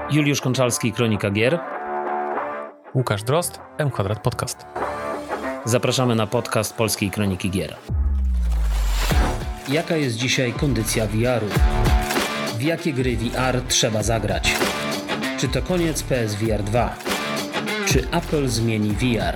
Juliusz Konczalski, Kronika Gier. Łukasz Drozd, M² Podcast. Zapraszamy na podcast Polskiej Kroniki Gier. Jaka jest dzisiaj kondycja VR-u? W jakie gry VR trzeba zagrać? Czy to koniec PSVR 2? Czy Apple zmieni VR?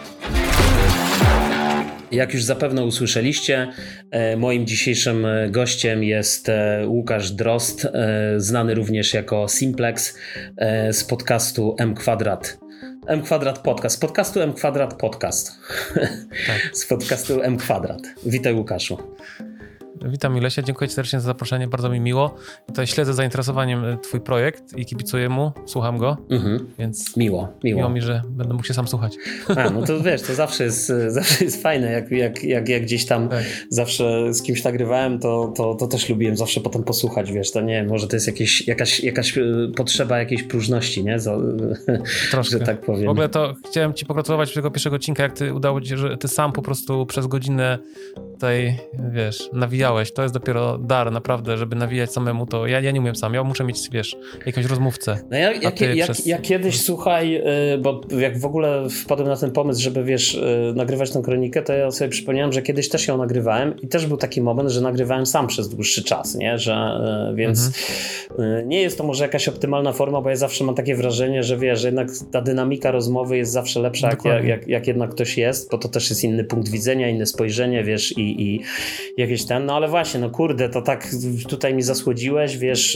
Jak już zapewne usłyszeliście, moim dzisiejszym gościem jest Łukasz Drozd, znany również jako Simplex z podcastu M² Podcast. Z podcastu M² Podcast. Tak. Z podcastu M². Witaj, Łukaszu. Witam, Milesie, dziękuję Ci serdecznie za zaproszenie, bardzo mi miło. Tutaj śledzę z zainteresowaniem Twój projekt i kibicuję mu, słucham go, więc miło mi, że będę mógł się sam słuchać. No to wiesz, to zawsze jest fajne, jak gdzieś tam zawsze z kimś nagrywałem, to też lubiłem zawsze potem posłuchać, wiesz, to nie, może to jest jakaś potrzeba jakiejś próżności, nie? Troszkę. Że tak powiem. W ogóle to chciałem Ci pogratulować tego pierwszego odcinka, jak udało Ci się, że Ty sam po prostu przez godzinę tutaj, wiesz, nawijałeś. To jest dopiero dar, naprawdę, żeby nawijać samemu, to ja nie umiem sam, ja muszę mieć, wiesz, jakąś rozmówcę. No ja kiedyś, słuchaj, bo jak w ogóle wpadłem na ten pomysł, żeby, wiesz, nagrywać tę kronikę, to ja sobie przypomniałem, że kiedyś też ją nagrywałem i też był taki moment, że nagrywałem sam przez dłuższy czas, nie, że więc nie jest to może jakaś optymalna forma, bo ja zawsze mam takie wrażenie, że wiesz, że jednak ta dynamika rozmowy jest zawsze lepsza, jak jednak ktoś jest, bo to też jest inny punkt widzenia, inne spojrzenie, wiesz, i jakieś no ale właśnie, no kurde, to tak tutaj mi zasłodziłeś, wiesz,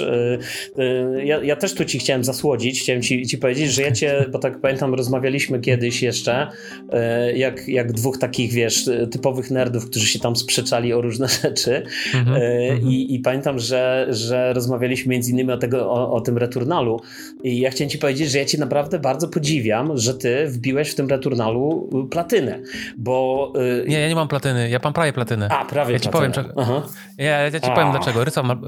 ja też tu ci chciałem zasłodzić, chciałem ci powiedzieć, że ja cię, bo tak pamiętam, rozmawialiśmy kiedyś jeszcze, jak dwóch takich, wiesz, typowych nerdów, którzy się tam sprzeczali o różne rzeczy i pamiętam, że rozmawialiśmy między innymi o tym Returnalu i ja chciałem ci powiedzieć, że ja cię naprawdę bardzo podziwiam, że ty wbiłeś w tym Returnalu platynę, bo... Nie, ja nie mam platyny, ja mam prawie platynę. A, prawie ja ci powiem, ja ci powiem dlaczego.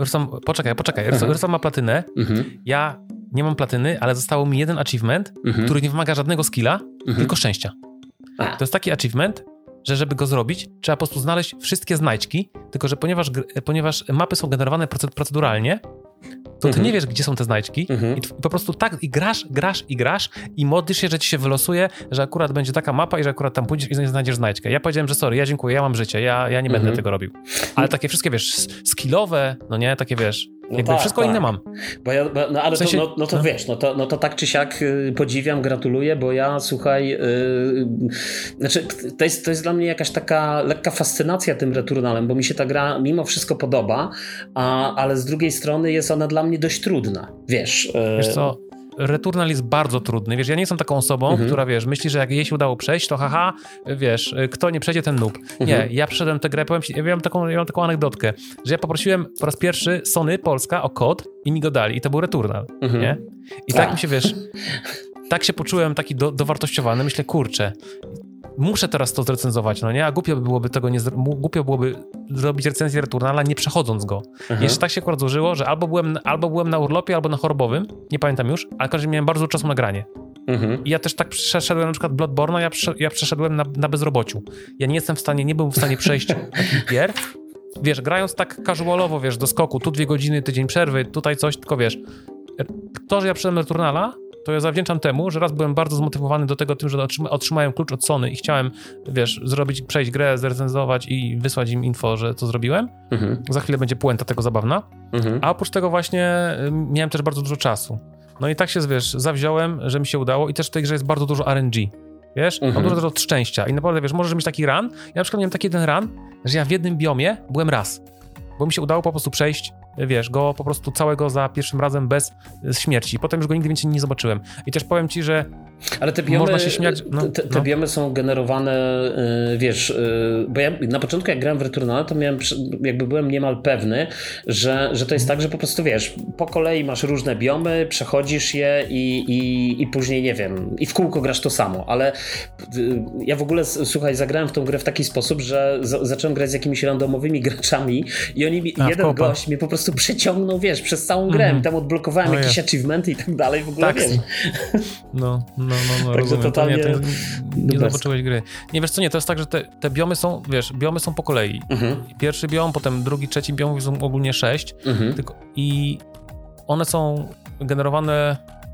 Rysa ma platynę, ja nie mam platyny, ale zostało mi jeden achievement, który nie wymaga żadnego skilla, tylko szczęścia. To jest taki achievement, że żeby go zrobić, trzeba po prostu znaleźć wszystkie znajdźki, tylko że ponieważ mapy są generowane proceduralnie, to ty nie wiesz, gdzie są te znajdźki i po prostu tak i grasz i modlisz się, że ci się wylosuje, że akurat będzie taka mapa i że akurat tam pójdziesz i znajdziesz znajdźkę. Ja powiedziałem, że sorry, ja dziękuję, ja mam życie, ja nie będę tego robił. Ale takie wszystkie, wiesz, skillowe, no nie, takie, wiesz, jakby wszystko inne mam. Ale w sensie, wiesz, no to tak czy siak podziwiam, gratuluję, ale słuchaj, znaczy to jest dla mnie jakaś taka lekka fascynacja tym Returnalem, bo mi się ta gra mimo wszystko podoba, ale z drugiej strony jest ona dla mnie dość trudna, wiesz. Wiesz co, Returnal jest bardzo trudny, wiesz, ja nie jestem taką osobą, która, wiesz, myśli, że jak jej się udało przejść, to haha, wiesz, kto nie przejdzie, ten noob. Nie, ja przeszedłem tę grę, powiem ci, ja mam taką anegdotkę, że ja poprosiłem po raz pierwszy Sony Polska o kod i mi go dali i to był Returnal, nie? I tak mi się, wiesz, tak się poczułem taki dowartościowany, myślę, kurczę, muszę teraz to zrecenzować, no nie? A głupio byłoby zrobić recenzję Returnala, nie przechodząc go. Jeszcze tak się akurat złożyło, że albo byłem na urlopie, albo na chorobowym, nie pamiętam już, ale każdym miałem bardzo dużo czasu na granie. I ja też tak przeszedłem na przykład Bloodborne'a, ja przeszedłem na bezrobociu. Ja nie byłem w stanie przejść takich gier. Wiesz, grając tak casualowo, wiesz, do skoku, tu 2 godziny, tydzień przerwy, tutaj coś, tylko wiesz, to, że ja przeszedłem Returnala, to ja zawdzięczam temu, że raz byłem bardzo zmotywowany do tego tym, że otrzymałem klucz od Sony i chciałem, wiesz, przejść grę, zrecenzować i wysłać im info, że to zrobiłem. Za chwilę będzie puenta tego zabawna. A oprócz tego właśnie miałem też bardzo dużo czasu. No i tak się, wiesz, zawziąłem, że mi się udało i też w tej grze jest bardzo dużo RNG. Wiesz? Mam dużo też od szczęścia i naprawdę, wiesz, możesz mieć taki run. Ja na przykład miałem taki jeden run, że ja w jednym biomie byłem raz. Bo mi się udało po prostu przejść, wiesz, go po prostu całego za pierwszym razem bez śmierci. Potem już go nigdy więcej nie zobaczyłem. I też powiem ci, że ale te biomy, można się śmiać. Te biomy są generowane, wiesz, bo ja na początku jak grałem w Returnal, to byłem niemal pewny, że to jest tak, że po prostu, wiesz, po kolei masz różne biomy, przechodzisz je i później, nie wiem, i w kółko grasz to samo, ale ja w ogóle, słuchaj, zagrałem w tą grę w taki sposób, że zacząłem grać z jakimiś randomowymi graczami i jeden gość mnie po prostu przeciągnął, wiesz, przez całą grę, tam odblokowałem jakieś achievementy i tak dalej, w ogóle, wiesz. No, Także rozumiem. totalnie nie zobaczyłeś gry. Nie, wiesz co, nie, to jest tak, że te biomy są, wiesz, biomy są po kolei. Pierwszy biom, potem drugi, trzeci biom, są ogólnie 6. I one są generowane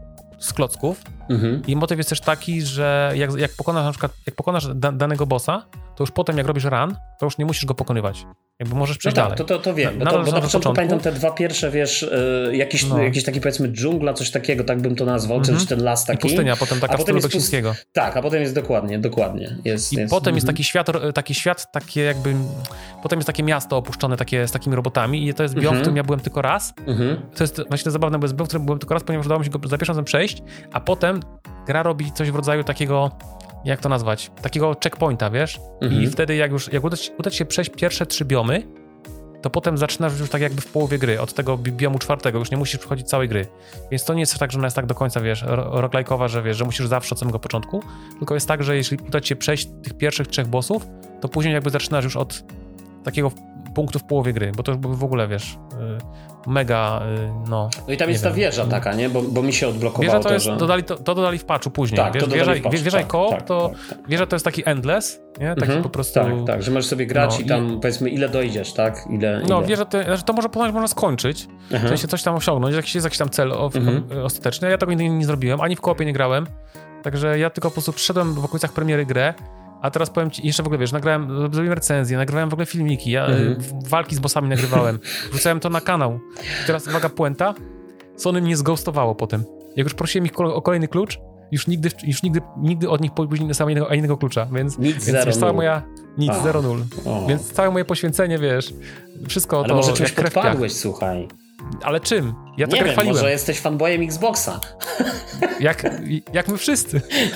z klocków i motyw jest też taki, że jak pokonasz na przykład, jak pokonasz danego bossa, to już potem jak robisz run, to już nie musisz go pokonywać. Jakby możesz przejść dalej. To wiem, bo na początku pamiętam te dwa pierwsze, wiesz, jakiś taki powiedzmy dżungla, coś takiego, tak bym to nazwał, czy ten las taki. I pustynia, potem taka w stylu Beksińskiego. Tak, a potem jest dokładnie. Potem jest taki świat, takie jakby, potem jest takie miasto opuszczone takie z takimi robotami i to jest biom, w którym ja byłem tylko raz. To jest właśnie zabawne, bo jest biom, w którym byłem tylko raz, ponieważ udało mi się go za pierwszym razem przejść, a potem gra robi coś w rodzaju takiego, jak to nazwać, takiego checkpointa, wiesz? I wtedy jak uda ci się przejść pierwsze 3 biomy, to potem zaczynasz już tak jakby w połowie gry, od tego biomu 4, już nie musisz przechodzić całej gry. Więc to nie jest tak, że ona jest tak do końca, wiesz, roguelike'owa, że wiesz, że musisz zawsze od samego początku, tylko jest tak, że jeśli uda ci się przejść tych pierwszych 3 bossów, to później jakby zaczynasz już od takiego punktu w połowie gry, bo to w ogóle, wiesz, mega, No i tam jest ta wieża taka, nie? Bo mi się odblokowało wieża to jest, że... dodali w patchu później. Tak, wiesz, wieża i koop, wieża to jest taki endless, nie? Taki po prostu... Tak, że możesz sobie grać i tam powiedzmy ile dojdziesz, tak? Ile... wieża to można skończyć, w sensie coś tam osiągnąć, jest jakiś tam cel ostateczny, ja tego nie zrobiłem, ani w koopie nie grałem, także ja tylko po prostu przyszedłem w okolicach premiery grę, a teraz powiem ci, jeszcze w ogóle, wiesz, zrobiłem recenzję, nagrywałem w ogóle filmiki, ja walki z bossami nagrywałem, wrzucałem to na kanał. I teraz uwaga, puenta, Sony mnie zghostowało potem. Jak już prosiłem ich o kolejny klucz, już nigdy od nich później nie dostałem ani jednego klucza, więc cała moja... Nic, 0-0. Więc całe moje poświęcenie, wiesz, wszystko ale to... Ale może czymś podpadłeś, słuchaj. Ale czym? Ja to nie wiem, chwaliłem. Może jesteś fanboyem Xboxa. Jak my wszyscy.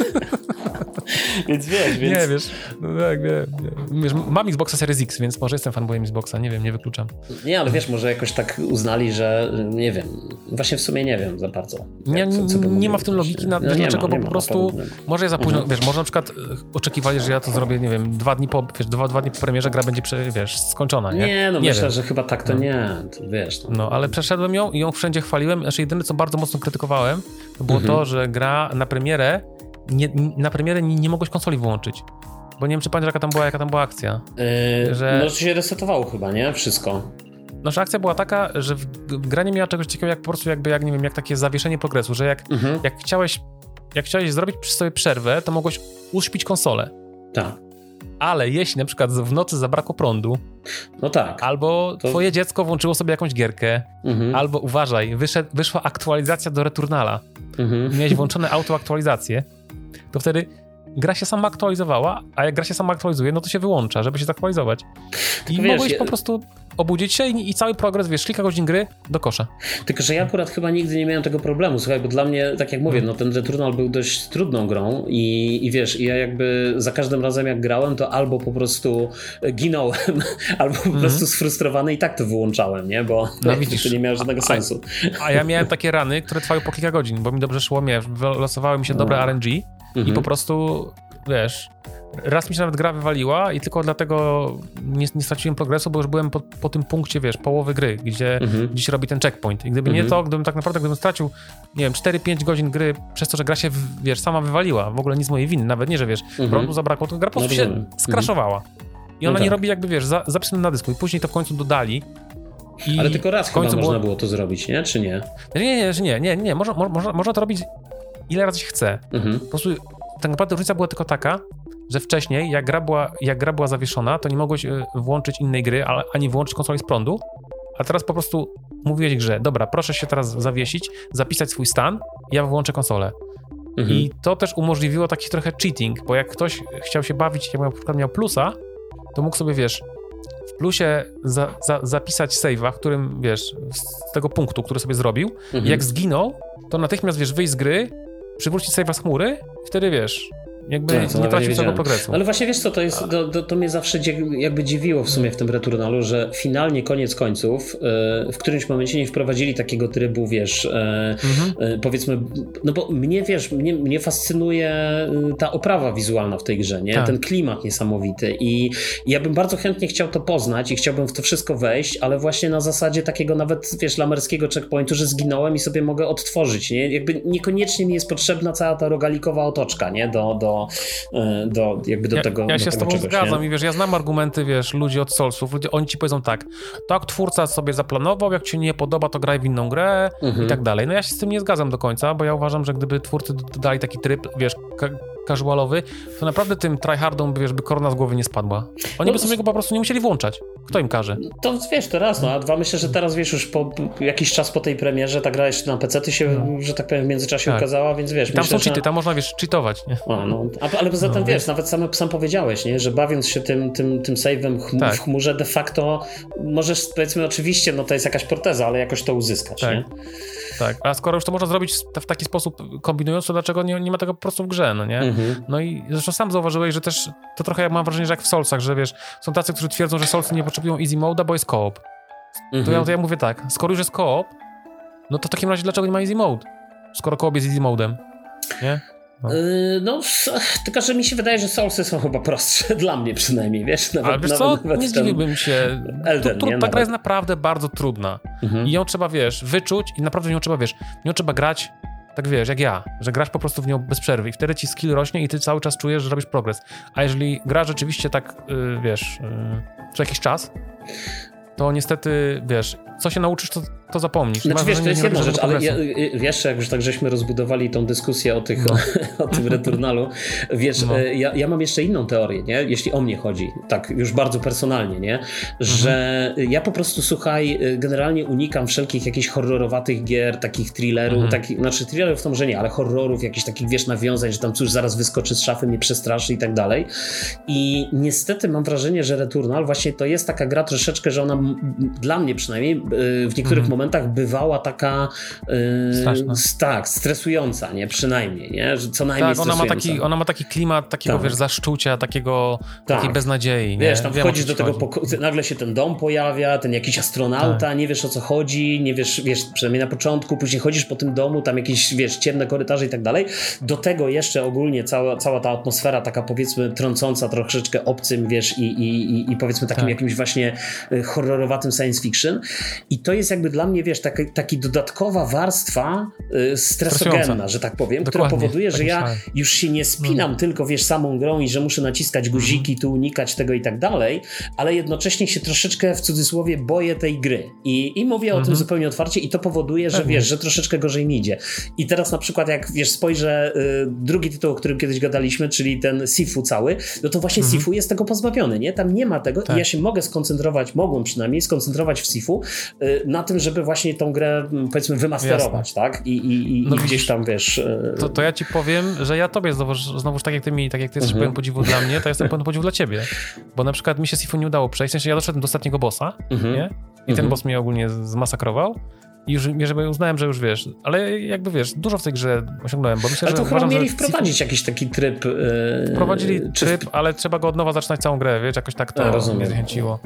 Więc wiesz. Nie, wiesz, wiesz, mam Xboxa Series X, więc może jestem fanboyem Xboxa, nie wiem, nie wykluczam. Nie, ale wiesz, może jakoś tak uznali, że nie wiem, właśnie w sumie nie wiem za bardzo. Nie ma w tym logiki, dlaczego, bo po prostu może jest za późno, wiesz, może na przykład oczekiwali, że ja to zrobię, nie wiem, 2 dni po premierze gra będzie, wiesz, skończona, nie? Nie, myślę, że chyba tak to nie, to wiesz. No, ale przeszedłem ją i ją wszędzie chwaliłem, znaczy jedyne, co bardzo mocno krytykowałem, to było to, że gra na premierę nie mogłeś konsoli wyłączyć. Bo nie wiem, czy pamiętasz, jaka tam była akcja. No to się resetowało chyba, nie? Wszystko. Nasza akcja była taka, że gra nie miała czegoś takiego jak po prostu jak nie wiem, jak takie zawieszenie progresu, że jak chciałeś zrobić przy sobie przerwę, to mogłeś uśpić konsolę. Tak. Ale jeśli na przykład w nocy zabrakło prądu, no tak, albo twoje dziecko włączyło sobie jakąś gierkę, albo uważaj, wyszła aktualizacja do Returnala, miałeś włączone autoaktualizację, to wtedy gra się sama aktualizowała, a jak gra się sama aktualizuje, no to się wyłącza, żeby się zaktualizować. I mogłeś po prostu obudzić się i cały progres, wiesz, kilka godzin gry do kosza. Tylko, że ja akurat chyba nigdy nie miałem tego problemu, słuchaj, bo dla mnie, tak jak mówię, no ten Returnal był dość trudną grą i wiesz, ja jakby za każdym razem jak grałem, to albo po prostu ginąłem, albo po prostu sfrustrowany i tak to wyłączałem, nie? Bo widzisz, to nie miało żadnego sensu. A ja miałem takie rany, które trwały po kilka godzin, bo mi dobrze szło, losowały mi się dobre RNG i po prostu, wiesz... Raz mi się nawet gra wywaliła i tylko dlatego nie straciłem progresu, bo już byłem po tym punkcie, wiesz, połowy gry, gdzie się robi ten checkpoint. I gdyby nie to, gdybym stracił, nie wiem, 4-5 godzin gry przez to, że gra się, wiesz, sama wywaliła. W ogóle nic mojej winy, nawet nie, że wiesz, prądu zabrakło, to gra po prostu się skraszowała. I ona nie robi jakby, wiesz, zapisem na dysku. I później to w końcu dodali. Ale tylko raz chyba można było to zrobić, nie? Czy nie? Nie. Można to robić ile razy się chce. Po prostu tak naprawdę różnica była tylko taka, że wcześniej, jak gra była zawieszona, to nie mogłeś włączyć innej gry, ani włączyć konsoli z prądu, a teraz po prostu mówiłeś grze, dobra, proszę się teraz zawiesić, zapisać swój stan, ja wyłączę konsolę. I to też umożliwiło taki trochę cheating, bo jak ktoś chciał się bawić, jak na przykład miał plusa, to mógł sobie, wiesz, w plusie zapisać save'a, w którym, wiesz, z tego punktu, który sobie zrobił, i jak zginął, to natychmiast, wiesz, wyjść z gry, przywrócić save'a z chmury i wtedy, wiesz, jakby nie tracił całego progresu. Ale właśnie wiesz co, to jest, to mnie zawsze jakby dziwiło w sumie w tym Returnalu, że finalnie koniec końców w którymś momencie nie wprowadzili takiego trybu, wiesz, powiedzmy, no bo mnie, wiesz, mnie fascynuje ta oprawa wizualna w tej grze, nie? Ten klimat niesamowity i ja bym bardzo chętnie chciał to poznać i chciałbym w to wszystko wejść, ale właśnie na zasadzie takiego nawet, wiesz, lamerskiego checkpointu, że zginąłem i sobie mogę odtworzyć, nie? Jakby niekoniecznie mi jest potrzebna cała ta rogalikowa otoczka, nie? Do do tego. Ja się z tobą czegoś, zgadzam nie? i wiesz, ja znam argumenty, wiesz, ludzi od Soulsów, oni ci powiedzą tak twórca sobie zaplanował, jak ci się nie podoba, to graj w inną grę i tak dalej. No ja się z tym nie zgadzam do końca, bo ja uważam, że gdyby twórcy dodali taki tryb, wiesz, casualowy, to naprawdę tym tryhardom, wiesz, by korona z głowy nie spadła. Oni by sobie go po prostu nie musieli włączać. Kto im każe? To wiesz, to raz, a dwa, myślę, że teraz wiesz, już po jakiś czas po tej premierze ta gra jeszcze na PC-ty się, że tak powiem, w międzyczasie ukazała, więc wiesz. Tam myślę, są cheaty, tam można, wiesz, cheatować, nie? Ale poza tym, wiesz, nawet sam powiedziałeś, nie, że bawiąc się tym save'em w chmurze, de facto możesz, powiedzmy, oczywiście, no to jest jakaś proteza, ale jakoś to uzyskać, nie? Tak, a skoro już to można zrobić w taki sposób kombinując, to dlaczego nie ma tego po prostu w grze, no nie? No i zresztą sam zauważyłeś, że też to trochę jak mam wrażenie, że jak w Soulsach, że wiesz, są tacy, którzy twierdzą, że Soulsy nie potrzebują easy mode'a, bo jest co-op. To ja mówię tak, skoro już jest co-op, no to w takim razie dlaczego nie ma easy mode? Skoro co-op jest easy mode'em, nie? Tylko że mi się wydaje, że Soulsy są chyba prostsze, dla mnie przynajmniej, wiesz? Ale wiesz co, nie zdziwiłbym się. Ta gra jest naprawdę bardzo trudna i ją trzeba, wiesz, wyczuć i naprawdę nią trzeba, wiesz, nią trzeba grać, tak wiesz, jak ja, że grasz po prostu w nią bez przerwy i wtedy ci skill rośnie i ty cały czas czujesz, że robisz progres. A jeżeli gra rzeczywiście tak, wiesz, co jakiś czas, to niestety, wiesz, co się nauczysz, to zapomnisz. Znaczy, wiesz, to jest jedna rzecz, ale wiesz, jak już tak żeśmy rozbudowali tą dyskusję o tym Returnalu, wiesz, ja mam jeszcze inną teorię, nie? Jeśli o mnie chodzi, tak już bardzo personalnie, nie? Że ja po prostu, słuchaj, generalnie unikam wszelkich jakichś horrorowatych gier, takich thrillerów, znaczy thrillerów w tom, że nie, ale horrorów, jakichś takich, wiesz, nawiązań, że tam cóż, zaraz wyskoczy z szafy, mnie przestraszy i tak dalej. I niestety mam wrażenie, że Returnal właśnie to jest taka gra troszeczkę, że ona dla mnie przynajmniej w niektórych momentach bywała taka stresująca, nie? Przynajmniej, nie? Że co najmniej stresująca. Ona ma taki klimat takiego, wiesz, zaszczucia, takiej beznadziei. Wiesz, tam wchodzisz do tego pokoju, nagle się ten dom pojawia, ten jakiś astronauta, nie wiesz o co chodzi, nie wiesz, przynajmniej na początku, później chodzisz po tym domu, tam jakieś, wiesz, ciemne korytarze i tak dalej. Do tego jeszcze ogólnie cała ta atmosfera taka, powiedzmy, trącąca troszeczkę obcym, wiesz, i powiedzmy takim jakimś właśnie horrorowatym science fiction. I to jest jakby dla mnie, wiesz, taki dodatkowa warstwa stresogenna, że tak powiem, która powoduje, że ja już się nie spinam tylko, wiesz, samą grą i że muszę naciskać guziki, tu unikać tego i tak dalej, ale jednocześnie się troszeczkę, w cudzysłowie, boję tej gry. I mówię o tym zupełnie otwarcie i to powoduje, że wiesz, że troszeczkę gorzej mi idzie. I teraz na przykład jak, wiesz, spojrzę drugi tytuł, o którym kiedyś gadaliśmy, czyli ten Sifu cały, no to właśnie Sifu jest tego pozbawiony, nie? Tam nie ma tego i ja się mogłem przynajmniej skoncentrować w Sifu na tym, żeby właśnie tą grę, powiedzmy, wymasterować, tak? I gdzieś tam, wiesz... To ja ci powiem, że ja tobie znowuż tak jak ty jesteś pełen podziwu dla mnie, to jestem pełen podziwu dla ciebie. Bo na przykład mi się Sifu nie udało przejść, w sensie ja doszedłem do ostatniego bossa, nie? I ten boss mnie ogólnie zmasakrował. I już uznałem, że już wiesz, ale jakby wiesz, dużo w tej grze osiągnąłem, bo myślę, ale to że chyba mieli wprowadzić jakiś taki tryb. Wprowadzili tryb, ale trzeba go od nowa zaczynać całą grę, wiesz, jakoś tak to mnie zachęciło.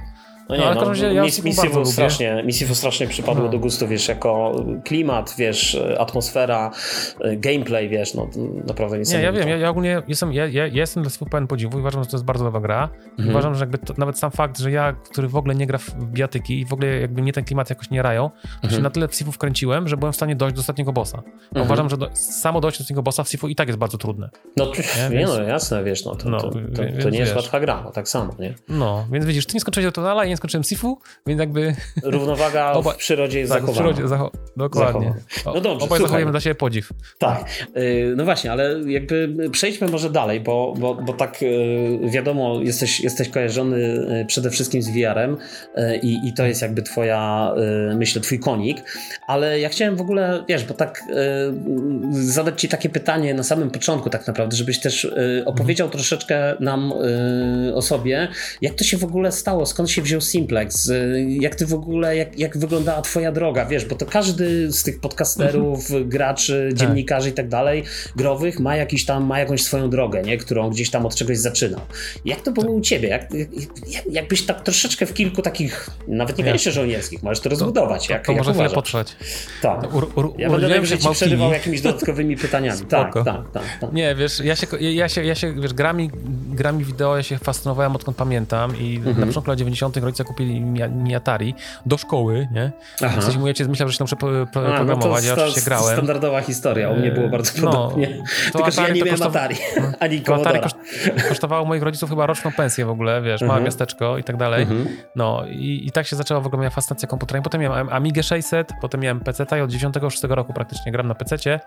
Mi Sifu strasznie przypadło do gustu, wiesz, jako klimat, wiesz, atmosfera, gameplay, wiesz, no naprawdę niesamowite. Nie, ja wiem, ja ogólnie jestem dla Sifu pełen podziwu i uważam, że to jest bardzo dobra gra. Uważam, że jakby nawet sam fakt, że ja, który w ogóle nie gra w bijatyki i w ogóle jakby mnie ten klimat jakoś nie rają, to się na tyle w Sifu wkręciłem, że byłem w stanie dojść do ostatniego bossa. Uważam, że samo dojść do ostatniego bossa w Sifu i tak jest bardzo trudne. No jasne, wiesz, to nie jest łatwa gra, no tak samo, nie? No, więc widzisz, ty nie skończyłeś Returnala, nie skończyłem Sifu, więc jakby... Równowaga w przyrodzie jest zachowana. Dokładnie. No dobrze, obaj zachowujemy dla siebie podziw. Tak. No właśnie, ale jakby przejdźmy może dalej, bo tak wiadomo, jesteś kojarzony przede wszystkim z VR-em i to jest jakby twoja, myślę, twój konik, ale ja chciałem w ogóle, wiesz, bo tak zadać ci takie pytanie na samym początku tak naprawdę, żebyś też opowiedział troszeczkę nam o sobie, jak to się w ogóle stało, skąd się wziął Simplex, jak ty w ogóle, jak wyglądała twoja droga, wiesz, bo to każdy z tych podcasterów, graczy, dziennikarzy i tak dalej, growych ma jakąś swoją drogę, nie? Którą gdzieś tam od czegoś zaczynał. Jak to było u ciebie? Jakbyś tak troszeczkę w kilku takich, nawet nie koniecznie żołnierskich, możesz to rozbudować. To może chwilę potrwać. Tak. Ja będę najwyżej ci przerywał jakimiś dodatkowymi pytaniami. Tak. Nie, wiesz, ja się wiesz, grami wideo ja się fascynowałem odkąd pamiętam i na początku lat 90. rodzice kupili mi Atari do szkoły, nie? W sensie mój ojciec myślał, że się nauczę programować, ja oczywiście grałem. Standardowa historia, u mnie było bardzo podobnie. Tylko, że ja nie miałem Atari, ani Commodora. Atari kosztowało moich rodziców chyba roczną pensję w ogóle, wiesz, małe miasteczko i tak dalej. No i tak się zaczęła w ogóle moja fascynacja komputerami. Potem miałem Amigę 600, potem miałem PC-ta i od 96 roku praktycznie gram na PC-cie.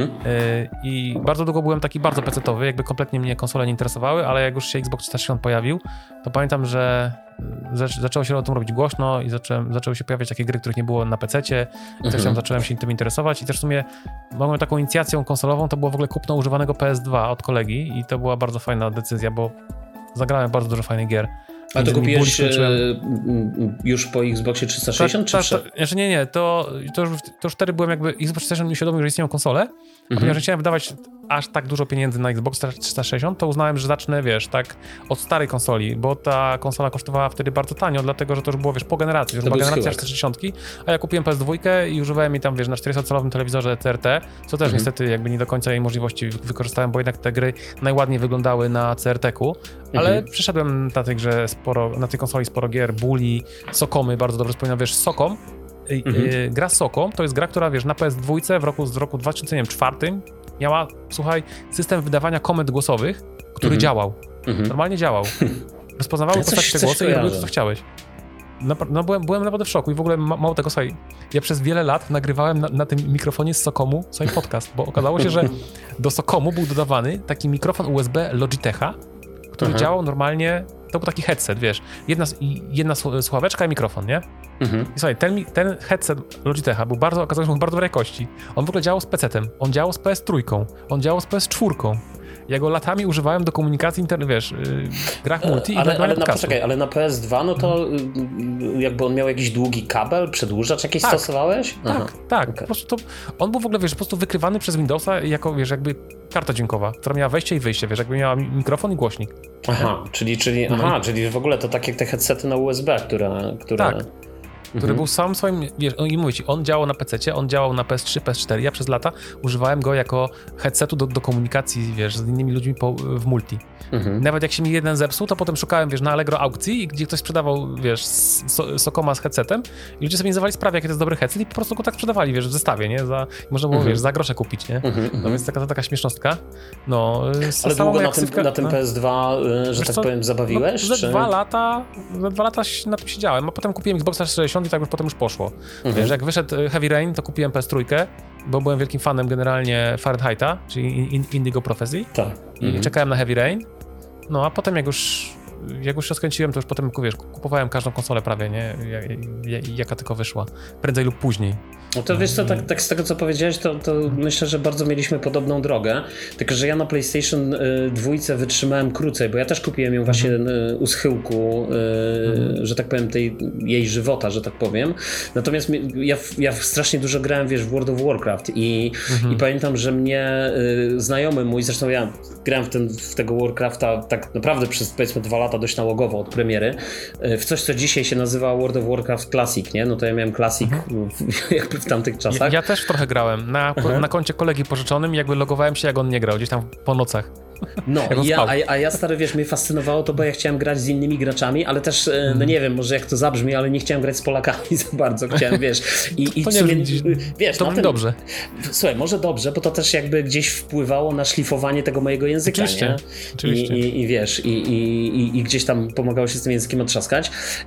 I bardzo długo byłem taki bardzo PC-towy, jakby kompletnie mnie konsole nie interesowały, ale jak już się Xbox 360 pojawił, to pamiętam, że zaczęło się o tym robić głośno i zaczęły się pojawiać takie gry, których nie było na PC-cie i też zacząłem się tym interesować i też w sumie moją taką inicjacją konsolową to było w ogóle kupno używanego PS2 od kolegi i to była bardzo fajna decyzja, bo zagrałem bardzo dużo fajnych gier. A to kupiłeś już po Xboxie 360? Znaczy nie, to już wtedy byłem jakby Xbox 360 mi uświadomił, że istnieją konsole, a ponieważ nie chciałem wydawać aż tak dużo pieniędzy na Xbox 360, to uznałem, że zacznę, wiesz, tak od starej konsoli, bo ta konsola kosztowała wtedy bardzo tanio, dlatego, że to już było, wiesz, po generacji, już była generacja 460, a ja kupiłem PS2 i używałem jej tam, wiesz, na 400-calowym telewizorze CRT, co też niestety jakby nie do końca jej możliwości wykorzystałem, bo jednak te gry najładniej wyglądały na CRT-ku, ale przeszedłem na tej grze na tej konsoli sporo gier, Bully, Sokomy, bardzo dobrze wspominam, wiesz, Sokom. Gra Sokom to jest gra, która, wiesz, na PS2 z roku 2004 miała, słuchaj, system wydawania komend głosowych, który działał. Normalnie działał. Rozpoznawały postaci te głosy i robiły to, co chciałeś. No byłem naprawdę w szoku i w ogóle mało tego, słuchaj, ja przez wiele lat nagrywałem na tym mikrofonie z Sokomu swój podcast, bo okazało się, że do Sokomu był dodawany taki mikrofon USB Logitecha, który działał normalnie, to był taki headset, wiesz, jedna słuchaweczka i mikrofon, nie? I słuchaj, ten headset Logitecha okazało się, że był bardzo dobrej jakości. On w ogóle działał z PC-tem, on działał z PS3, on działał z PS4. Ja go latami używałem do komunikacji wiesz, grach multi i ale na PS2, no to jakby on miał jakiś długi kabel, przedłużacz jakiś stosowałeś? Tak. Okay. Po prostu on był w ogóle, wiesz, po prostu wykrywany przez Windowsa jako, wiesz, jakby karta dźwiękowa, która miała wejście i wyjście, wiesz, jakby miała mikrofon i głośnik. Czyli w ogóle to tak jak te headsety na USB, które... Tak. Który był samym swoim, wiesz, i mówię ci, on działał na PC-cie, on działał na PS3, PS4, ja przez lata używałem go jako headsetu do komunikacji, wiesz, z innymi ludźmi w multi. Nawet jak się mi jeden zepsuł, to potem szukałem, wiesz, na Allegro aukcji, gdzie ktoś sprzedawał, wiesz, Sokoma z headsetem i ludzie sobie nie zdawali sprawy, jaki to jest dobry headset i po prostu go tak sprzedawali, wiesz, w zestawie, nie? Można było, wiesz, za grosze kupić, nie? No więc taka śmiesznostka. No, ale długo na tym PS2, że tak powiem, zabawiłeś? Za 2 lata na tym siedziałem, a potem kupiłem Xboxa 360 i tak już potem już poszło. Wiesz, jak wyszedł Heavy Rain, to kupiłem PS3, bo byłem wielkim fanem generalnie Fahrenheita, czyli Indigo Prophecy. Tak. I czekałem na Heavy Rain. No a potem jak już się skręciłem, to już potem, wiesz, kupowałem każdą konsolę prawie, nie? Jaka tylko wyszła. Prędzej lub później. No to wiesz co, tak z tego co powiedziałeś, to myślę, że bardzo mieliśmy podobną drogę, tylko że ja na PlayStation 2 wytrzymałem krócej, bo ja też kupiłem ją właśnie u schyłku, że tak powiem, jej żywota, że tak powiem. Natomiast ja strasznie dużo grałem, wiesz, w World of Warcraft i pamiętam, że mnie znajomy mój, zresztą ja grałem w tego Warcrafta tak naprawdę przez, powiedzmy, 2 lata dość nałogowo od premiery, w coś, co dzisiaj się nazywa World of Warcraft Classic, nie? No to ja miałem Classic jakby w tamtych czasach. Ja też trochę grałem. Na koncie kolegi pożyczonym jakby logowałem się, jak on nie grał, gdzieś tam po nocach. No, ja stary, wiesz, mnie fascynowało to, bo ja chciałem grać z innymi graczami, ale też, no nie wiem, może jak to zabrzmi, ale nie chciałem grać z Polakami za bardzo, chciałem, wiesz, i to nie wiesz, to dobrze. Słuchaj, może dobrze, bo to też jakby gdzieś wpływało na szlifowanie tego mojego języka, nie? Oczywiście. I wiesz, i gdzieś tam pomagało się z tym językiem otrzaskać.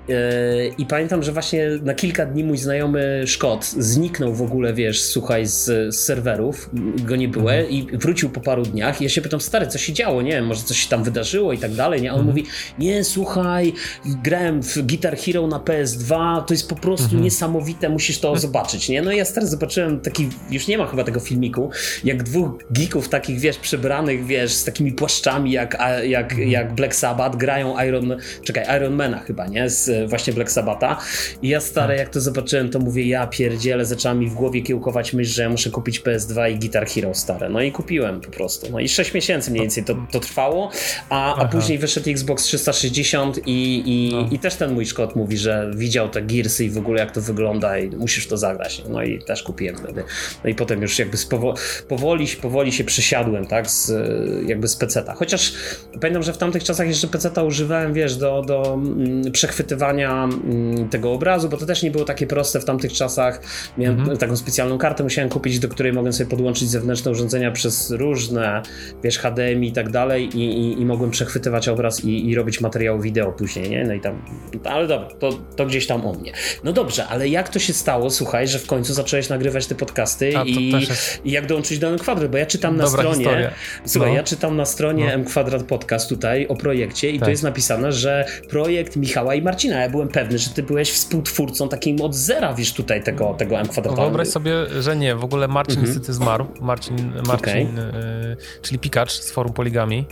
I pamiętam, że właśnie na kilka dni mój znajomy Szkot zniknął w ogóle, wiesz, słuchaj, z serwerów, go nie było i wrócił po paru dniach i ja się pytam, stary, co się działo, nie wiem, może coś się tam wydarzyło i tak dalej, nie? A on mówi, nie, słuchaj, grałem w Guitar Hero na PS2, to jest po prostu niesamowite, musisz to zobaczyć, nie? No i ja stary zobaczyłem taki, już nie ma chyba tego filmiku, jak 2 geeków takich, wiesz, przebranych, wiesz, z takimi płaszczami jak Black Sabbath, grają Ironmana chyba, nie? Z właśnie Black Sabbatha i ja stary, jak to zobaczyłem, to mówię, ja pierdzielę, zaczęła mi w głowie kiełkować myśl, że ja muszę kupić PS2 i Guitar Hero stare, no i kupiłem po prostu, no i 6 miesięcy mniej więcej to trwało, a później wyszedł Xbox 360 i też ten mój Szkot mówi, że widział te Gearsy i w ogóle jak to wygląda i musisz to zagrać. No i też kupiłem wtedy. No i potem już jakby powoli się przysiadłem, tak, jakby z peceta. Chociaż pamiętam, że w tamtych czasach jeszcze peceta używałem, wiesz, do przechwytywania tego obrazu, bo to też nie było takie proste w tamtych czasach. Miałem taką specjalną kartę, musiałem kupić, do której mogłem sobie podłączyć zewnętrzne urządzenia przez różne, wiesz, HDMI i tak dalej i mogłem przechwytywać obraz i robić materiał wideo później, nie? No i tam, ale dobra, to gdzieś tam o mnie. No dobrze, ale jak to się stało, słuchaj, że w końcu zacząłeś nagrywać te podcasty i jak dołączyć do M-Kwadrat, bo ja czytam na stronie, historia. Słuchaj, ja czytam na stronie M-Kwadrat Podcast tutaj o projekcie i tu jest napisane, że projekt Michała i Marcina. Ja byłem pewny, że ty byłeś współtwórcą takim od zera, wiesz, tutaj tego M-Kwadrata. Wyobraź sobie, że nie, w ogóle Marcin niestety zmarł. Marcin czyli Pikacz z forum Poligami.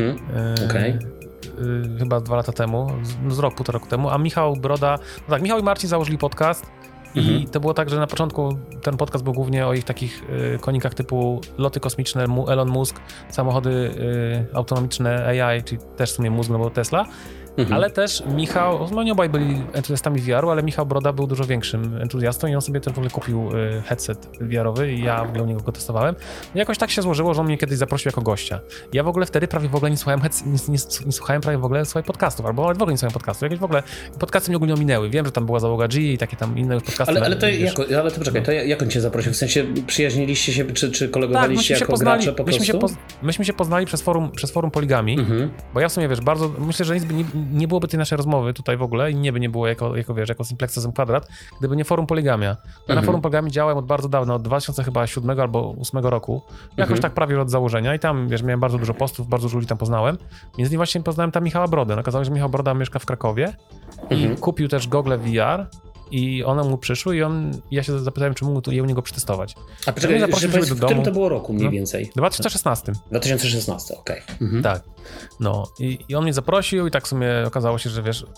Chyba 2 lata temu, z rok, 1,5 roku temu, a Michał Broda, no tak, Michał i Marcin założyli podcast i to było tak, że na początku ten podcast był głównie o ich takich konikach typu loty kosmiczne, Elon Musk, samochody autonomiczne AI, czyli też w sumie mózg, no bo Tesla. Ale też Michał, no nie obaj byli entuzjastami VR-u, ale Michał Broda był dużo większym entuzjastą i on sobie też w ogóle kupił headset VR-owy i ja w ogóle u niego go testowałem. No jakoś tak się złożyło, że on mnie kiedyś zaprosił jako gościa. Ja w ogóle wtedy prawie w ogóle nie słuchałem prawie w ogóle swoich podcastów, albo w ogóle nie słuchałem podcastów. Jakieś w ogóle podcasty mnie ogólnie ominęły. Wiem, że tam była załoga G i takie tam inne podcasty. Ale to poczekaj, to jak on cię zaprosił? W sensie przyjaźniliście się, czy kolegowaliście jako gracze po prostu? Myśmy się poznali przez forum Poligami, bo ja w sumie, wiesz, bardzo, myślę, że nie byłoby tej naszej rozmowy tutaj w ogóle i nie było jako Simplexa z M-Kwadrat, gdyby nie forum Poligamia. Ja na forum Poligamii działałem od bardzo dawna, od 2007 albo 2008 roku. Jakoś tak prawie od założenia i tam, wiesz, miałem bardzo dużo postów, bardzo dużo ludzi tam poznałem. Między innymi właśnie poznałem tam Michała Brodę. Okazało się, że Michał Broda mieszka w Krakowie i kupił też gogle VR i one mu przyszły i ja się zapytałem, czy mógł je u niego przetestować. A poczekaj, w którym to było roku mniej więcej? 2016. 2016, okej. Tak. No i on mnie zaprosił i tak w sumie okazało się, że wiesz,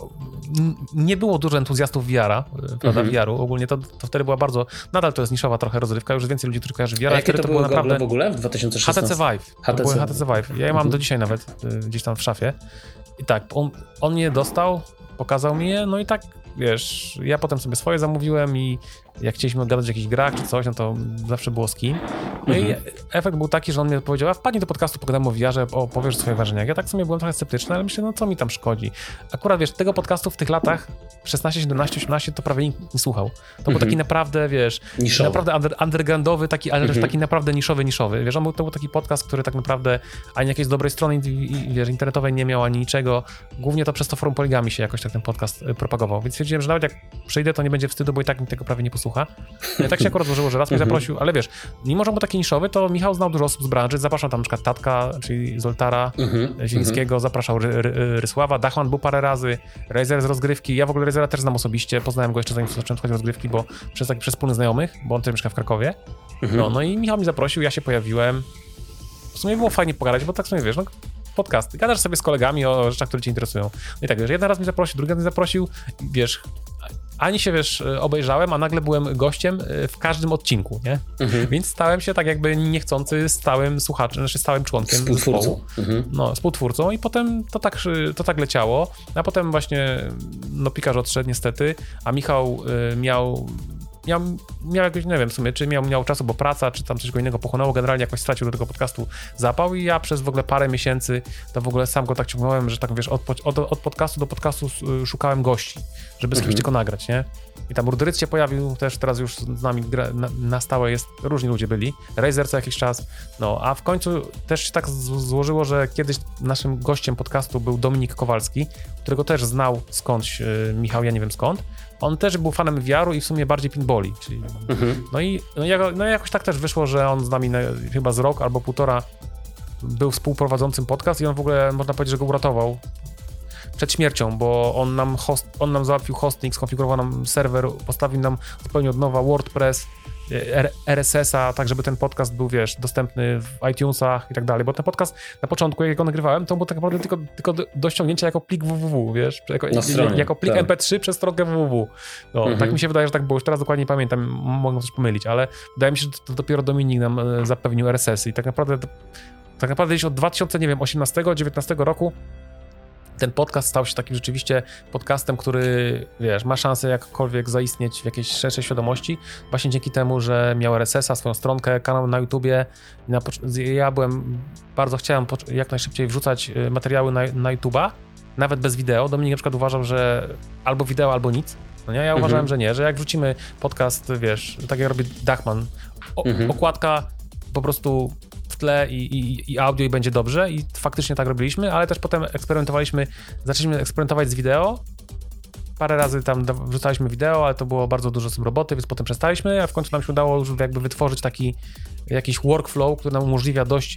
nie było dużo entuzjastów VR-a, prawda, VR-u. Ogólnie to wtedy była bardzo, nadal to jest niszowa trochę rozrywka, już więcej ludzi, którzy kojarzy VR-a. A jakie to było naprawdę w ogóle w 2016? HTC Vive. To były HTC Vive. Ja je mam do dzisiaj nawet gdzieś tam w szafie. I tak, on je dostał, pokazał mi je, no i tak, wiesz, ja potem sobie swoje zamówiłem i jak chcieliśmy gadać o jakichś grach czy coś, no to zawsze było z kim. No i efekt był taki, że on mi powiedział, a wpadnij do podcastu, pogadamy o VR-ze, opowiesz swoje wrażenia. Ja tak w sumie byłem trochę sceptyczny, ale myślę, no co mi tam szkodzi. Akurat, wiesz, tego podcastu w tych latach 16, 17, 18 to prawie nikt nie słuchał. To był taki naprawdę, wiesz, niszowy. Naprawdę undergroundowy, ale też taki naprawdę niszowy. Wiesz, to był taki podcast, który tak naprawdę ani jakiejś dobrej strony wiesz, internetowej nie miał, ani niczego. Głównie to przez to forum Poligami się jakoś tak ten podcast propagował. Więc stwierdziłem, że nawet jak przyjdę, to nie będzie wstydu, bo i tak nikt tego prawie nie posłucha. Tak się akurat złożyło, że raz mnie zaprosił, ale wiesz, mimo że on był taki niszowy, to Michał znał dużo osób z branży, zapraszał tam na przykład Tatka, czyli Zoltara Zielińskiego, zapraszał Rysława, Dachman był parę razy, Razer z rozgrywki, ja w ogóle Razera też znam osobiście, poznałem go jeszcze zanim zacząłem słuchać rozgrywki, bo przez wspólnych znajomych, bo on też mieszka w Krakowie, no i Michał mi zaprosił, ja się pojawiłem, w sumie było fajnie pogadać, bo tak sobie wiesz, no podcasty, gadasz sobie z kolegami o rzeczach, które cię interesują. No i tak, wiesz, jeden raz mnie zaprosił, drugi raz mnie zaprosił, wiesz, ani się, wiesz, obejrzałem, a nagle byłem gościem w każdym odcinku, nie? Więc stałem się tak jakby niechcący stałym słuchaczem, znaczy stałym członkiem współtwórcą. No, współtwórcą i potem to tak leciało, a potem właśnie, no Pikarz odszedł niestety, a Michał miał jakoś, nie wiem w sumie, czy miał czasu, bo praca, czy tam coś go innego pochłonęło, generalnie jakoś stracił do tego podcastu zapał i ja przez w ogóle parę miesięcy to w ogóle sam go tak ciągnąłem, że tak wiesz, od podcastu do podcastu szukałem gości, żeby z kimś tylko nagrać, nie? I tam Ruderyc się pojawił też, teraz już z nami na stałe jest, różni ludzie byli, Razer co jakiś czas, no a w końcu też się tak złożyło, że kiedyś naszym gościem podcastu był Dominik Kowalski, którego też znał skądś Michał, ja nie wiem skąd. On też był fanem VR-u i w sumie bardziej pinballi, czyli no jakoś tak też wyszło, że on z nami chyba z rok albo półtora był współprowadzącym podcast i on w ogóle, można powiedzieć, że go uratował przed śmiercią, bo on nam załatwił hosting, skonfigurował nam serwer, postawił nam zupełnie od nowa WordPress, RSS-a, tak żeby ten podcast był, wiesz, dostępny w iTunesach i tak dalej, bo ten podcast na początku, jak go nagrywałem, to był tak naprawdę tylko do ściągnięcia jako plik www, wiesz, jako plik MP3 przez stronkę www. No, tak mi się wydaje, że tak było, już teraz dokładnie nie pamiętam, mogę coś pomylić, ale wydaje mi się, że to dopiero Dominik nam zapewnił RSS i tak naprawdę tak naprawdę gdzieś od 2018-19 roku ten podcast stał się takim rzeczywiście podcastem, który, wiesz, ma szansę jakkolwiek zaistnieć w jakiejś szerszej świadomości, właśnie dzięki temu, że miał RSS-a, swoją stronkę, kanał na YouTubie. Ja bardzo chciałem jak najszybciej wrzucać materiały na YouTube'a, nawet bez wideo. Dominik na przykład uważał, że albo wideo, albo nic. No nie? Ja uważałem, że nie, że jak wrzucimy podcast, wiesz, tak jak robi Dachman, okładka po prostu w tle i audio i będzie dobrze i faktycznie tak robiliśmy, ale też potem zaczęliśmy eksperymentować z wideo. Parę razy tam wrzucaliśmy wideo, ale to było bardzo dużo z tym roboty, więc potem przestaliśmy, a w końcu nam się udało już jakby wytworzyć taki jakiś workflow, który nam umożliwia dość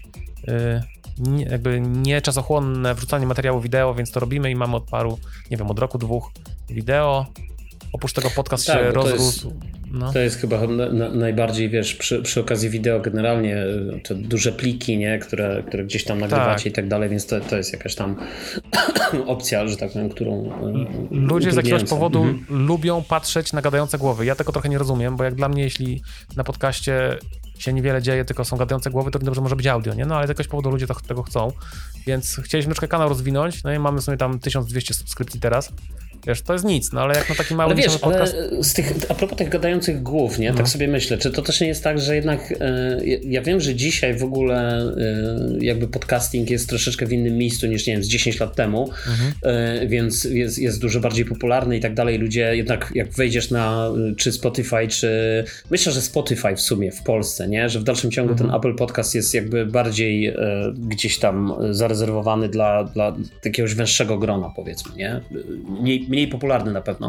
jakby nie czasochłonne wrzucanie materiału wideo, więc to robimy i mamy od paru, nie wiem, od roku, 2 wideo. Oprócz tego podcast się rozrósł. To jest chyba najbardziej, wiesz, przy okazji wideo generalnie te duże pliki, nie, które gdzieś tam nagrywacie i tak dalej, więc to jest jakaś tam opcja, że tak powiem, którą ludzie z jakiegoś powodu lubią patrzeć na gadające głowy. Ja tego trochę nie rozumiem, bo jak dla mnie, jeśli na podcaście się niewiele dzieje, tylko są gadające głowy, to dobrze może być audio, nie? No ale z jakiegoś powodu ludzie tego chcą, więc chcieliśmy troszkę kanał rozwinąć, no i mamy sobie tam 1200 subskrypcji teraz. Wiesz, to jest nic, no ale jak na taki mały podcast... a propos tych gadających głów, nie? Tak sobie myślę, czy to też nie jest tak, że jednak ja wiem, że dzisiaj w ogóle jakby podcasting jest troszeczkę w innym miejscu niż, nie wiem, z 10 lat temu, więc jest dużo bardziej popularny i tak dalej. Ludzie jednak jak wejdziesz na czy Spotify, czy... Myślę, że Spotify w sumie w Polsce, nie? Że w dalszym ciągu ten Apple Podcast jest jakby bardziej gdzieś tam zarezerwowany dla jakiegoś węższego grona, powiedzmy, nie? Mniej popularny na pewno.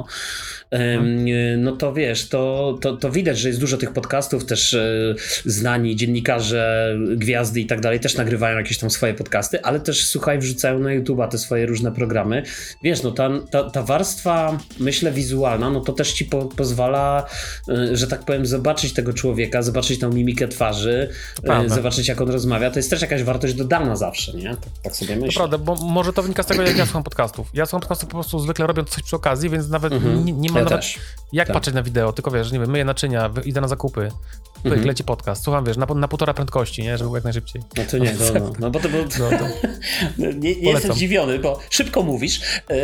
No to wiesz, to widać, że jest dużo tych podcastów, też znani dziennikarze, gwiazdy i tak dalej też nagrywają jakieś tam swoje podcasty, ale też słuchaj, wrzucają na YouTube'a te swoje różne programy. Wiesz, no ta warstwa, myślę, wizualna, no to też ci pozwala, że tak powiem, zobaczyć tego człowieka, zobaczyć tą mimikę twarzy, zobaczyć jak on rozmawia. To jest też jakaś wartość dodana zawsze, nie? Tak sobie myślę. To prawda, bo może to wynika z tego, jak ja słucham podcastów. Ja słucham podcastów po prostu zwykle robią coś przy okazji, więc nawet nie mam nawet jak patrzeć na wideo, tylko wiesz, nie wiem, myję naczynia, idę na zakupy, leci podcast, słucham, wiesz, na 1,5 prędkości, nie, żeby było jak najszybciej. No to nie, no bo to nie jestem zdziwiony, bo szybko mówisz,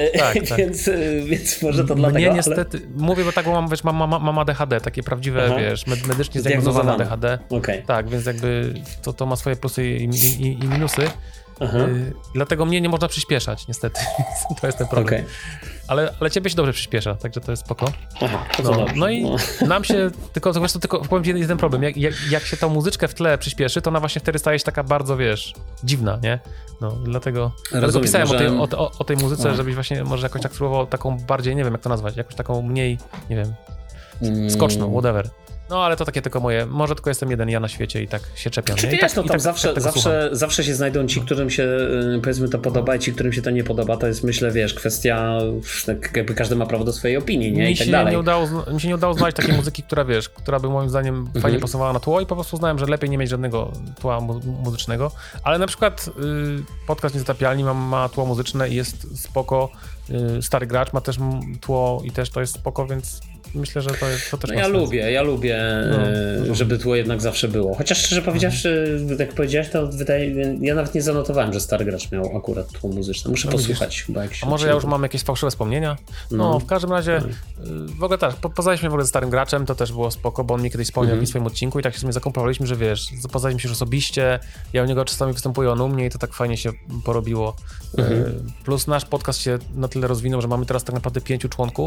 więc może to dlatego. Nie, niestety, mówię, bo tak, bo mam ADHD, takie prawdziwe, wiesz, medycznie zdiagnozowane ADHD. Tak, więc jakby to ma swoje plusy i minusy. Dlatego mnie nie można przyspieszać, niestety. To jest ten problem. Ale ciebie się dobrze przyspiesza, także to jest spoko. No i nam się, tylko powiem ci jeden problem, jak się tą muzyczkę w tle przyspieszy, to ona właśnie wtedy staje się taka bardzo, wiesz, dziwna, nie? No, dlatego pisałem o tej muzyce, żebyś właśnie może jakoś tak spróbował taką bardziej, nie wiem jak to nazwać, jakąś taką mniej, nie wiem, skoczną, whatever. No, ale to takie tylko moje, może tylko jestem jeden ja na świecie i tak się czepiam. Czy wiesz, tam zawsze się znajdą ci, którym się, powiedzmy, to podoba i ci, którym się to nie podoba, to jest, myślę, wiesz, kwestia, jakby każdy ma prawo do swojej opinii, nie? I tak dalej. Mi się nie udało znaleźć takiej muzyki, która by moim zdaniem fajnie pasowała na tło i po prostu uznałem, że lepiej nie mieć żadnego tła muzycznego, ale na przykład podcast Niezatapialni ma tło muzyczne i jest spoko, Stary Gracz ma też tło i też to jest spoko, więc myślę, że to też ja lubię, żeby tło jednak zawsze było. Chociaż szczerze powiedziawszy, jak powiedziałeś, to ja nawet nie zanotowałem, że Stary Gracz miał akurat tło muzyczne. Muszę posłuchać chyba. A może ja już mam jakieś fałszywe wspomnienia? No, w każdym razie w ogóle tak, poznaliśmy w ogóle ze Starym Graczem, to też było spoko, bo on mi kiedyś wspomniał w swoim odcinku i tak się sobie zakomplowaliśmy, że wiesz, poznaliśmy się już osobiście, ja u niego czasami występuję, on u mnie i to tak fajnie się porobiło. Plus nasz podcast się na tyle rozwinął, że mamy teraz tak naprawdę 5 członków.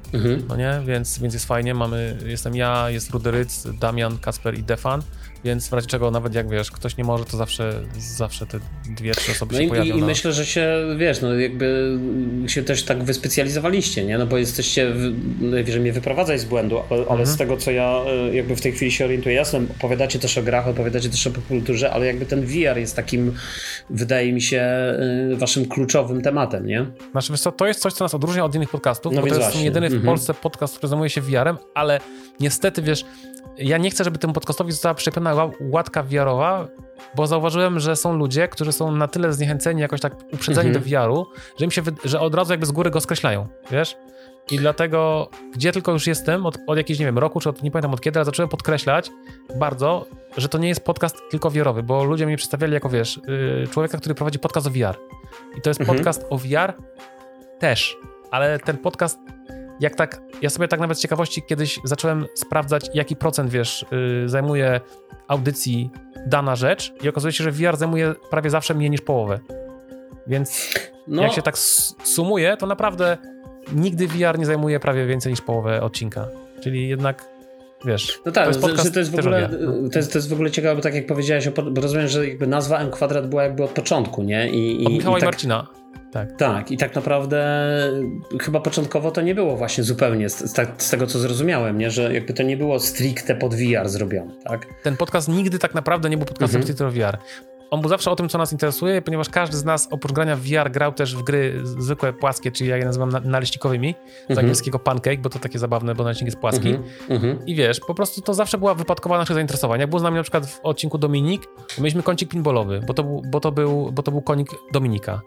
No nie, więc jest fajnie, jestem ja, jest Rudy Ryc, Damian, Kacper i Defan, więc w razie czego nawet jak wiesz, ktoś nie może, to zawsze te 2-3 osoby się pojawią. I myślę, że się, wiesz, no jakby się też tak wyspecjalizowaliście, nie, no bo jesteście, że mnie wyprowadzać z błędu, ale z tego, co ja jakby w tej chwili się orientuję, jasno, opowiadacie też o grach, opowiadacie też o popkulturze, ale jakby ten VR jest takim, wydaje mi się, waszym kluczowym tematem, nie? Znaczy, wiesz co, to jest coś, co nas odróżnia od innych podcastów, bo to jest jedyny w Polsce podcast, który zajmuje się VR-em, ale niestety, wiesz, ja nie chcę, żeby temu podcastowi została przyczepiona łatka VR-owa, bo zauważyłem, że są ludzie, którzy są na tyle zniechęceni, jakoś tak uprzedzeni do VR-u, że im się że od razu jakby z góry go skreślają, wiesz? I dlatego, gdzie tylko już jestem, od jakiegoś, nie wiem, roku, czy nie pamiętam od kiedy, ale zacząłem podkreślać bardzo, że to nie jest podcast tylko VR-owy, bo ludzie mnie przedstawiali jako, wiesz, człowieka, który prowadzi podcast o VR. I to jest podcast o VR też, ale ten podcast, ja sobie tak nawet z ciekawości kiedyś zacząłem sprawdzać, jaki procent, wiesz, zajmuje audycji dana rzecz i okazuje się, że VR zajmuje prawie zawsze mniej niż połowę. Więc jak się tak sumuje, to naprawdę nigdy VR nie zajmuje prawie więcej niż połowę odcinka. Czyli jednak, wiesz... No tak, to jest w ogóle, to jest w ogóle ciekawe, bo tak jak powiedziałeś, bo rozumiem, że jakby nazwa M Kwadrat była jakby od początku, nie? Od Michała i Marcina. Tak, i tak naprawdę chyba początkowo to nie było właśnie zupełnie z tego, co zrozumiałem, nie? Że jakby to nie było stricte pod VR zrobione, tak? Ten podcast nigdy tak naprawdę nie był podcastem stricte VR. On był zawsze o tym, co nas interesuje, ponieważ każdy z nas oprócz grania w VR grał też w gry zwykłe, płaskie, czyli ja je nazywam naleśnikowymi, z angielskiego pancake, bo to takie zabawne, bo naleśnik jest płaski. I wiesz, po prostu to zawsze była wypadkowa naszych zainteresowań. Jak był z nami na przykład w odcinku Dominik, mieliśmy kącik pinballowy, bo to był konik Dominika.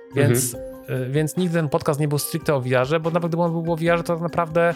Więc nigdy ten podcast nie był stricte o VR-ze, bo nawet gdyby on był o VR-ze, to tak naprawdę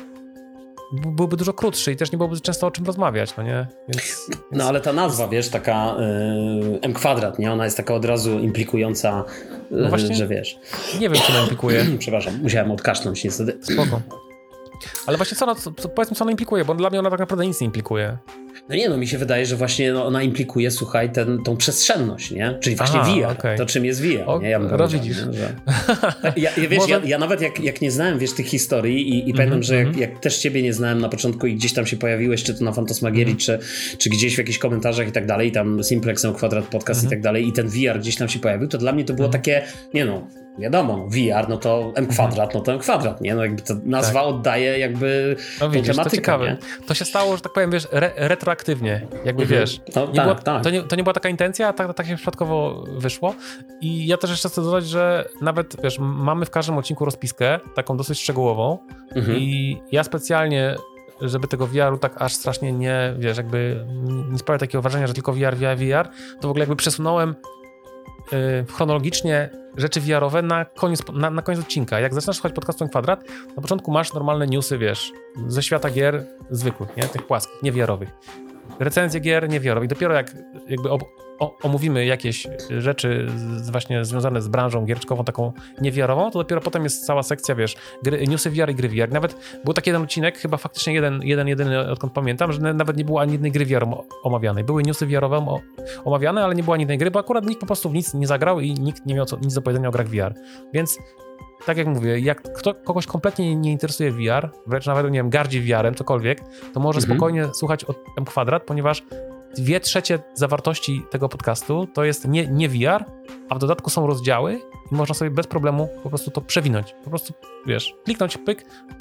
byłby dużo krótszy i też nie byłoby często o czym rozmawiać, no nie? No ale ta nazwa, wiesz, taka M Kwadrat, nie? Ona jest taka od razu implikująca, no właśnie, że wiesz. Nie wiem, co ona implikuje. Przepraszam, musiałem odkaszląć niestety. Spoko. Ale właśnie powiedzmy, co ona implikuje, bo dla mnie ona tak naprawdę nic nie implikuje. No nie, mi się wydaje, że właśnie ona implikuje, słuchaj, tą przestrzenność, nie? Czyli właśnie VR, okay. To czym jest VR, nie? Ja bym powiedział, widzisz. Nie? Że... wiesz, ja nawet jak nie znałem, wiesz, tych historii i pamiętam, że jak też ciebie nie znałem na początku i gdzieś tam się pojawiłeś, czy to na Fantasmagierii, czy gdzieś w jakichś komentarzach i tak dalej, tam Simplexem Kwadrat Podcast i tak dalej i ten VR gdzieś tam się pojawił, to dla mnie to było takie, wiadomo, VR, no to M Kwadrat, no to M Kwadrat, nie? No jakby to nazwa oddaje jakby tą tematykę, to ciekawe. Nie? To się stało, że tak powiem, wiesz, retroaktywnie, jakby wiesz. No, to nie była taka intencja, tak się przypadkowo wyszło i ja też jeszcze chcę dodać, że nawet, wiesz, mamy w każdym odcinku rozpiskę, taką dosyć szczegółową i ja specjalnie, żeby tego VR-u tak aż strasznie nie, wiesz, jakby nie sprawia takiego wrażenia, że tylko VR, to w ogóle jakby przesunąłem chronologicznie rzeczy VR-owe na koniec odcinka. Jak zaczynasz słuchać podcastu M Kwadrat, na początku masz normalne newsy, wiesz, ze świata gier zwykłych, nie? Tych płaskich, nie VR-owych. Recenzje gier nie VR-owych. Dopiero jak jakby omówimy jakieś rzeczy właśnie związane z branżą gierczkową, taką nie VR-ową, to dopiero potem jest cała sekcja, wiesz, newsy VR i gry VR. Nawet był taki jeden odcinek, chyba faktycznie jedyny, odkąd pamiętam, że nawet nie było ani jednej gry VR omawianej. Były newsy VR-owe omawiane, ale nie było ani jednej gry, bo akurat nikt po prostu w nic nie zagrał i nikt nie miał nic do powiedzenia o grach VR. Więc tak jak mówię, jak kogoś kompletnie nie interesuje VR, wręcz nawet, nie wiem, gardzi VR-em, cokolwiek, to może spokojnie słuchać o M Kwadrat, ponieważ 2/3 zawartości tego podcastu to jest nie VR, a w dodatku są rozdziały i można sobie bez problemu po prostu to przewinąć. Po prostu, wiesz, kliknąć, pyk,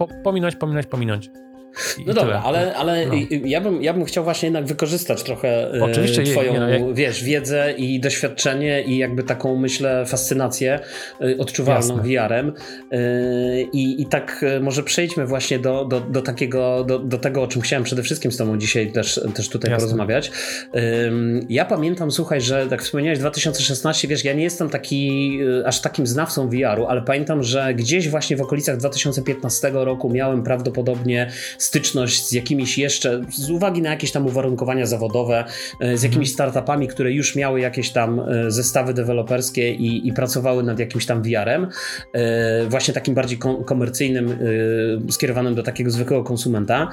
pominąć. No dobra, ale ja bym chciał właśnie jednak wykorzystać trochę twoją, wiesz, wiedzę i doświadczenie i jakby taką, myślę, fascynację odczuwalną VR-em i tak może przejdźmy właśnie do takiego, do tego, o czym chciałem przede wszystkim z tobą dzisiaj też tutaj porozmawiać. Ja pamiętam, słuchaj, że tak wspomniałeś 2016, wiesz, ja nie jestem aż takim znawcą VR-u, ale pamiętam, że gdzieś właśnie w okolicach 2015 roku miałem prawdopodobnie styczność z jakimiś jeszcze, z uwagi na jakieś tam uwarunkowania zawodowe, z jakimiś startupami, które już miały jakieś tam zestawy deweloperskie i pracowały nad jakimś tam VR-em, właśnie takim bardziej komercyjnym, skierowanym do takiego zwykłego konsumenta.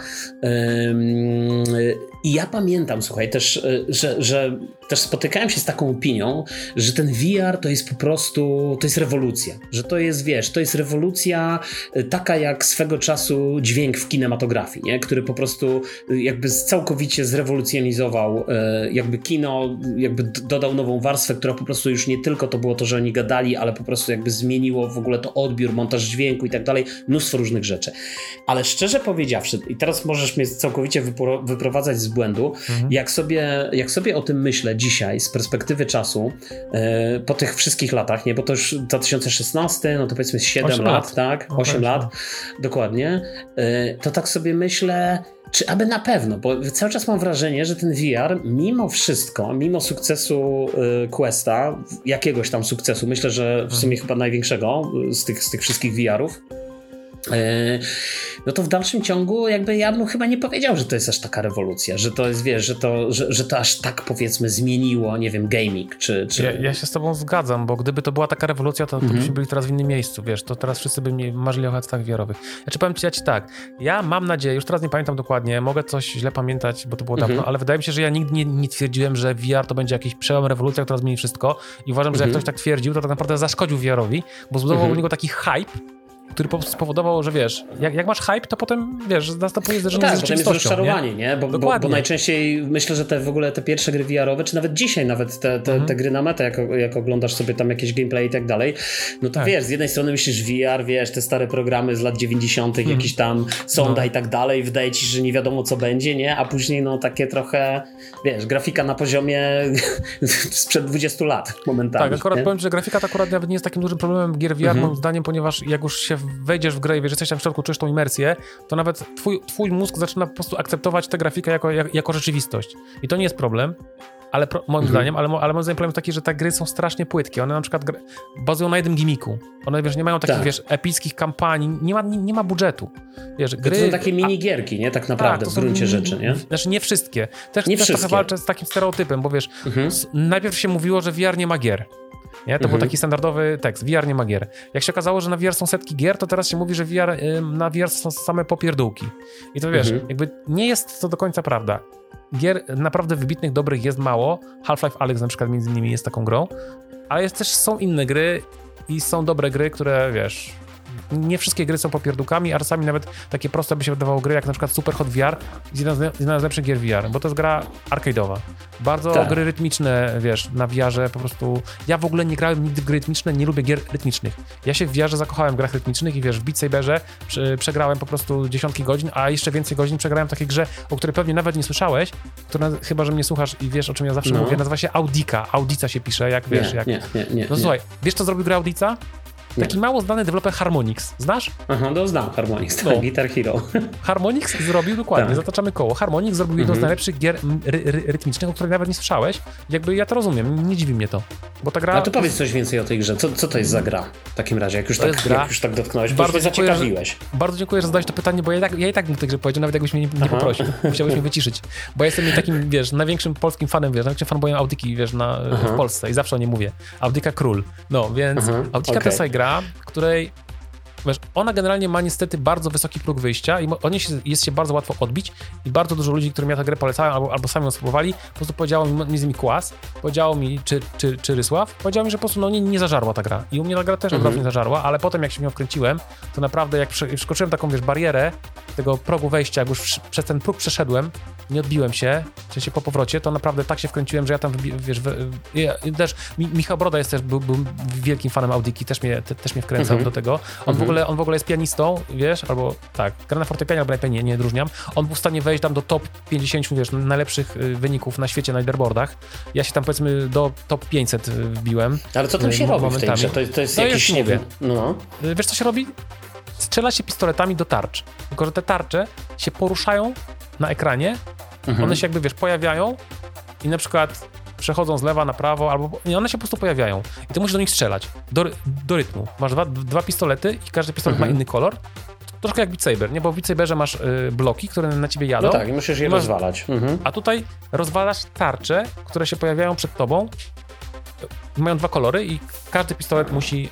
I ja pamiętam, słuchaj, też, że też spotykałem się z taką opinią, że ten VR to jest po prostu, to jest rewolucja, że to jest, wiesz, to jest rewolucja taka jak swego czasu dźwięk w kinematografii, nie? Który po prostu jakby całkowicie zrewolucjonizował jakby kino, jakby dodał nową warstwę, która po prostu już nie tylko to było to, że oni gadali, ale po prostu jakby zmieniło w ogóle to odbiór, montaż dźwięku i tak dalej, mnóstwo różnych rzeczy. Ale szczerze powiedziawszy, i teraz możesz mnie całkowicie wyprowadzać z błędu, jak sobie o tym myślę dzisiaj z perspektywy czasu, po tych wszystkich latach, nie, bo to już 2016, no to powiedzmy 7 lat, tak? 8 lat, dokładnie, to tak sobie myślę, czy aby na pewno, bo cały czas mam wrażenie, że ten VR mimo wszystko, mimo sukcesu Questa, jakiegoś tam sukcesu, myślę, że w sumie chyba największego z tych wszystkich VR-ów, No to w dalszym ciągu jakby ja bym chyba nie powiedział, że to jest aż taka rewolucja, że to jest, wiesz, że to aż tak powiedzmy zmieniło, nie wiem, gaming, czy... Ja się z tobą zgadzam, bo gdyby to była taka rewolucja, to byśmy byli teraz w innym miejscu, wiesz, to teraz wszyscy by marzyli o headsetach VR-owych. Powiem ci tak, ja mam nadzieję, już teraz nie pamiętam dokładnie, mogę coś źle pamiętać, bo to było dawno, ale wydaje mi się, że ja nigdy nie twierdziłem, że VR to będzie jakiś przełom, rewolucja, która zmieni wszystko i uważam, że jak ktoś tak twierdził, to tak naprawdę zaszkodził VR-owi, bo zbudował u niego taki hype, który po prostu spowodował, że wiesz, jak masz hype, to potem, wiesz, następuje zderzenie z rzeczywistością. Tak, potem jest rozczarowanie, nie? Bo najczęściej myślę, że w ogóle te pierwsze gry VR-owe, czy nawet dzisiaj nawet te gry na metę, jak oglądasz sobie tam jakieś gameplay i tak dalej, no to wiesz, z jednej strony myślisz VR, wiesz, te stare programy z lat 90., jakiś tam sonda i tak dalej, wydaje ci się, że nie wiadomo co będzie, nie? A później no takie trochę, wiesz, grafika na poziomie sprzed 20 lat momentami. Tak, akurat powiem, że grafika to akurat nawet nie jest takim dużym problemem gier VR, moim zdaniem, ponieważ jak już się wejdziesz w grę i wiesz, jesteś tam w środku, czujesz tą imersję, to nawet twój mózg zaczyna po prostu akceptować tę grafikę jako rzeczywistość. I to nie jest problem, ale moim zdaniem, ale moim zdaniem problem jest taki, że te gry są strasznie płytkie. One na przykład bazują na jednym gimmicku. One, wiesz, nie mają takich, wiesz, epickich kampanii, nie ma budżetu. Wiesz, gry... To są takie minigierki, nie? Tak naprawdę, w gruncie rzeczy, nie? Znaczy nie wszystkie. Też wszystkie. trochę walczę z takim stereotypem, bo wiesz, najpierw się mówiło, że VR nie ma gier. Nie? To był taki standardowy tekst. VR nie ma gier. Jak się okazało, że na VR są setki gier, to teraz się mówi, że na VR są same popierdółki. I to wiesz, jakby nie jest to do końca prawda. Gier naprawdę wybitnych, dobrych jest mało. Half-Life Alyx na przykład między innymi jest taką grą. Ale też są inne gry i są dobre gry, które wiesz... Nie wszystkie gry są popierdółkami, a czasami nawet takie proste by się wydawało gry, jak na przykład Super Hot VR, jedna z najlepszych gier VR, bo to jest gra arcade'owa. Bardzo gry rytmiczne, wiesz, na VR-ze po prostu... Ja w ogóle nie grałem nigdy w gry rytmiczne, nie lubię gier rytmicznych. Ja się w VR-ze zakochałem w grach rytmicznych i wiesz, w Beat Saberze przegrałem po prostu dziesiątki godzin, a jeszcze więcej godzin przegrałem w takiej grze, o której pewnie nawet nie słyszałeś, która, chyba że mnie słuchasz i wiesz, o czym ja zawsze mówię, nazywa się Audica. Audica się pisze, jak wiesz... Nie. No słuchaj, wiesz co zrobił gra Audica? Taki mało znany deweloper Harmonix. Znasz? Aha, no znam Harmonix, Guitar Hero. Harmonix zrobił dokładnie, zataczamy koło. Harmonix zrobił jedną z najlepszych gier rytmicznych, o której nawet nie słyszałeś. Jakby ja to rozumiem, nie dziwi mnie to. Bo ta gra... A to powiedz coś więcej o tej grze. Co to jest za gra w takim razie, jak już tak dotknąłeś, bardzo zaciekawiłeś. Bardzo dziękuję, że zadałeś to pytanie, bo ja i tak bym tej grze powiedział, nawet jakbyś mnie nie poprosił. Musiałbyś mnie wyciszyć. Bo ja jestem takim, wiesz, największym polskim fanem, wiesz, największym fanboyem Audiki, wiesz, w Polsce i zawsze o niej mówię. Audica Król. No, więc Audica to jest gra, której wiesz, ona generalnie ma niestety bardzo wysoki próg wyjścia i jest się bardzo łatwo odbić i bardzo dużo ludzi, którym ja tę grę polecałem albo sami ją spróbowali, po prostu powiedziało mi, między innymi Kłas, powiedziało mi, czy Rysław, powiedziało mi, że po prostu nie zażarła ta gra. I u mnie ta gra też od razu nie zażarła, ale potem jak się w nią wkręciłem, to naprawdę jak przekroczyłem taką, wiesz, barierę tego progu wejścia, jak już przez ten próg przeszedłem, nie odbiłem się, w sensie po powrocie, to naprawdę tak się wkręciłem, że ja tam, wiesz, też Michał Broda jest też, był wielkim fanem Audiki, też mnie wkręcał do tego. On w ogóle jest pianistą, wiesz, albo tak, gra na fortepianie, albo najpewniej nie odróżniam. On był w stanie wejść tam do top 50, wiesz, najlepszych wyników na świecie na leaderboardach. Ja się tam, powiedzmy, do top 500 wbiłem. Ale co tam się robi w tej grze? To jest jakiś, nie wiem, Wiesz, co się robi? Strzela się pistoletami do tarcz. Tylko że te tarcze się poruszają na ekranie, one się jakby, wiesz, pojawiają i na przykład przechodzą z lewa na prawo, albo nie, one się po prostu pojawiają i ty musisz do nich strzelać, do rytmu. Masz dwa pistolety i każdy pistolet ma inny kolor. Troszkę jak Beat Saber, nie? Bo w Beat Saberze masz bloki, które na ciebie jadą. No tak, i musisz je rozwalać. A tutaj rozwalasz tarcze, które się pojawiają przed tobą, mają dwa kolory i każdy pistolet musi...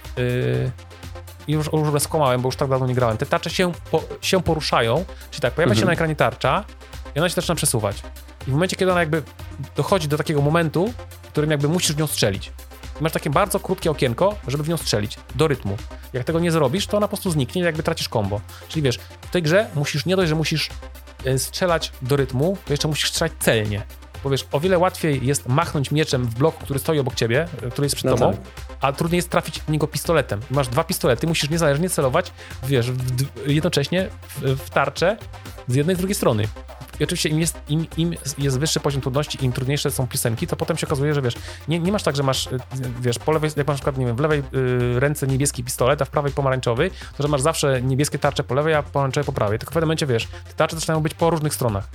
już skłamałem, bo już tak dawno nie grałem. Te tarcze się poruszają, czyli tak, pojawia się na ekranie tarcza i ona się zaczyna przesuwać. I w momencie, kiedy ona jakby dochodzi do takiego momentu, w którym jakby musisz w nią strzelić. I masz takie bardzo krótkie okienko, żeby w nią strzelić, do rytmu. Jak tego nie zrobisz, to ona po prostu zniknie, jakby tracisz kombo. Czyli wiesz, w tej grze musisz, nie dość, że musisz strzelać do rytmu, to jeszcze musisz strzelać celnie. Bo wiesz, o wiele łatwiej jest machnąć mieczem w blok, który stoi obok ciebie, który jest przed tobą, a trudniej jest trafić w niego pistoletem. Masz dwa pistolety, musisz niezależnie celować, wiesz, jednocześnie w tarczę z jednej i z drugiej strony. I oczywiście im jest wyższy poziom trudności, im trudniejsze są piosenki, to potem się okazuje, że wiesz, nie masz tak, że masz, wiesz, po lewej, jak masz na przykład, nie wiem, w lewej ręce niebieski pistolet, a w prawej pomarańczowy, to że masz zawsze niebieskie tarcze po lewej, a pomarańczowe po prawej. Tylko w pewnym momencie, wiesz, te tarcze zaczynają być po różnych stronach.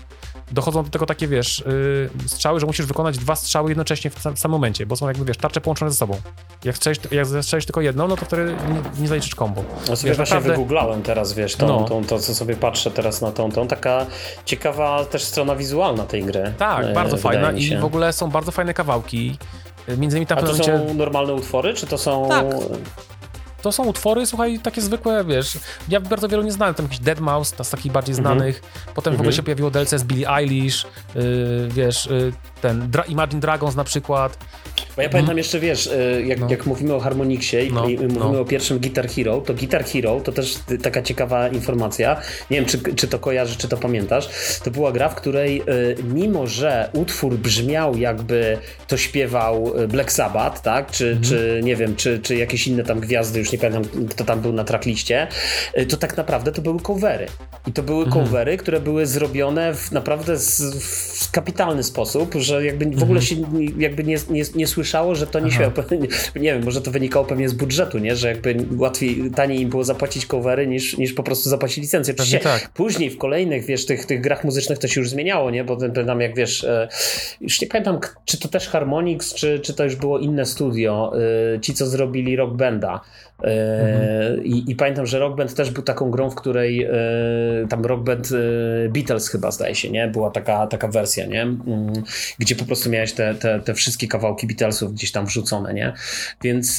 dochodzą do tego takie, wiesz, strzały, że musisz wykonać 2 strzały jednocześnie w samym momencie, bo są jakby, wiesz, tarcze połączone ze sobą. Jak strzelisz tylko jedną, no to wtedy nie zaliczysz combo. No sobie właśnie wygooglałem teraz, wiesz, to co sobie patrzę teraz na tą taka ciekawa też strona wizualna tej gry. Tak, bardzo fajna i w ogóle są bardzo fajne kawałki. Między innymi tam a to są normalne utwory, czy to są... Tak. To są utwory, słuchaj, takie zwykłe, wiesz, ja bardzo wielu nie znałem, tam jakiś Deadmau5, z takich bardziej znanych, potem w ogóle się pojawiło DLC z Billie Eilish, wiesz, ten Imagine Dragons na przykład. Bo ja pamiętam jeszcze, wiesz, jak mówimy o Harmonixie i mówimy o pierwszym Guitar Hero, to Guitar Hero to też taka ciekawa informacja, nie wiem, czy to kojarzysz, czy to pamiętasz, to była gra, w której mimo, że utwór brzmiał jakby to śpiewał Black Sabbath, tak, czy nie wiem, czy jakieś inne tam gwiazdy, już nie pamiętam, kto tam był na trackliście, to tak naprawdę to były covery. I to były covery, które były zrobione w naprawdę w kapitalny sposób, że jakby w ogóle się jakby nie słyszało, że to nie się, nie wiem, może to wynikało pewnie z budżetu, nie? Że jakby taniej im było zapłacić covery niż po prostu zapłacić licencję. Oczywiście później w kolejnych, wiesz, tych grach muzycznych to się już zmieniało, nie? Bo pamiętam, jak wiesz, już nie pamiętam, czy to też Harmonix, czy to już było inne studio, ci co zrobili Rock Banda. I pamiętam, że Rock Band też był taką grą, w której tam Rock Band Beatles chyba, zdaje się, nie? Była taka wersja, nie? Gdzie po prostu miałeś te wszystkie kawałki Beatlesów gdzieś tam wrzucone, nie? Więc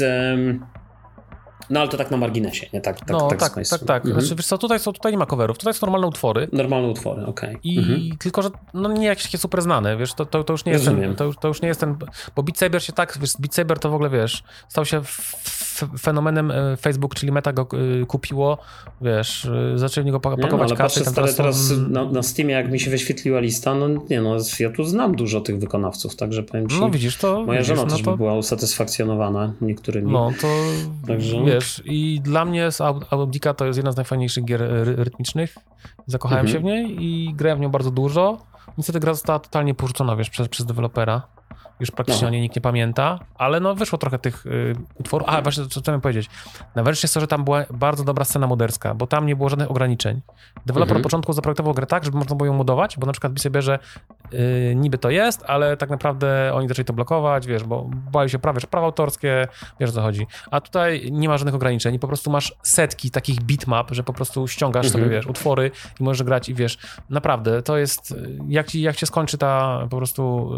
no ale to tak na marginesie, nie? Tak. Znaczy, wiesz co, tutaj nie ma coverów, tutaj są normalne utwory. Normalne utwory, okej. I tylko, że no nie jakieś takie super znane, wiesz, to już nie jest ten, to już nie jest ten, bo Beat Saber się tak, wiesz, Beat Saber to w ogóle, wiesz, stał się fenomenem, Facebook, czyli Meta go kupiło, wiesz, zaczęli go pakować kasy. Ale teraz na Steamie, jak mi się wyświetliła lista, ja tu znam dużo tych wykonawców, także powiem ci, widzisz, to moja żona też by była usatysfakcjonowana niektórymi. No to, także... wiesz, i dla mnie Audica to jest jedna z najfajniejszych gier rytmicznych, zakochałem się w niej i grałem w nią bardzo dużo. Niestety gra została totalnie porzucona, wiesz, przez dewelopera. Już praktycznie o niej nikt nie pamięta, ale no wyszło trochę tych utworów. Właśnie co chciałem powiedzieć. Najważniejsze jest to, że tam była bardzo dobra scena moderska, bo tam nie było żadnych ograniczeń. Deweloper od początku zaprojektował grę tak, żeby można było ją modować, bo na przykład sobie bierze niby to jest, ale tak naprawdę oni zaczęli to blokować, wiesz, bo bali się prawa autorskie, wiesz o co chodzi. A tutaj nie ma żadnych ograniczeń i po prostu masz setki takich bitmap, że po prostu ściągasz sobie, wiesz, utwory i możesz grać i wiesz, naprawdę, to jest, jak się skończy ta po prostu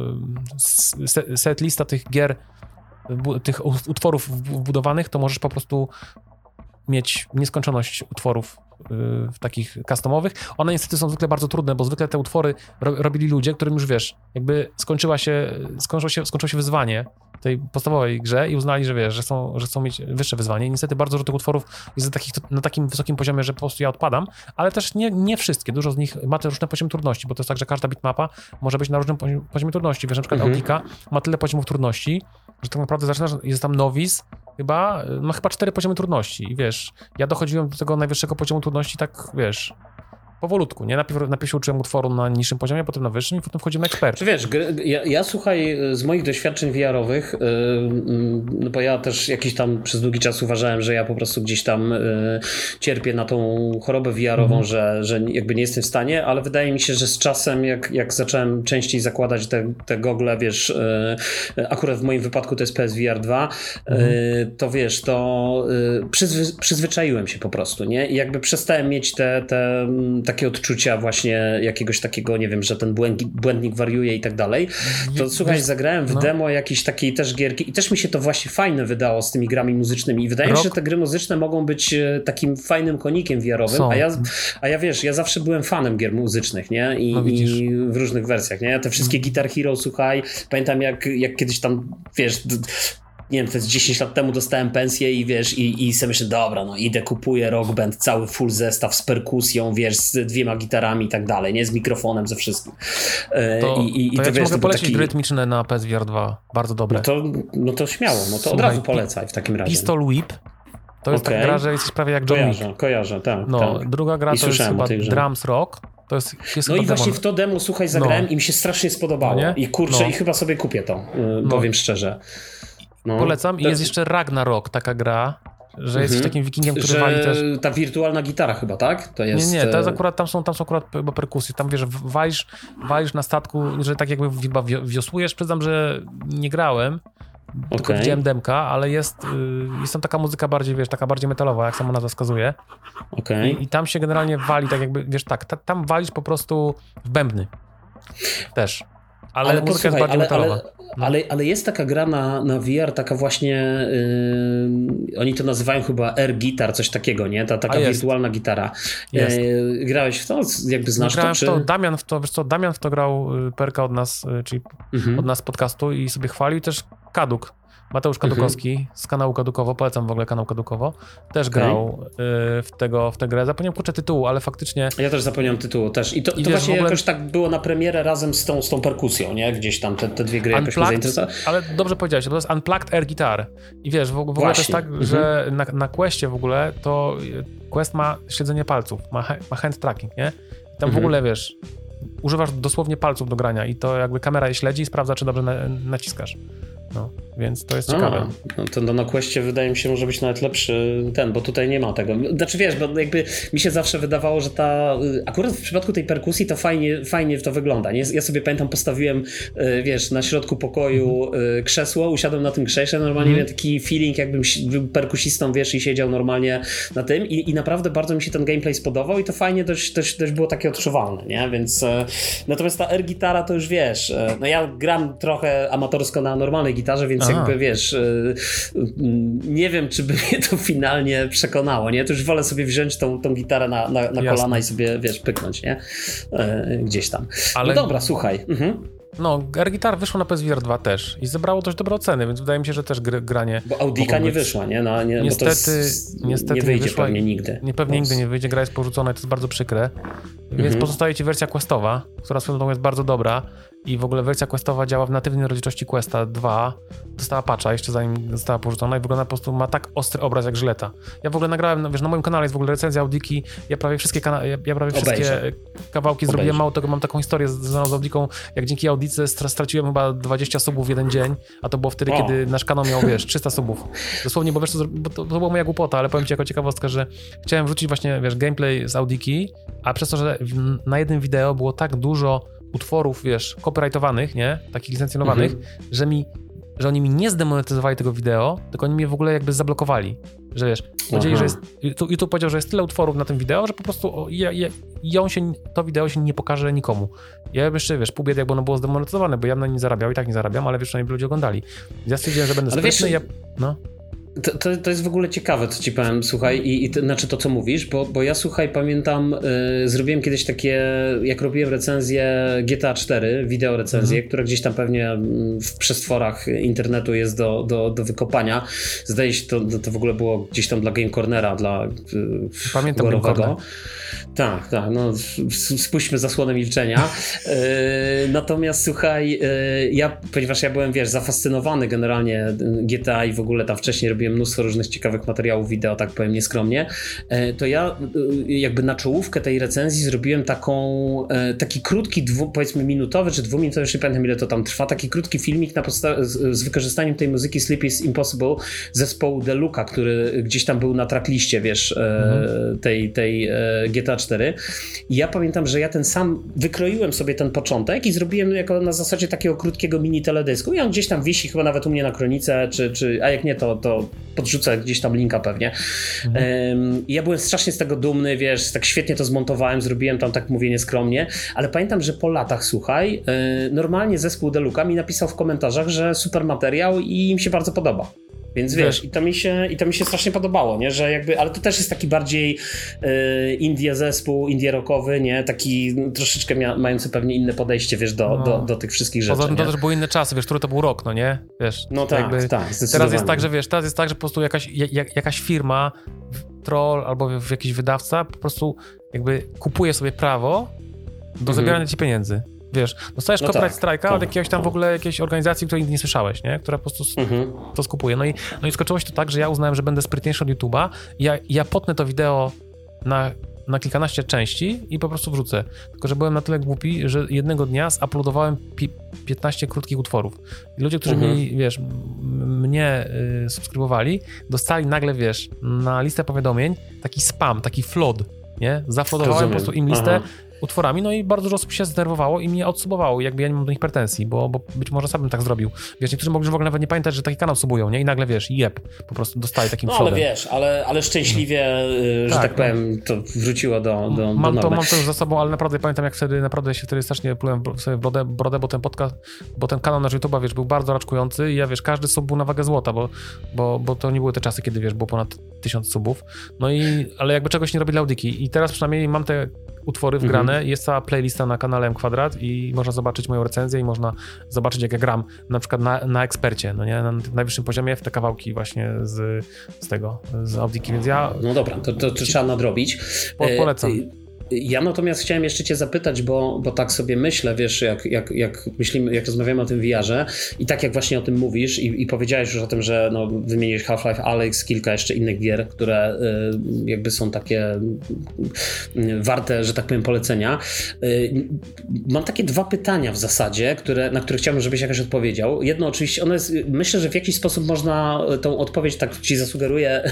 set lista tych gier, tych utworów wbudowanych, to możesz po prostu mieć nieskończoność utworów takich customowych. One niestety są zwykle bardzo trudne, bo zwykle te utwory robili ludzie, którym już wiesz, jakby skończyło się wyzwanie tej podstawowej grze i uznali, że wiesz, że chcą mieć wyższe wyzwanie. I niestety bardzo dużo tych utworów jest na takim wysokim poziomie, że po prostu ja odpadam, ale też nie wszystkie. Dużo z nich ma te różne poziomy trudności, bo to jest tak, że każda bitmapa może być na różnym poziomie trudności. Wiesz, na przykład Audica ma tyle poziomów trudności, że tak naprawdę zaczynasz, jest tam novice, ma chyba 4 poziomy trudności i wiesz, ja dochodziłem do tego najwyższego poziomu trudności tak, wiesz, powolutku, nie? Najpierw się uczyłem utworu na niższym poziomie, potem na wyższym i potem wchodzimy na ekspert. Wiesz, ja słuchaj, z moich doświadczeń VR-owych, no bo ja też jakiś tam przez długi czas uważałem, że ja po prostu gdzieś tam cierpię na tą chorobę VR-ową, że jakby nie jestem w stanie, ale wydaje mi się, że z czasem, jak zacząłem częściej zakładać te gogle, wiesz, akurat w moim wypadku to jest PSVR 2, to wiesz, to przyzwyczaiłem się po prostu, nie? I jakby przestałem mieć te takie odczucia właśnie jakiegoś takiego, nie wiem, że ten błędnik wariuje i tak dalej, to słuchaj, zagrałem w demo jakiejś takiej też gierki i też mi się to właśnie fajne wydało z tymi grami muzycznymi i wydaje mi się, że te gry muzyczne mogą być takim fajnym konikiem VR-owym, a ja wiesz, ja zawsze byłem fanem gier muzycznych, nie? I w różnych wersjach, nie? Te wszystkie Guitar Hero, słuchaj, pamiętam jak kiedyś tam, wiesz, nie wiem, to jest 10 lat temu dostałem pensję i wiesz, i sobie myślę, dobra, no idę, kupuję Rock Band, cały full zestaw z perkusją, wiesz, z 2 gitarami i tak dalej, nie? Z mikrofonem, ze wszystkim. To ja ci mogę polecić rytmiczne na PSVR 2, bardzo dobre. No to śmiało, no to słuchaj, od razu polecaj w takim razie. Pistol Whip, to jest taka gra, że jesteś prawie jak John Wick. Kojarzę, tak. No, tak. Druga gra to jest chyba Drums Rock. To jest no i właśnie w to demo, słuchaj, zagrałem i mi się strasznie spodobało. I kurczę, i chyba sobie kupię to, powiem szczerze. Polecam. I jest jeszcze Ragnarok, taka gra. że jesteś takim wikingiem, który wali też... Ta wirtualna gitara chyba, tak? To jest... Nie, to jest akurat, tam są akurat perkusje. Tam wiesz, walisz na statku, że tak jakby chyba wiosłujesz. Przyznam, że nie grałem, tylko widziałem demka, ale jest tam taka muzyka bardziej, wiesz, taka bardziej metalowa, jak sama nazwa wskazuje. I tam się generalnie wali, tak jakby, wiesz, tam walisz po prostu w bębny. Też. Ale muzyka jest bardziej metalowa. Ale jest taka gra na VR, taka właśnie, oni to nazywają chyba air guitar, coś takiego, nie? Taka wirtualna gitara. Grałeś w to? Jakby znasz to? Czy... Damian w to grał, Perka od nas, czyli od nas z podcastu i sobie chwalił też Kaduk. Mateusz Kadukowski z kanału Kadukowo, polecam w ogóle kanał Kadukowo, też grał w tę grę. Zapomniałem tytułu, ale faktycznie... Ja też zapomniałem tytułu też. I to właśnie ogóle... jakoś tak było na premierę razem z tą perkusją, nie? Gdzieś tam te dwie gry jakoś mnie zainteresowały. Ale dobrze powiedziałeś, to jest Unplugged Air Guitar. I wiesz, w ogóle to jest tak, że na Questie w ogóle to Quest ma śledzenie palców, ma hand tracking, nie? I tam w ogóle, wiesz, używasz dosłownie palców do grania i to jakby kamera je śledzi i sprawdza, czy dobrze naciskasz. No, więc to jest ciekawe. No to na Questie wydaje mi się może być nawet lepszy bo tutaj nie ma tego. Znaczy wiesz, bo jakby mi się zawsze wydawało, że akurat w przypadku tej perkusji to fajnie to wygląda. Nie? Ja sobie pamiętam, postawiłem wiesz, na środku pokoju krzesło, usiadłem na tym krześle, normalnie miałem taki feeling, jakbym był perkusistą, wiesz, i siedział normalnie na tym i naprawdę bardzo mi się ten gameplay spodobał i to fajnie dość było takie odczuwalne, nie? Więc natomiast ta air gitara to już wiesz, no ja gram trochę amatorsko na normalnej gitarze, więc jakby wiesz, nie wiem, czy by mnie to finalnie przekonało, nie? To już wolę sobie wziąć tą gitarę na kolana i sobie, wiesz, pyknąć, nie? Gdzieś tam. Ale... No dobra, słuchaj. No, Air Guitar wyszło na PSVR 2 też i zebrało dość dobre oceny, więc wydaje mi się, że też granie... Bo Audika nie wyszła, nie? Niestety nie wyjdzie wyszła, pewnie nigdy. Pewnie nigdy nie wyjdzie, gra jest porzucona i to jest bardzo przykre. Więc pozostaje ci wersja questowa, która swoją drogą jest bardzo dobra i w ogóle wersja questowa działa w natywnej rozdzielczości Questa 2. Dostała patcha jeszcze zanim została porzucona i wygląda po prostu, ma tak ostry obraz jak żyleta. Ja w ogóle nagrałem, wiesz, na moim kanale jest w ogóle recenzja Audiki, ja prawie wszystkie kawałki zrobiłem, mało tego, mam taką historię związaną z Audiką, jak dzięki Audice straciłem chyba 20 subów w jeden dzień, a to było wtedy, kiedy nasz kanał miał, wiesz, 300 subów. Dosłownie, bo wiesz, to była moja głupota, ale powiem ci jako ciekawostkę, że chciałem wrzucić właśnie, wiesz, gameplay z Audiki, a przez to, że na jednym wideo było tak dużo utworów, wiesz, copyrightowanych, nie? Takich licencjonowanych, że oni mi nie zdemonetyzowali tego wideo, tylko oni mnie w ogóle jakby zablokowali. Że wiesz, powiedzieli, że YouTube powiedział, że jest tyle utworów na tym wideo, że po prostu to wideo się nie pokaże nikomu. Ja jeszcze, wiesz, pół biedy, jak ono było zdemonetyzowane, bo ja na nim zarabiał i tak nie zarabiam, ale wiesz, przynajmniej ludzie oglądali. Ja stwierdziłem, że będę sprytny, To jest w ogóle ciekawe, co ci powiem, słuchaj, znaczy to, co mówisz, bo ja, słuchaj, pamiętam, zrobiłem kiedyś takie, jak robiłem recenzję GTA 4, wideo recenzję, która gdzieś tam pewnie w przestworach internetu jest do wykopania. Zdaje się, to w ogóle było gdzieś tam dla Game Cornera, dla pamiętam Game Corner. Tak, no spuśćmy zasłonę milczenia. Natomiast słuchaj, ponieważ ja byłem, wiesz, zafascynowany generalnie GTA i w ogóle tam wcześniej robiłem mnóstwo różnych ciekawych materiałów wideo, tak powiem nieskromnie, to ja jakby na czołówkę tej recenzji zrobiłem taki krótki, powiedzmy minutowy czy dwuminutowy, już nie pamiętam ile to tam trwa, taki krótki filmik z wykorzystaniem tej muzyki Sleep is Impossible zespołu Deluca, który gdzieś tam był na trackliście, wiesz, tej GTA 4. I ja pamiętam, że ja wykroiłem sobie ten początek i zrobiłem jako na zasadzie takiego krótkiego mini teledysku i on gdzieś tam wisi chyba nawet u mnie na kronice, a jak nie, to podrzucę gdzieś tam linka pewnie. I ja byłem strasznie z tego dumny, wiesz, tak świetnie to zmontowałem, zrobiłem tam, tak mówię nieskromnie, ale pamiętam, że po latach, słuchaj, normalnie zespół Deluca mi napisał w komentarzach, że super materiał i im się bardzo podoba. Więc wiesz, i to mi się strasznie podobało, nie? Że jakby, ale to też jest taki bardziej indie zespół, indie rockowy, nie? Taki troszeczkę mający pewnie inne podejście, wiesz, do tych wszystkich rzeczy. Poza tym to też były inne czasy, wiesz, który to był rok, no nie? Wiesz, no tak, teraz jest tak, że wiesz, po prostu jakaś firma, troll albo jakiś wydawca po prostu jakby kupuje sobie prawo do zabierania ci pieniędzy. Wiesz, dostajesz copyright strike'a od jakiegoś tam w ogóle jakiejś organizacji, której nigdy nie słyszałeś, nie? Która po prostu to skupuje. No i skończyło się to tak, że ja uznałem, że będę sprytniejszy od YouTube'a. Ja potnę to wideo na kilkanaście części i po prostu wrzucę. Tylko że byłem na tyle głupi, że jednego dnia zuploadowałem 15 krótkich utworów. I ludzie, którzy mnie subskrybowali, dostali nagle, na listę powiadomień taki spam, taki flood, nie? Zaflodowałem po prostu im listę utworami, no i bardzo dużo osób się zdenerwowało i mnie odsubowało, jakby ja nie mam do nich pretensji, bo być może sam bym tak zrobił. Niektórzy mogli w ogóle nawet nie pamiętać, że taki kanał subują, nie? I nagle, po prostu dostaje takim flodem. Ale szczęśliwie, że tak powiem, to wróciło do Mam to już za sobą, ale naprawdę pamiętam, jak się wtedy strasznie plułem sobie w brodę, bo ten kanał na YouTube'a, był bardzo raczkujący i każdy sub był na wagę złota, bo to nie były te czasy, kiedy, było ponad 1000 subów. No ale jakby czegoś nie robi dla Audyki. I teraz przynajmniej mam te utwory wgrane, jest cała playlista na kanale M Kwadrat i można zobaczyć moją recenzję i można zobaczyć, jak ja gram, na przykład na ekspercie, no nie, na najwyższym poziomie w te kawałki właśnie z Audyki, więc ja... No dobra, to trzeba nadrobić. Polecam. Ja natomiast chciałem jeszcze cię zapytać, bo tak sobie myślę, jak myślimy, jak rozmawiamy o tym VR-ze i tak jak właśnie o tym mówisz i powiedziałeś już o tym, że wymieniłeś Half-Life Alyx, kilka jeszcze innych gier, które jakby są takie warte, że tak powiem, polecenia. Mam takie dwa pytania w zasadzie, na które chciałbym, żebyś jakoś odpowiedział. Jedno oczywiście, myślę, że w jakiś sposób można tą odpowiedź, tak ci zasugeruję,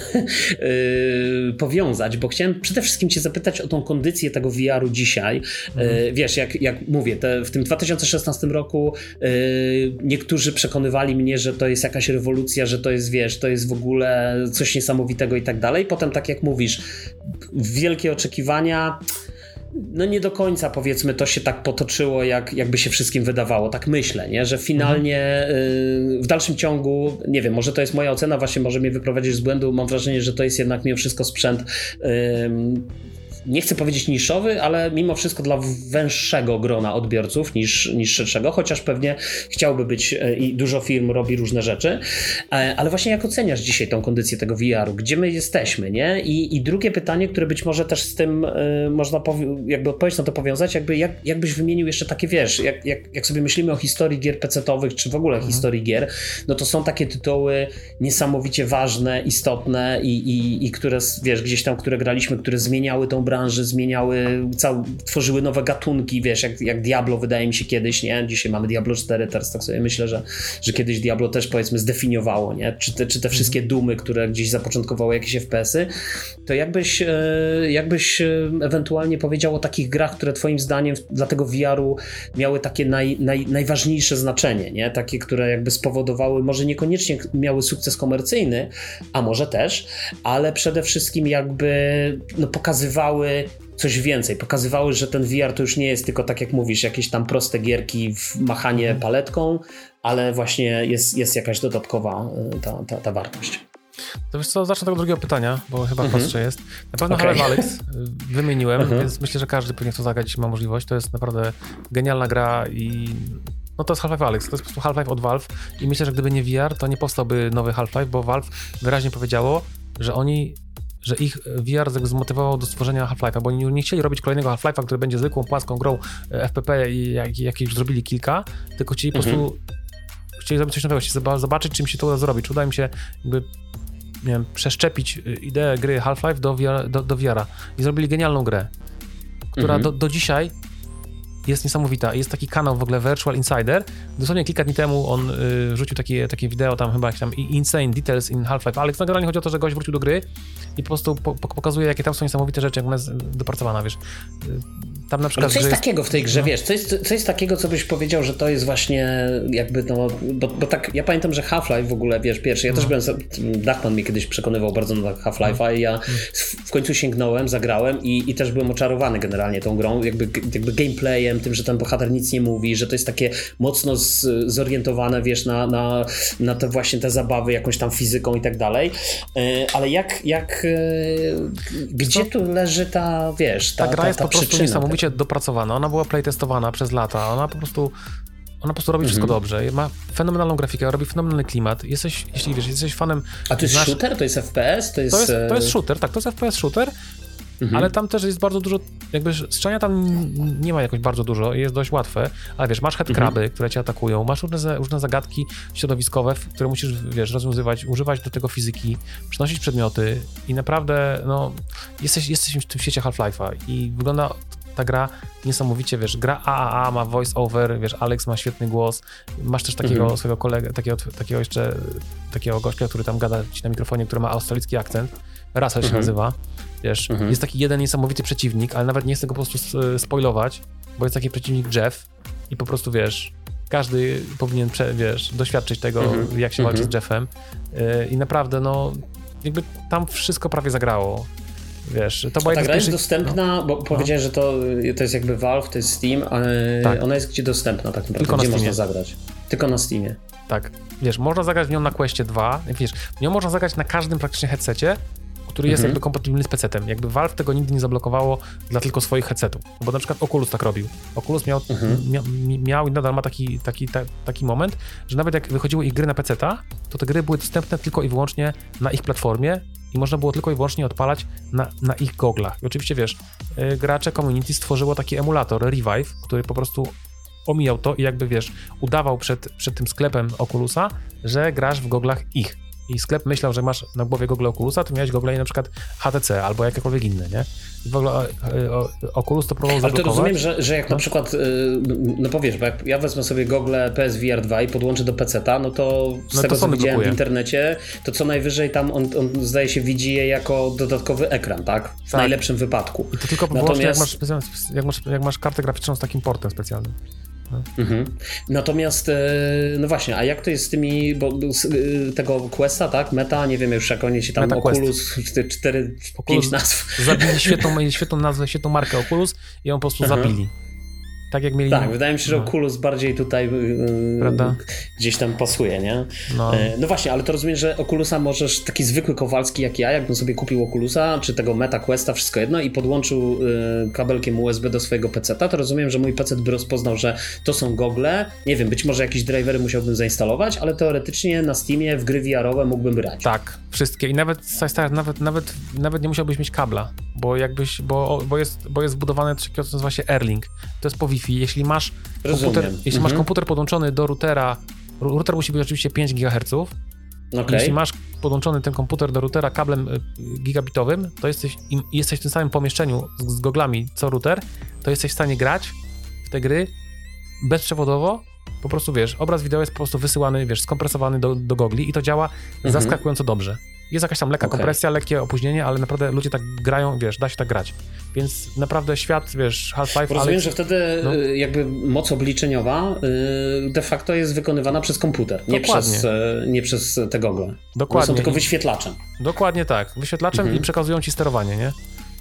powiązać, bo chciałem przede wszystkim cię zapytać o tą kondycję tego VR-u dzisiaj. Jak mówię, w tym 2016 roku niektórzy przekonywali mnie, że to jest jakaś rewolucja, że to jest, to jest w ogóle coś niesamowitego i tak dalej. Potem, tak jak mówisz, wielkie oczekiwania, no nie do końca, powiedzmy, to się tak potoczyło, jakby się wszystkim wydawało. Tak myślę, nie? Że finalnie w dalszym ciągu, nie wiem, może to jest moja ocena, właśnie może mnie wyprowadzić z błędu, mam wrażenie, że to jest jednak mimo wszystko sprzęt nie chcę powiedzieć niszowy, ale mimo wszystko dla węższego grona odbiorców niż szerszego, chociaż pewnie chciałby być i dużo firm robi różne rzeczy. Ale właśnie jak oceniasz dzisiaj tą kondycję tego VR-u? Gdzie my jesteśmy, nie? I drugie pytanie, które być może też z tym można jakby odpowiedź na to powiązać, jakbyś wymienił jeszcze takie, jak sobie myślimy o historii gier PC-towych, czy w ogóle historii gier, no to są takie tytuły niesamowicie ważne, istotne i które, gdzieś tam, które graliśmy, które zmieniały tą branżę, tworzyły nowe gatunki, jak Diablo, wydaje mi się, kiedyś, nie? Dzisiaj mamy Diablo 4, teraz tak sobie myślę, że kiedyś Diablo też, powiedzmy, zdefiniowało, nie? Czy te wszystkie Doomy, które gdzieś zapoczątkowały jakieś FPS-y, to jakbyś ewentualnie powiedział o takich grach, które twoim zdaniem dla tego VR-u miały takie najważniejsze znaczenie, nie? Takie, które jakby spowodowały, może niekoniecznie miały sukces komercyjny, a może też, ale przede wszystkim jakby pokazywały coś więcej, pokazywały, że ten VR to już nie jest tylko, tak jak mówisz, jakieś tam proste gierki w machanie paletką, ale właśnie jest jakaś dodatkowa ta wartość. To wiesz co, zacznę od tego drugiego pytania, bo chyba prostsze jest. Na pewno Half-Life Alyx wymieniłem, więc myślę, że każdy powinien to zagrać, jeśli ma możliwość. To jest naprawdę genialna gra i no to jest Half-Life Alyx, to jest po prostu Half-Life od Valve i myślę, że gdyby nie VR, to nie powstałby nowy Half-Life, bo Valve wyraźnie powiedziało, że ich VR zmotywował do stworzenia Half-Life'a, bo oni nie chcieli robić kolejnego Half-Life'a, który będzie zwykłą, płaską grą FPP, jak już zrobili kilka, tylko chcieli po prostu zrobić coś nowego, chcieli zobaczyć, czym się to uda zrobić. Czy uda im się jakby, nie wiem, przeszczepić ideę gry Half-Life do VR-a. I zrobili genialną grę, która do dzisiaj jest niesamowita. Jest taki kanał w ogóle Virtual Insider. Dosłownie kilka dni temu on rzucił takie wideo, tam chyba jakieś tam Insane Details in Half-Life Alyx. Generalnie chodzi o to, że gość wrócił do gry i po prostu pokazuje, jakie tam są niesamowite rzeczy, jak ona jest dopracowana, Tam na przykład, co jest takiego w tej grze, co jest takiego, co byś powiedział, że to jest właśnie jakby bo tak, ja pamiętam, że Half-Life w ogóle, pierwszy, ja też byłem, Dachman mnie kiedyś przekonywał bardzo na Half-Life'a i ja w końcu sięgnąłem, zagrałem i też byłem oczarowany generalnie tą grą, jakby gameplayem, tym, że ten bohater nic nie mówi, że to jest takie mocno zorientowane, na te właśnie te zabawy, jakąś tam fizyką i tak dalej, ale gdzie tu leży ta gra jest po prostu przyczyna niesamowicie dopracowana, ona była playtestowana przez lata, ona po prostu robi wszystko dobrze, ma fenomenalną grafikę, robi fenomenalny klimat, jesteś fanem... A to jest shooter? To jest FPS? To jest shooter, tak, to jest FPS shooter ale tam też jest bardzo dużo, jakby strzelania tam nie ma jakoś bardzo dużo, jest dość łatwe, ale wiesz, masz headcraby, które cię atakują, masz różne zagadki środowiskowe, które musisz, wiesz, rozwiązywać, używać do tego fizyki, przynosić przedmioty i naprawdę, no, jesteś w tym świecie Half-Life'a i wygląda ta gra niesamowicie, wiesz, gra AAA, ma voice over, wiesz, Alex ma świetny głos, masz też takiego swojego kolegę, takiego gościa, który tam gada ci na mikrofonie, który ma australijski akcent, Russell się nazywa, wiesz, jest taki jeden niesamowity przeciwnik, ale nawet nie chcę go po prostu spoilować, bo jest taki przeciwnik Jeff i po prostu, wiesz, każdy powinien, wiesz, doświadczyć tego, jak się walczy z Jeffem i naprawdę, no, jakby tam wszystko prawie zagrało. Wiesz, to była ta gra jest dostępna, bo powiedziałeś, że to jest jakby Valve, to jest Steam, ale ona jest gdzie dostępna tak naprawdę, tylko gdzie można zagrać? Tylko na Steamie. Tak, wiesz, można zagrać w nią na Questie 2, wiesz, w nią można zagrać na każdym praktycznie headsecie, który jest jakby kompatybilny z PC-tem. Jakby Valve tego nigdy nie zablokowało dla tylko swoich headsetów, bo na przykład Oculus tak robił. Oculus miał i nadal ma taki moment, że nawet jak wychodziły ich gry na PC-ta, to te gry były dostępne tylko i wyłącznie na ich platformie i można było tylko i wyłącznie odpalać na ich goglach. I oczywiście, wiesz, gracze community stworzyło taki emulator Revive, który po prostu omijał to i jakby, wiesz, udawał przed tym sklepem Oculusa, że grasz w goglach ich. I sklep myślał, że masz na głowie gogle Oculusa, to miałeś gogle na przykład HTC albo jakiekolwiek inne, nie? I w ogóle Oculus to próbował zablokować. Ale to rozumiem, że jak na przykład, no powiesz, bo jak ja wezmę sobie gogle PSVR 2 i podłączę do PC-ta, no to z tego co widziałem w internecie, to co najwyżej tam on zdaje się widzi je jako dodatkowy ekran, tak? W najlepszym wypadku. I to tylko wyłącznie jak masz kartę graficzną z takim portem specjalnym. No. Natomiast, no właśnie, a jak to jest z tymi, bo tego Questa, tak? Meta, nie wiem już jak oni się tam, Meta Oculus, 4-5 nazw. Zabili świetną nazwę, świetną markę Oculus i ją po prostu zabili. Tak jak mieli... Tak, wydaje mi się, że Oculus bardziej tutaj gdzieś tam pasuje, nie? No właśnie, ale to rozumiem, że Oculusa możesz, taki zwykły Kowalski jak ja, jakbym sobie kupił Oculusa, czy tego Meta Questa, wszystko jedno i podłączył kabelkiem USB do swojego PC-ta, to rozumiem, że mój PC by rozpoznał, że to są gogle, nie wiem, być może jakieś drivery musiałbym zainstalować, ale teoretycznie na Steamie w gry VR-owe mógłbym grać. Tak, wszystkie i nawet nie musiałbyś mieć kabla, bo jest zbudowany coś takiego, co nazywa się Airlink. To jest po Wi-Fi. Jeśli masz komputer podłączony do routera, router musi być oczywiście 5 GHz. Jeśli masz podłączony ten komputer do routera kablem gigabitowym, to jesteś w tym samym pomieszczeniu z goglami co router, to jesteś w stanie grać w te gry bezprzewodowo. Po prostu, wiesz, obraz wideo jest po prostu wysyłany, wiesz, skompresowany do gogli i to działa zaskakująco dobrze. Jest jakaś tam lekka kompresja, lekkie opóźnienie, ale naprawdę ludzie tak grają, wiesz, da się tak grać. Więc naprawdę świat, wiesz, Half-Life... Rozumiem, że wtedy jakby moc obliczeniowa de facto jest wykonywana przez komputer, nie przez te gogle. Dokładnie. One są tylko wyświetlaczem. Dokładnie tak, wyświetlaczem i przekazują ci sterowanie, nie?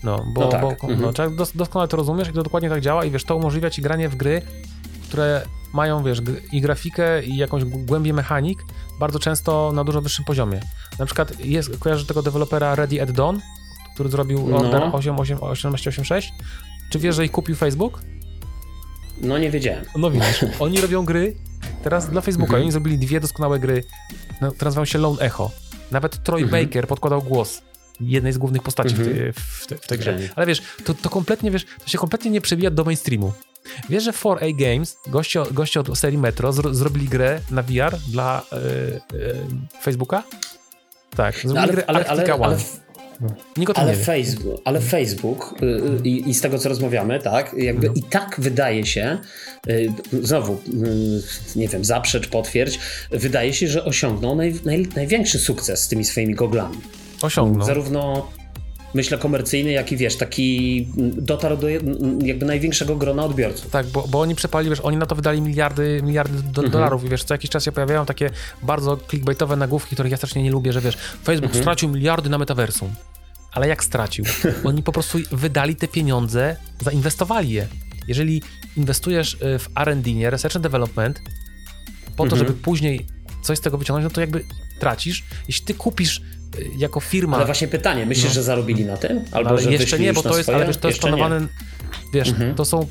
Doskonale to rozumiesz i to dokładnie tak działa i wiesz, to umożliwia ci granie w gry, które mają, wiesz, i grafikę i jakąś głębię mechanik bardzo często na dużo wyższym poziomie. Na przykład kojarzę tego dewelopera Ready at Dawn, który zrobił Order 1886. Czy wiesz, że ich kupił Facebook? No nie wiedziałem. No widzisz, oni robią gry teraz dla Facebooka. Oni zrobili 2 doskonałe gry, które nazywają się Lone Echo. Nawet Troy Baker podkładał głos jednej z głównych postaci w tej grze. Ale wiesz, to kompletnie, wiesz, to się kompletnie nie przebija do mainstreamu. Wiesz, że 4A Games, goście od serii Metro, zrobili grę na VR dla Facebooka? Tak, zrobili grę Arctica One. Nikt o tym nie wie. Ale Facebook i z tego co rozmawiamy, tak, jakby i tak wydaje się, znowu, nie wiem, zaprzecz, potwierdź, wydaje się, że osiągnął największy sukces z tymi swoimi goglami. Osiągnął. Zarówno myślę komercyjny, jak i wiesz, taki dotarł do jakby największego grona odbiorców. Tak, bo oni przepalili, wiesz, oni na to wydali miliardy dolarów i wiesz, co jakiś czas się pojawiają takie bardzo clickbaitowe nagłówki, których ja strasznie nie lubię, że wiesz, Facebook stracił miliardy na metaversum. Ale jak stracił? Oni po prostu wydali te pieniądze, zainwestowali je. Jeżeli inwestujesz w R&D, nie, Research and Development, po to, żeby później coś z tego wyciągnąć, no to jakby tracisz. Jeśli ty kupisz jako firma... Ale właśnie pytanie, myślisz, że zarobili na tym? Albo ale że jeszcze nie, bo to jest, ale wiesz, to jest planowane, nie. Wiesz, to są...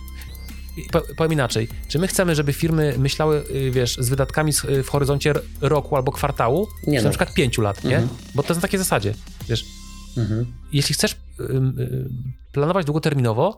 Powiem inaczej, czy my chcemy, żeby firmy myślały, wiesz, z wydatkami w horyzoncie roku albo kwartału, czy na przykład 5 lat, nie? Bo to jest na takiej zasadzie, wiesz. Jeśli chcesz planować długoterminowo,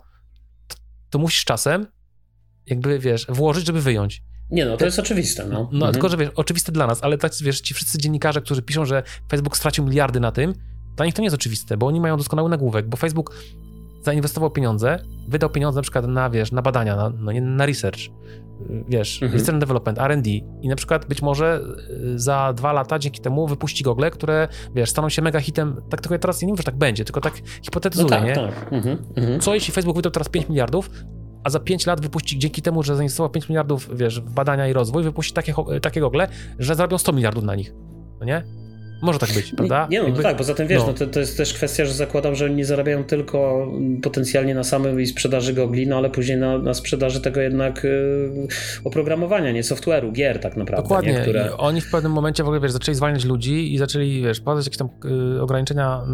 to musisz czasem jakby, wiesz, włożyć, żeby wyjąć. Nie no, to jest oczywiste. No, tylko, że wiesz, oczywiste dla nas, ale tak, wiesz, ci wszyscy dziennikarze, którzy piszą, że Facebook stracił miliardy na tym, dla nich to nie jest oczywiste, bo oni mają doskonały nagłówek, bo Facebook zainwestował pieniądze, wydał pieniądze na przykład na, wiesz, na badania, na research, wiesz, research and development, R&D i na przykład być może za 2 lata dzięki temu wypuści gogle, które, wiesz, staną się mega hitem, tak tylko ja teraz nie mówię, że tak będzie, tylko tak hipotetyzuję, no tak, nie? Tak. Co jeśli Facebook wydał teraz 5 miliardów, a za 5 lat wypuści, dzięki temu, że zainwestował 5 miliardów, wiesz, w badania i rozwój, wypuści takie gogle, że zarobią 100 miliardów na nich, no nie? Może tak być, prawda? Nie, no tak, poza tym wiesz, to jest też kwestia, że zakładam, że oni nie zarabiają tylko potencjalnie na samej sprzedaży gogli, no ale później na sprzedaży tego jednak oprogramowania, nie software'u, gier tak naprawdę. Dokładnie. Nie, które... I oni w pewnym momencie w ogóle, wiesz, zaczęli zwalniać ludzi i zaczęli, wiesz, wprowadzać jakieś tam ograniczenia,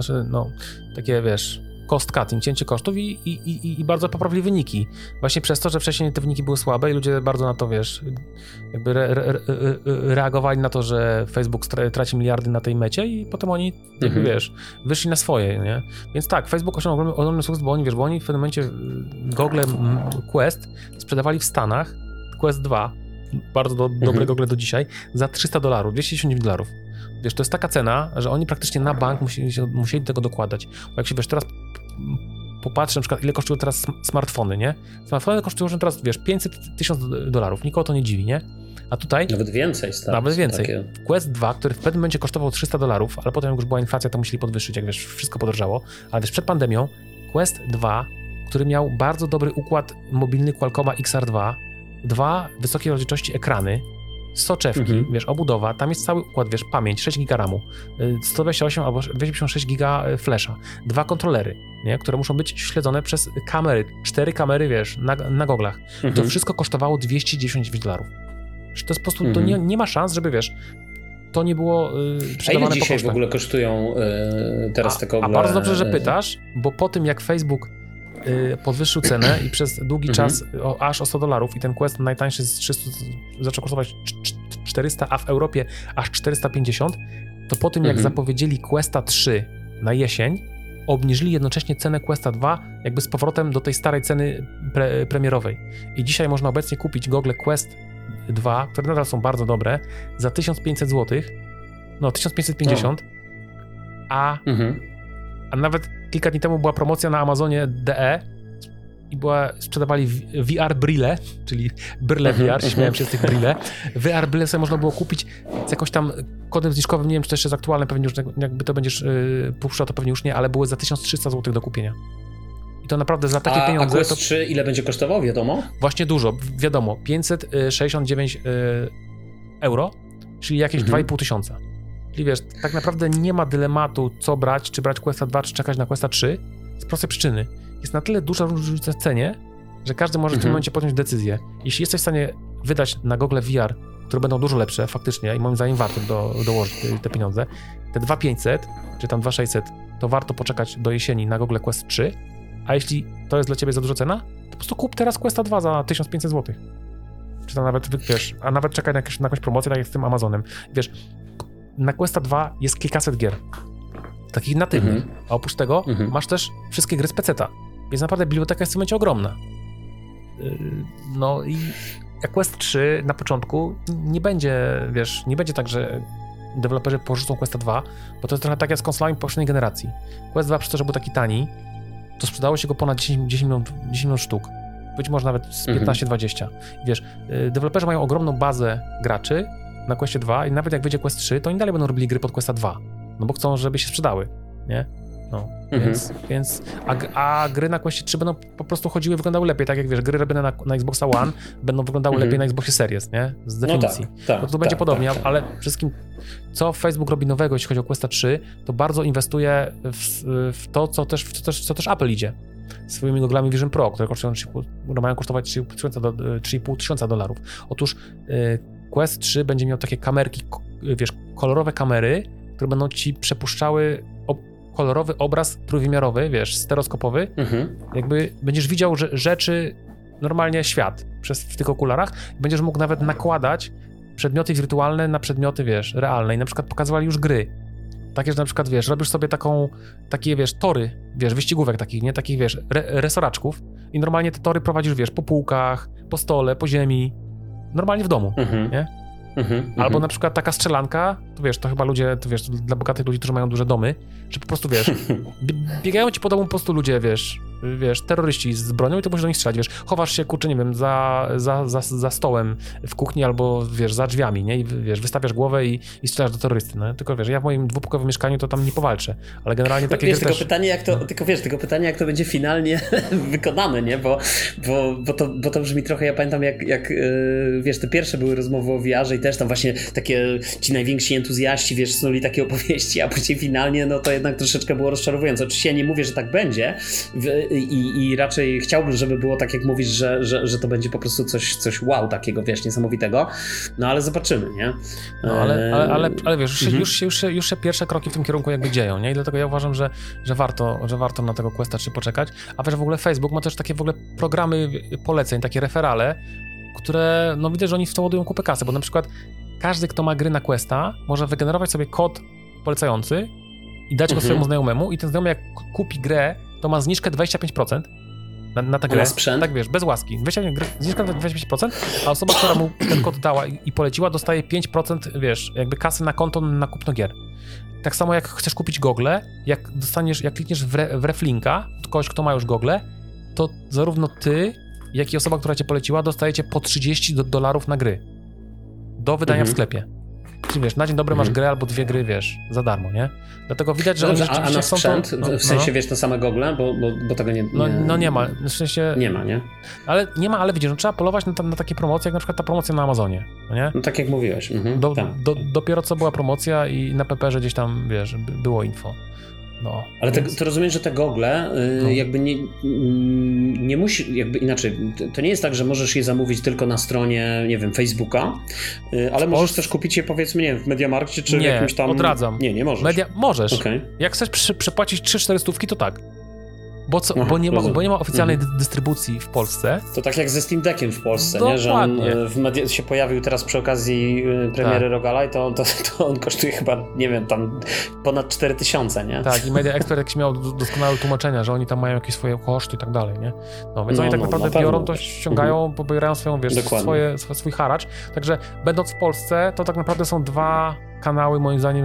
takie, wiesz, cost cutting, cięcie kosztów i bardzo poprawili wyniki. Właśnie przez to, że wcześniej te wyniki były słabe i ludzie bardzo na to, wiesz, jakby reagowali na to, że Facebook traci miliardy na tej mecie i potem oni, jakby, wiesz, wyszli na swoje, nie? Więc tak, Facebook osiągnął ogromny sukces, bo oni w pewnym momencie Google Quest sprzedawali w Stanach, Quest 2, bardzo dobre Google do dzisiaj, za $300, $299. Wiesz, to jest taka cena, że oni praktycznie na bank musieli tego dokładać. Bo jak się, wiesz, teraz popatrzę na przykład, ile kosztują teraz smartfony, nie? Smartfony kosztują teraz, wiesz, $500,000. Nikogo to nie dziwi, nie? A tutaj... Nawet więcej. Stary, nawet więcej. Takie... Quest 2, który w pewnym momencie kosztował $300, ale potem jak już była inflacja, to musieli podwyższyć, jak wiesz, wszystko podrożało. Ale wiesz, przed pandemią Quest 2, który miał bardzo dobry układ mobilny Qualcomma XR2, 2 wysokiej rozdzielczości ekrany, soczewki, wiesz, obudowa, tam jest cały układ, wiesz, pamięć, 6 GB RAMu, 128 albo 256 GB flasha, 2 kontrolery, nie, które muszą być śledzone przez kamery, 4 kamery, wiesz, na goglach. To wszystko kosztowało $299. To jest po prostu, to nie ma szans, żeby, wiesz, to nie było sprzedawane po kosztach. A ile dzisiaj w ogóle kosztują teraz te gogle? A bardzo dobrze, że pytasz, bo po tym jak Facebook podwyższył cenę i przez długi czas aż o $100 i ten Quest najtańszy z 300 zaczął kosztować 400, a w Europie aż 450, to po tym jak zapowiedzieli Questa 3 na jesień, obniżyli jednocześnie cenę Questa 2 jakby z powrotem do tej starej ceny premierowej. I dzisiaj można obecnie kupić gogle Quest 2, które nadal są bardzo dobre, za 1500 zł, no 1550, a nawet kilka dni temu była promocja na Amazonie.de i sprzedawali VR Brille, czyli brille VR, śmiałem się z tych brille. VR Brille sobie można było kupić z jakąś tam kodem zniżkowym, nie wiem, czy to jeszcze jest aktualne, pewnie już, jakby to będziesz puszczał, to pewnie już nie, ale były za 1300 zł do kupienia. I to naprawdę za takie pieniądze... A Quest 3 ile będzie kosztował, wiadomo? Właśnie dużo, wiadomo, 569 euro, czyli jakieś 2500. Czyli wiesz, tak naprawdę nie ma dylematu, co brać, czy brać Questa 2, czy czekać na Questa 3, z prostej przyczyny. Jest na tyle duża różnica w cenie, że każdy może w tym momencie podjąć decyzję. Jeśli jesteś w stanie wydać na gogle VR, które będą dużo lepsze faktycznie i moim zdaniem warto dołożyć te pieniądze, te 2500, czy tam 2600, to warto poczekać do jesieni na gogle Quest 3, a jeśli to jest dla ciebie za duża cena, to po prostu kup teraz Questa 2 za 1500 zł. Czy tam nawet, wiesz, a nawet czekaj na jakąś promocję, tak jak z tym Amazonem. Wiesz, na Questa 2 jest kilkaset gier, takich natywnych, a oprócz tego masz też wszystkie gry z peceta, więc naprawdę biblioteka jest w tym momencie ogromna. No i jak Quest 3 na początku nie będzie, wiesz, nie będzie tak, że deweloperzy porzucą Questa 2, bo to jest trochę tak jak z konsolami poprzedniej generacji. Quest 2 przez to, że był taki tani, to sprzedało się go ponad 10 milionów sztuk, być może nawet z 15-20. Wiesz, deweloperzy mają ogromną bazę graczy na Questie 2 i nawet jak wyjdzie Quest 3, to oni dalej będą robili gry pod Questa 2, no bo chcą, żeby się sprzedały, nie? No, a gry na Questie 3 będą po prostu chodziły, wyglądały lepiej, tak jak wiesz, gry robione na Xboxa One będą wyglądały lepiej na Xboxie Series, nie? Z definicji. No to będzie podobnie, ale wszystkim, co Facebook robi nowego, jeśli chodzi o Questa 3, to bardzo inwestuje w to, co też Apple idzie. Swoimi goglami Vision Pro, które mają kosztować $3,500. Otóż Quest 3 będzie miał takie kamerki, wiesz, kolorowe kamery, które będą ci przepuszczały kolorowy obraz trójwymiarowy, wiesz, stereoskopowy. Jakby będziesz widział rzeczy, normalnie świat w tych okularach. Będziesz mógł nawet nakładać przedmioty wirtualne na przedmioty, wiesz, realne. I na przykład pokazywali już gry. Takie, że na przykład, wiesz, robisz sobie takie, wiesz, tory, wiesz, wyścigówek takich, nie? Takich, wiesz, resoraczków i normalnie te tory prowadzisz, wiesz, po półkach, po stole, po ziemi, normalnie w domu, nie? Albo na przykład taka strzelanka, to wiesz, to chyba ludzie, to wiesz, dla bogatych ludzi, którzy mają duże domy, że po prostu, wiesz, biegają ci po domu po prostu ludzie, wiesz, terroryści z bronią i to musisz do nich strzelać, wiesz, chowasz się, kurczę, nie wiem, za stołem w kuchni albo, wiesz, za drzwiami, nie, i wiesz, wystawiasz głowę i strzelasz do terrorysty, no, tylko wiesz, ja w moim dwupokojowym mieszkaniu to tam nie powalczę, ale generalnie takie wiesz, gry tylko też... pytanie, jak to będzie finalnie wykonane, nie, bo to brzmi trochę, ja pamiętam jak wiesz, te pierwsze były rozmowy o VR-ze i też tam właśnie takie ci najwięksi entuzjaści, wiesz, snuli takie opowieści, a później finalnie, no to jednak troszeczkę było rozczarowujące. Oczywiście ja nie mówię, że tak będzie i raczej chciałbym, żeby było tak, jak mówisz, że to będzie po prostu coś wow takiego, wiesz, niesamowitego, no ale zobaczymy, nie? No ale wiesz, już się pierwsze kroki w tym kierunku jakby dzieją, nie? I dlatego ja uważam, że warto na tego Questa 3 poczekać, a wiesz, w ogóle Facebook ma też takie w ogóle programy poleceń, takie referale, które, no widać, że oni w to ładują kupę kasy, bo na przykład każdy, kto ma gry na Questa, może wygenerować sobie kod polecający i dać go swojemu znajomemu i ten znajomy jak kupi grę, to ma zniżkę 25% na tę grę. Na sprzęt? Tak wiesz, bez łaski. Zniżkę 25%, a osoba, która mu ten kod dała i poleciła, dostaje 5%, wiesz, jakby kasy na konto na kupno gier. Tak samo jak chcesz kupić gogle, jak klikniesz w reflinka od kogoś, kto ma już gogle, to zarówno ty, jak i osoba, która cię poleciła, dostajecie po $30 na gry. Do wydania w sklepie. Czyli wiesz, na dzień dobry masz grę albo 2 gry, wiesz, za darmo, nie? Dlatego widać, że rzeczywiście a na sprzęt, są w sensie, wiesz, te same gogle, bo tego nie... No nie ma, w sensie... Nie ma, nie? Ale nie ma, ale widzisz, no, trzeba polować na takie promocje, jak na przykład ta promocja na Amazonie, no nie? No tak jak mówiłeś. Dopiero co była promocja i na Pepperze gdzieś tam, wiesz, było info. No, ale więc... to rozumiesz, że te gogle jakby nie musi, jakby inaczej, to nie jest tak, że możesz je zamówić tylko na stronie, nie wiem, Facebooka, ale możesz też kupić je, powiedzmy, nie wiem, w MediaMarkcie czy w jakimś tam... Nie, odradzam. Nie możesz. Możesz. Okay. Jak chcesz przepłacić 3-4 stówki, to tak. Bo nie ma oficjalnej dystrybucji w Polsce. To tak jak ze Steam Deckiem w Polsce, dokładnie. Nie? Że on się pojawił teraz przy okazji premiery Rogalaj, to on kosztuje chyba, nie wiem, tam ponad 4000, nie? Tak, i Media Expert jakiś miał doskonałe tłumaczenia, że oni tam mają jakieś swoje koszty i tak dalej, nie? No, więc oni tak naprawdę biorą to, ściągają, pobierają swoją, wiesz, swój haracz. Także będąc w Polsce, to tak naprawdę są 2 kanały, moim zdaniem,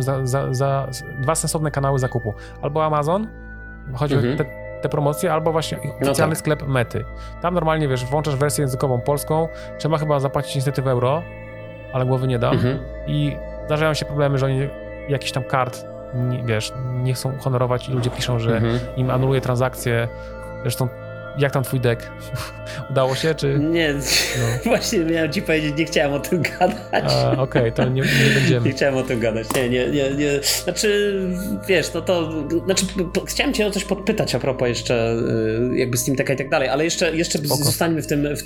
2 sensowne kanały zakupu. Albo Amazon, chodzi o te promocje, albo właśnie oficjalny sklep Mety. Tam normalnie, wiesz, włączasz wersję językową polską, trzeba chyba zapłacić niestety w euro, ale głowy nie dam. I zdarzają się problemy, że oni jakiś tam kart, nie chcą honorować i ludzie piszą, że im anuluje transakcje. Zresztą jak tam twój deck? Udało się, czy... Nie, właśnie miałem ci powiedzieć, nie chciałem o tym gadać. Okej, to nie będziemy. Nie chciałem o tym gadać, nie. Znaczy, wiesz, chciałem cię o coś podpytać a propos jeszcze jakby Steam Decka i tak dalej, ale jeszcze zostańmy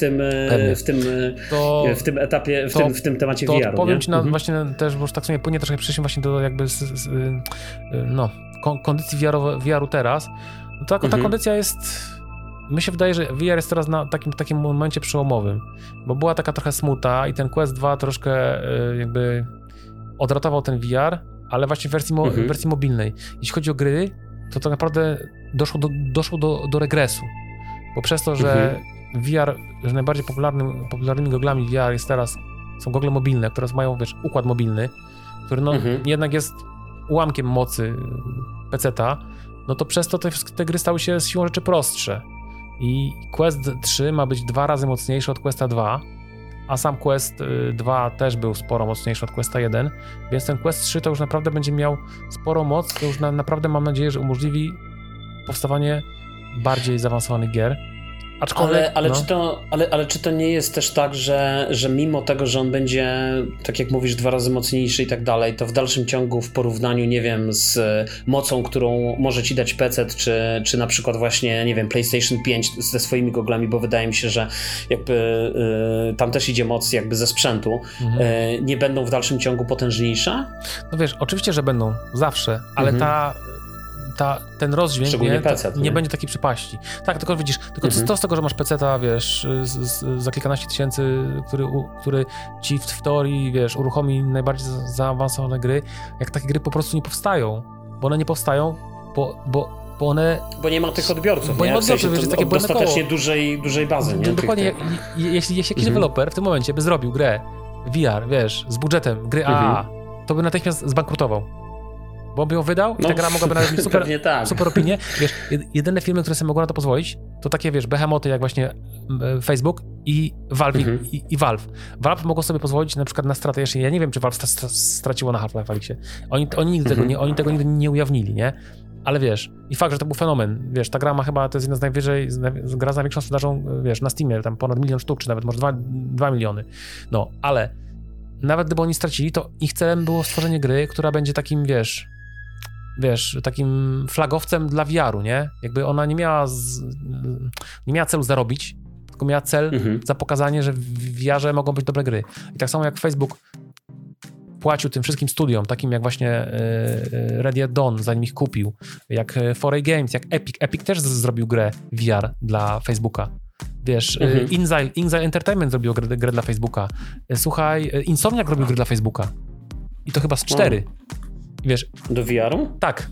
w tym etapie, w tym temacie VR-u. To odpowiem ci właśnie też, bo już tak sobie płynnie trochę przeszliśmy właśnie do jakby kondycji VR-u teraz. No ta kondycja jest... Mi się wydaje, że VR jest teraz na takim momencie przełomowym, bo była taka trochę smuta i ten Quest 2 troszkę jakby odratował ten VR, ale właśnie w wersji mobilnej. Jeśli chodzi o gry, to tak naprawdę doszło do regresu, bo przez to, że VR, że najbardziej popularnymi goglami VR są gogle mobilne, które mają, wiesz, układ mobilny, który jednak jest ułamkiem mocy PC-ta, no to przez to te gry stały się z siłą rzeczy prostsze. I Quest 3 ma być 2 razy mocniejszy od Questa 2, a sam Quest 2 też był sporo mocniejszy od Questa 1, więc ten Quest 3 to już naprawdę będzie miał sporo moc, to już naprawdę mam nadzieję, że umożliwi powstawanie bardziej zaawansowanych gier. Aczkolwiek, ale czy to nie jest też tak, że mimo tego, że on będzie, tak jak mówisz, 2 razy mocniejszy i tak dalej, to w dalszym ciągu w porównaniu, nie wiem, z mocą, którą może ci dać PC, czy na przykład właśnie, nie wiem, PlayStation 5 ze swoimi goglami, bo wydaje mi się, że jakby tam też idzie moc jakby ze sprzętu, nie będą w dalszym ciągu potężniejsze? No wiesz, oczywiście, że będą, zawsze, ale ten rozdźwięk nie nie będzie takiej przepaści. Tak, tylko widzisz, co z tego, że masz peceta, wiesz, za kilkanaście tysięcy, który ci w teorii, wiesz, uruchomi najbardziej zaawansowane gry, jak takie gry po prostu nie powstają. Bo one nie powstają, bo one... Bo nie ma tych odbiorców, bo nie ma odbiorców, wiesz, jest takie dostatecznie dużej bazy, nie? Dokładnie, jeśli jakiś deweloper w tym momencie by zrobił grę VR, wiesz, z budżetem gry AAA, to by natychmiast zbankrutował. Bo by ją wydał i ta gra mogłaby nawet mieć super opinię. Wiesz, jedyne firmy, które sobie mogą na to pozwolić, to takie, wiesz, behemoty jak właśnie Facebook i Valve. I Valve. Valve mogą sobie pozwolić na przykład na stratę. Jeszcze ja nie wiem, czy Valve straciło na Half-Life Alyxie. Oni tego nigdy nie ujawnili, nie? Ale wiesz, i fakt, że to był fenomen, wiesz, ta gra ma chyba, to jest jedna z gra z największą sprzedażą, wiesz, na Steamie, tam ponad 1 milion sztuk, czy nawet może 2 miliony. No, ale nawet gdyby oni stracili, to ich celem było stworzenie gry, która będzie takim, wiesz, takim flagowcem dla VR-u, nie? Jakby ona nie miała celu zarobić, tylko miała cel za pokazanie, że w VR-ze mogą być dobre gry. I tak samo jak Facebook płacił tym wszystkim studiom, takim jak właśnie Ready at Dawn, zanim ich kupił, jak 4A Games, jak Epic. Epic też zrobił grę VR dla Facebooka. Wiesz, Inzile Entertainment zrobił grę dla Facebooka. Słuchaj, Insomniac robił grę dla Facebooka. I to chyba z 4. Wiesz, do VR-u? Tak.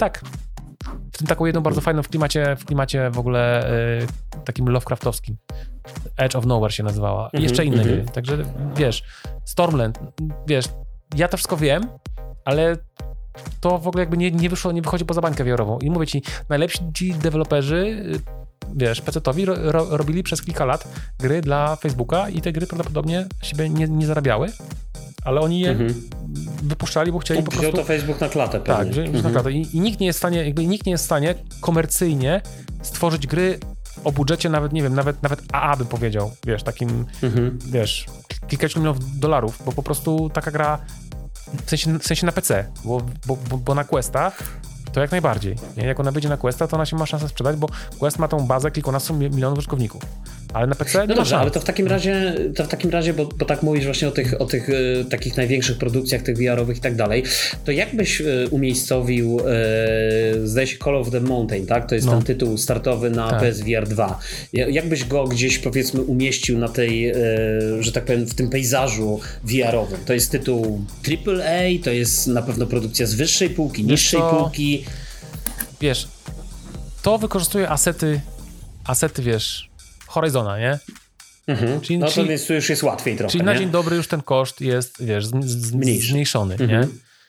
W tym taką jedną bardzo fajną w klimacie w ogóle takim Lovecraftowskim. Edge of Nowhere się nazywała. I jeszcze inne gry. Także wiesz, Stormland, wiesz, ja to wszystko wiem, ale to w ogóle jakby nie wychodzi poza bańkę VR-ową. I mówię ci, najlepsi ci deweloperzy, wiesz, PC-towi robili przez kilka lat gry dla Facebooka i te gry prawdopodobnie siebie nie zarabiały, ale oni je wypuszczali, bo chcieli po prostu... Wziął to Facebook na klatę pewnie. Tak, wziął na klatę. I nikt nie jest w stanie komercyjnie stworzyć gry o budżecie nawet, nie wiem, nawet AA bym powiedział, wiesz, takim, wiesz, kilkadziesiąt milionów dolarów, bo po prostu taka gra, w sensie na PC, bo na Questa to jak najbardziej. Nie? Jak ona wyjdzie na Questa, to ona się ma szansę sprzedać, bo Quest ma tą bazę kilkunastu milionów użytkowników. Ale na PC no dobrze, ale to w takim razie, bo tak mówisz właśnie o tych takich największych produkcjach, tych VR-owych i tak dalej, to jak byś umiejscowił, zdaje się Call of the Mountain, tak? To jest ten tytuł startowy na PSVR 2. Jak byś go gdzieś, powiedzmy, umieścił na tej, że tak powiem, w tym pejzażu VR-owym? To jest tytuł AAA, to jest na pewno produkcja z wyższej półki, niższej półki. Wiesz, to wykorzystuje asety, wiesz, Horizona, nie? Czyli więc tu już jest łatwiej trochę. Czyli na dzień dobry już ten koszt jest, wiesz, zmniejszony, nie?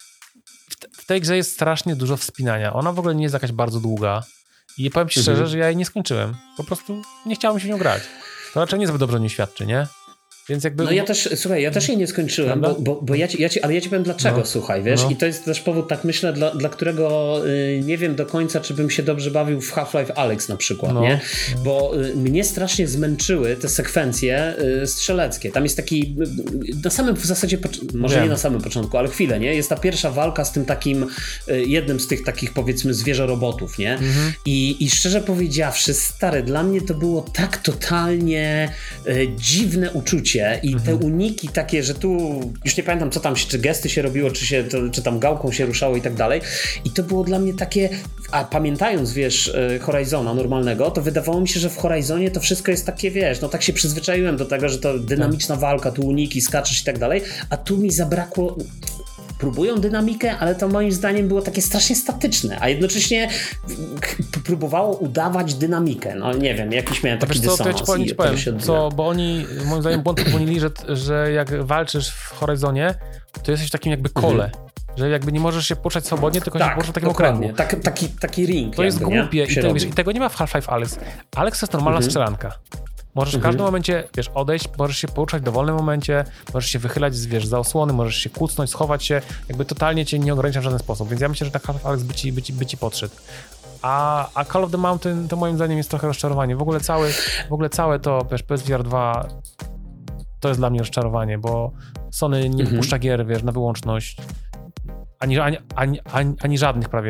W tej grze jest strasznie dużo wspinania. Ona w ogóle nie jest jakaś bardzo długa. I powiem ci szczerze, że ja jej nie skończyłem. Po prostu nie chciałem się w nią grać. To raczej niezbyt dobrze o niej świadczy, nie? Więc jakby... No ja też jej nie skończyłem, bo ale ja ci powiem dlaczego, słuchaj, wiesz, i to jest też powód, tak myślę, dla którego nie wiem do końca, czy bym się dobrze bawił w Half-Life Alyx na przykład, nie? Bo mnie strasznie zmęczyły te sekwencje strzeleckie. Tam jest taki, na samym w zasadzie, może nie na samym początku, ale chwilę, nie? Jest ta pierwsza walka z tym takim, jednym z tych takich, powiedzmy, zwierzorobotów, nie? I szczerze powiedziawszy, stary, dla mnie to było tak totalnie dziwne uczucie, i te uniki takie, że tu już nie pamiętam co tam się, czy gesty się robiło, czy tam gałką się ruszało i tak dalej, i to było dla mnie takie, a pamiętając, wiesz, Horizona normalnego, to wydawało mi się, że w Horizonie to wszystko jest takie, wiesz, no tak się przyzwyczaiłem do tego, że to dynamiczna walka, tu uniki, skaczesz i tak dalej, a tu mi zabrakło. Próbują dynamikę, ale to moim zdaniem było takie strasznie statyczne, a jednocześnie próbowało udawać dynamikę. No nie wiem, jakiś miałem taki dysonans. To ja ci powiem, bo oni, moim zdaniem, błąd popełnili, że jak walczysz w Horizonie, to jesteś w takim jakby kole. Że jakby nie możesz się poruszać swobodnie, tylko się poruszasz w takim okręgu. Taki ring. To jest głupie i tego nie ma w Half-Life Alyx. Alyx to jest normalna strzelanka. Możesz w każdym momencie, wiesz, odejść, możesz się poruszać w dowolnym momencie, możesz się wychylać, wiesz, za osłony, możesz się kucnąć, schować się, jakby totalnie cię nie ogranicza w żaden sposób, więc ja myślę, że tak Half-Life by ci podszedł. A Call of the Mountain to moim zdaniem jest trochę rozczarowanie. W ogóle całe to, wiesz, PSVR 2 to jest dla mnie rozczarowanie, bo Sony nie wypuszcza gier, wiesz, na wyłączność, ani żadnych prawie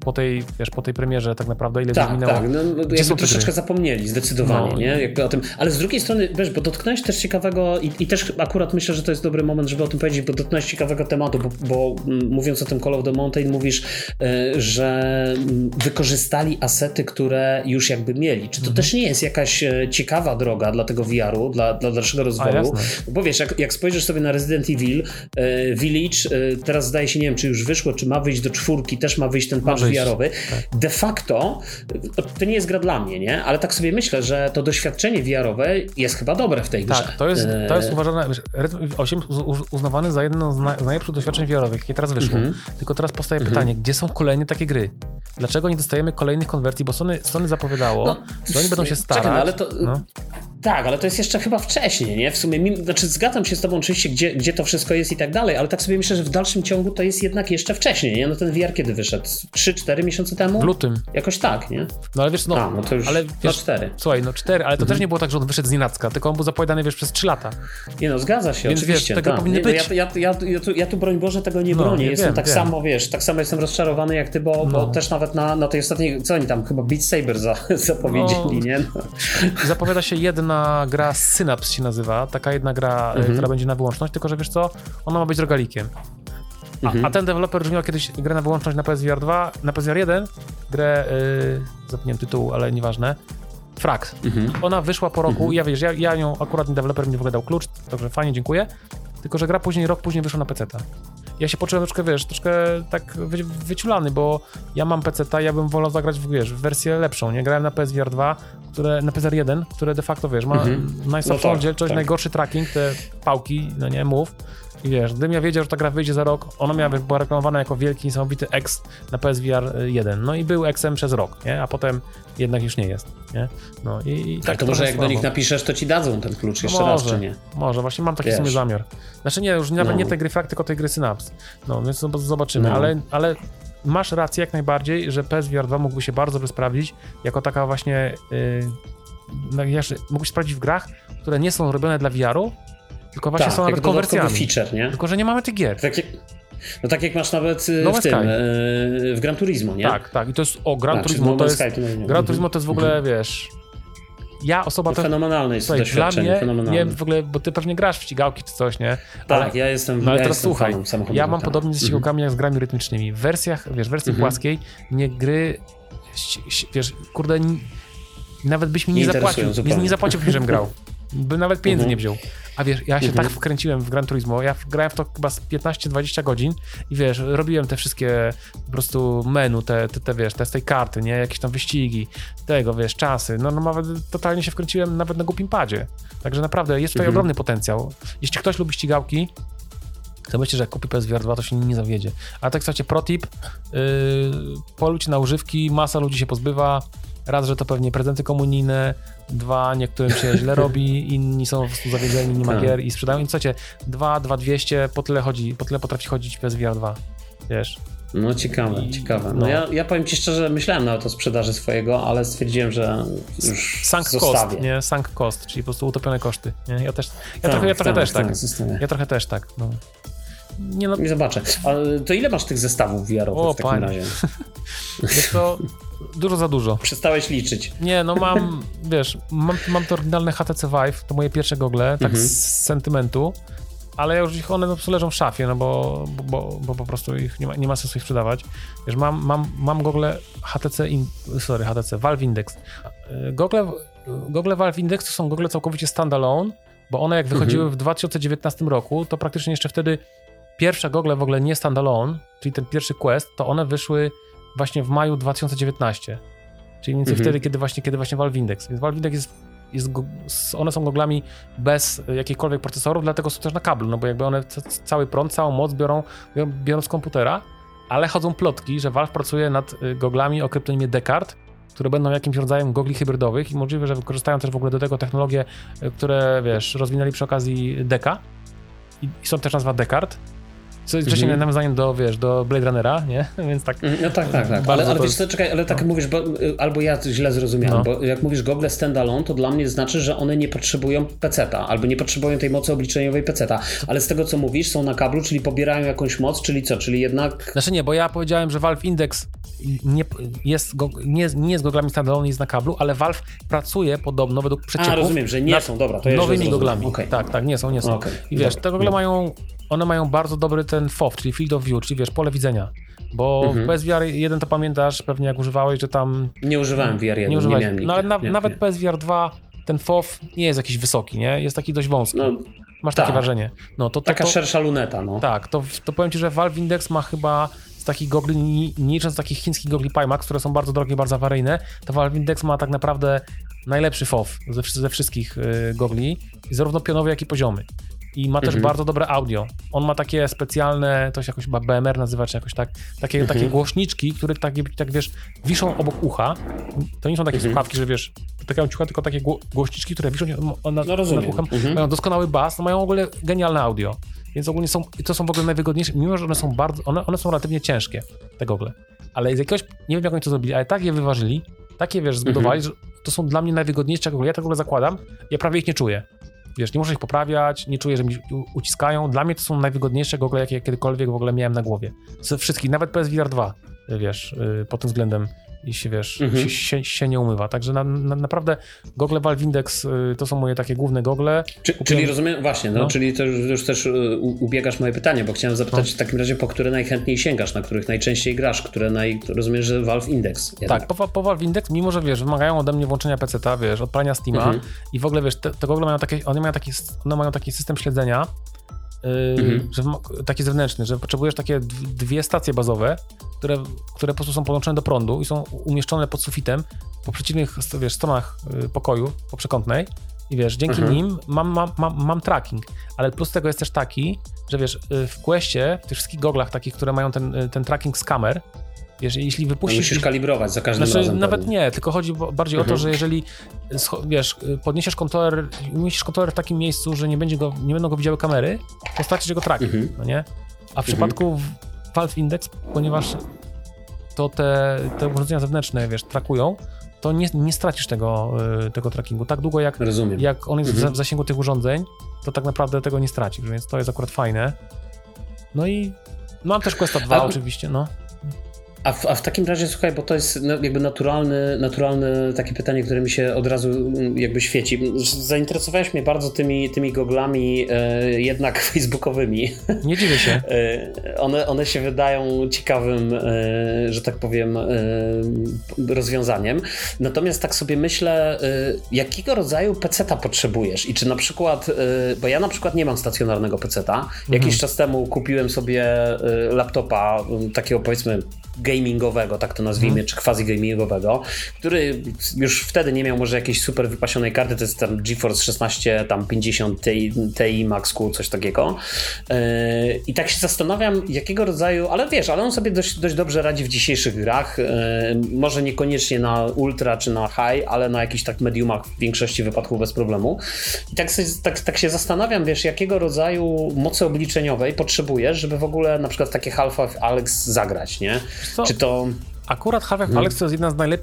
po tej premierze tak naprawdę, ile już minęło. Tak, jakby troszeczkę zapomnieli, zdecydowanie, nie? Jakby o tym, ale z drugiej strony, wiesz, bo dotknąłeś też ciekawego i też akurat myślę, że to jest dobry moment, żeby o tym powiedzieć, bo dotknąłeś ciekawego tematu, bo mówiąc o tym Call of the Mountain mówisz, że wykorzystali asety, które już jakby mieli. Czy to też nie jest jakaś ciekawa droga dla tego VR-u, dla dalszego rozwoju? Bo wiesz, jak spojrzysz sobie na Resident Evil Village, teraz zdaje się, nie wiem, czy już wyszło, czy ma wyjść do 4, też ma wyjść ten patch VR-owy. Tak. De facto to nie jest gra dla mnie, nie? Ale tak sobie myślę, że to doświadczenie VR-owe jest chyba dobre w tej grze. Tak, to jest uważane, Resident 8 uznawany za jedno z najlepszych doświadczeń VR-owych, jakie teraz wyszło. Tylko teraz powstaje pytanie, gdzie są kolejne takie gry? Dlaczego nie dostajemy kolejnych konwersji? Bo Sony zapowiadało, że oni będą się starać. Czekaj, ale to... Tak, ale to jest jeszcze chyba wcześniej, nie? W sumie, znaczy zgadzam się z tobą oczywiście, gdzie to wszystko jest i tak dalej, ale tak sobie myślę, że w dalszym ciągu to jest jednak jeszcze wcześniej, nie? No ten VR kiedy wyszedł? 3-4 miesiące temu? W lutym. Jakoś tak, nie? No ale wiesz, no to już ale wiesz, 4. Słuchaj, 4, ale to też nie było tak, że on wyszedł z nienacka, tylko on był zapowiadany, wiesz, przez 3 lata. Nie no, zgadza się, więc oczywiście. Wiesz, tego powinny być. Ja tu broń Boże tego nie bronię. Jestem tak samo, wiesz, tak samo jestem rozczarowany jak ty, bo też nawet na tej ostatniej, co oni tam, chyba Beat Saber zapowiedzieli, nie? Zapowiada się jedna gra, Synapse się nazywa, taka jedna gra, która będzie na wyłączność, tylko że wiesz co, ona ma być rogalikiem. A ten deweloper już miał kiedyś grę na wyłączność na PSVR 2, na PSVR 1, grę, zapomniałem tytułu, ale nieważne, Frax. Ona wyszła po roku, ja nią, akurat deweloper mi w ogóle dał klucz, także fajnie, dziękuję, tylko że gra rok później wyszła na PC-ta. Ja się poczułem troszkę tak wyciulany, bo ja mam PC-ta, ja bym wolał zagrać w wersję lepszą, nie? Grałem na PSVR 2, na PSVR 1, które de facto, wiesz, ma najsłabszą oddzielczość, najgorszy tracking, te pałki, no nie, move. I wiesz, gdybym ja wiedział, że ta gra wyjdzie za rok, ona była reklamowana jako wielki, niesamowity X na PSVR 1. No i był X-em przez rok, nie? A potem jednak już nie jest, nie? No i tak, to może jak do nich napiszesz, to ci dadzą ten klucz jeszcze raz, czy nie? Może, właśnie mam taki sobie zamiar. Znaczy nie, już nawet nie tej gry Frax, tylko tej gry Synapse. No, więc zobaczymy, ale masz rację jak najbardziej, że PSVR 2 mógłby się bardzo dobrze sprawdzić jako taka właśnie, mógłby się sprawdzić w grach, które nie są robione dla VR-u, tylko właśnie są nawet konwersjami. Feature, nie? Tylko że nie mamy tych gier. Tak jak masz nawet w Gran Turismo, nie? Tak. I to jest, Gran Turismo Gran Turismo to jest w ogóle, wiesz... To fenomenalne jest doświadczenie, dla mnie, fenomenalne. Nie, w ogóle, bo ty pewnie grasz w ścigałki czy coś, nie? Tak, ja jestem. No ale teraz słuchaj, ja mam podobnie ze ścigałkami jak z grami rytmicznymi. W wersji płaskiej mnie gry, wiesz, kurde, nawet byś mi nie zapłacił, nie zapłacił, żebym grał. By nawet pieniędzy nie wziął. A wiesz, ja się tak wkręciłem w Gran Turismo, ja grałem w to chyba z 15-20 godzin i wiesz, robiłem te wszystkie po prostu menu, te wiesz, te z tej karty, nie? Jakieś tam wyścigi, wiesz, czasy. No nawet totalnie się wkręciłem nawet na głupim padzie. Także naprawdę jest tutaj ogromny potencjał. Jeśli ktoś lubi ścigałki, to myślę, że jak kupi PSVR 2, to się nie zawiedzie. A tak słuchajcie, protip, polujcie na używki, masa ludzi się pozbywa. Raz, że to pewnie prezenty komunijne, 2, niektórym się źle robi, inni są po prostu zawiedzeni, nie ma gier i sprzedają. I słuchajcie, 2,200, po tyle potrafi chodzić PSVR 2, wiesz. No ciekawe. No ja powiem ci szczerze, myślałem nawet o sprzedaży swojego, ale stwierdziłem, że już zostawię. Sunk cost, czyli po prostu utopione koszty. Nie? Ja trochę też tak. No. Nie, no. I zobaczę. A to ile masz tych zestawów VR-owych w takim razie? Jest to dużo za dużo. Przestałeś liczyć. Nie, no mam to oryginalne HTC Vive, to moje pierwsze gogle, tak z sentymentu, ale już one po prostu leżą w szafie, no bo po prostu ich nie ma sensu ich sprzedawać. Wiesz, mam gogle HTC Valve Index. Gogle Valve Index to są gogle całkowicie standalone, bo one jak wychodziły w 2019 roku, to praktycznie jeszcze wtedy pierwsze gogle w ogóle nie standalone, czyli ten pierwszy Quest, to one wyszły właśnie w maju 2019. Czyli mniej więcej wtedy, kiedy właśnie Valve Index. Więc Valve Index one są goglami bez jakichkolwiek procesorów, dlatego są też na kablu, no bo jakby one cały prąd, całą moc biorą z komputera, ale chodzą plotki, że Valve pracuje nad goglami o kryptonimie Descartes, które będą jakimś rodzajem gogli hybrydowych i możliwe, że wykorzystają też w ogóle do tego technologie, które, wiesz, rozwinęli przy okazji Deka i są też nazwa Descartes. Co jest wcześniej nawiązaniem do Blade Runnera, nie? Więc tak. No tak. Ale wiesz co, czekaj, ale tak mówisz, bo albo ja źle zrozumiałem, bo jak mówisz gogle standalone, to dla mnie znaczy, że one nie potrzebują peceta, albo nie potrzebują tej mocy obliczeniowej peceta. Ale z tego co mówisz, są na kablu, czyli pobierają jakąś moc, czyli co? Czyli jednak... Znaczy nie, bo ja powiedziałem, że Valve Index nie jest goglami standalone, jest na kablu, ale Valve pracuje podobno według przecieków. Rozumiem, że nie są, dobra, to ja nowymi goglami. Okay. Tak, nie są. Okay. I wiesz, te gogle mają bardzo dobry ten FOV, czyli Field of View, czyli wiesz, pole widzenia. Bo w PSVR 1 to pamiętasz, pewnie jak używałeś, że tam... Nie używałem VR 1, nie miałem nigdy. No ale nawet PSVR 2, ten FOV nie jest jakiś wysoki, nie? Jest taki dość wąski. No, masz takie wrażenie. No, taka szersza luneta, no. Tak, to powiem ci, że Valve Index ma chyba z takich gogli, nie licząc z takich chińskich gogli Pimax, które są bardzo drogie, bardzo awaryjne, to Valve Index ma tak naprawdę najlepszy FOV ze wszystkich gogli, zarówno pionowy, jak i poziomy. I ma też bardzo dobre audio. On ma takie specjalne, to się jakoś chyba BMR nazywa, czy jakoś tak, takie głośniczki, które tak wiesz, wiszą obok ucha. To nie są takie słuchawki, że wiesz, dotykają ciucha, tylko takie głośniczki, które wiszą nad uchem, mają doskonały bas, mają w ogóle genialne audio. Więc ogólnie to są w ogóle najwygodniejsze, mimo że one są one są relatywnie ciężkie, te gogle. Ale z jakiegoś, nie wiem jak oni to zrobili, ale tak je wyważyli, tak je wiesz, zbudowali, że to są dla mnie najwygodniejsze gogle. Ja te gogle zakładam, ja prawie ich nie czuję. Wiesz, nie muszę ich poprawiać, nie czuję, że mi uciskają. Dla mnie to są najwygodniejsze gogle, jakie kiedykolwiek w ogóle miałem na głowie. Ze wszystkich, nawet PSVR 2, wiesz, pod tym względem i się, wiesz, się nie umywa. Także naprawdę gogle Valve Index to są moje takie główne gogle. Czyli rozumiem, właśnie, czyli to już też ubiegasz moje pytanie, bo chciałem zapytać w takim razie, po które najchętniej sięgasz, na których najczęściej grasz, rozumiem, że Valve Index. Jednak. Tak, po Valve Index, mimo że wiesz, wymagają ode mnie włączenia PC-ta, wiesz, odpalenia Steama i w ogóle wiesz, te gogle mają taki system śledzenia, że taki zewnętrzny, że potrzebujesz takie dwie stacje bazowe, które po prostu są podłączone do prądu i są umieszczone pod sufitem po przeciwnych, wiesz, stronach pokoju, po przekątnej i wiesz, dzięki nim mam tracking, ale plus tego jest też taki, że wiesz, w Questie, w tych wszystkich goglach takich, które mają ten tracking z kamer, wiesz, jeśli wypuścisz... Musisz kalibrować za każdym razem. Nawet pewnie. Nie, tylko chodzi bardziej o to, że jeżeli, wiesz, podniesiesz kontroler, umieścisz kontroler w takim miejscu, że nie będą go widziały kamery, to stracisz jego tracking, no nie? A w przypadku Valve Index, ponieważ to te urządzenia zewnętrzne, wiesz, trakują, to nie stracisz tego trackingu. Tak długo jak on jest w zasięgu tych urządzeń, to tak naprawdę tego nie stracisz, więc to jest akurat fajne. No i mam też Questa 2 oczywiście, no. A w takim razie, słuchaj, bo to jest jakby naturalne takie pytanie, które mi się od razu jakby świeci. Zainteresowałeś mnie bardzo tymi goglami jednak facebookowymi. Nie dziwię się. One się wydają ciekawym, że tak powiem, rozwiązaniem. Natomiast tak sobie myślę, jakiego rodzaju peceta potrzebujesz i czy na przykład, bo ja na przykład nie mam stacjonarnego peceta. Jakiś czas temu kupiłem sobie laptopa takiego, powiedzmy, gamingowego, tak to nazwijmy, czy quasi-gamingowego, który już wtedy nie miał może jakiejś super wypasionej karty, to jest tam GeForce 1650 Ti Max Q, coś takiego. I tak się zastanawiam, jakiego rodzaju, ale on sobie dość dobrze radzi w dzisiejszych grach, może niekoniecznie na ultra czy na high, ale na jakichś tak mediumach w większości wypadków bez problemu. I tak się zastanawiam, wiesz, jakiego rodzaju mocy obliczeniowej potrzebujesz, żeby w ogóle na przykład takie Half-Life Alyx zagrać, nie? Czy to... Akurat Half-Life Alyx to jest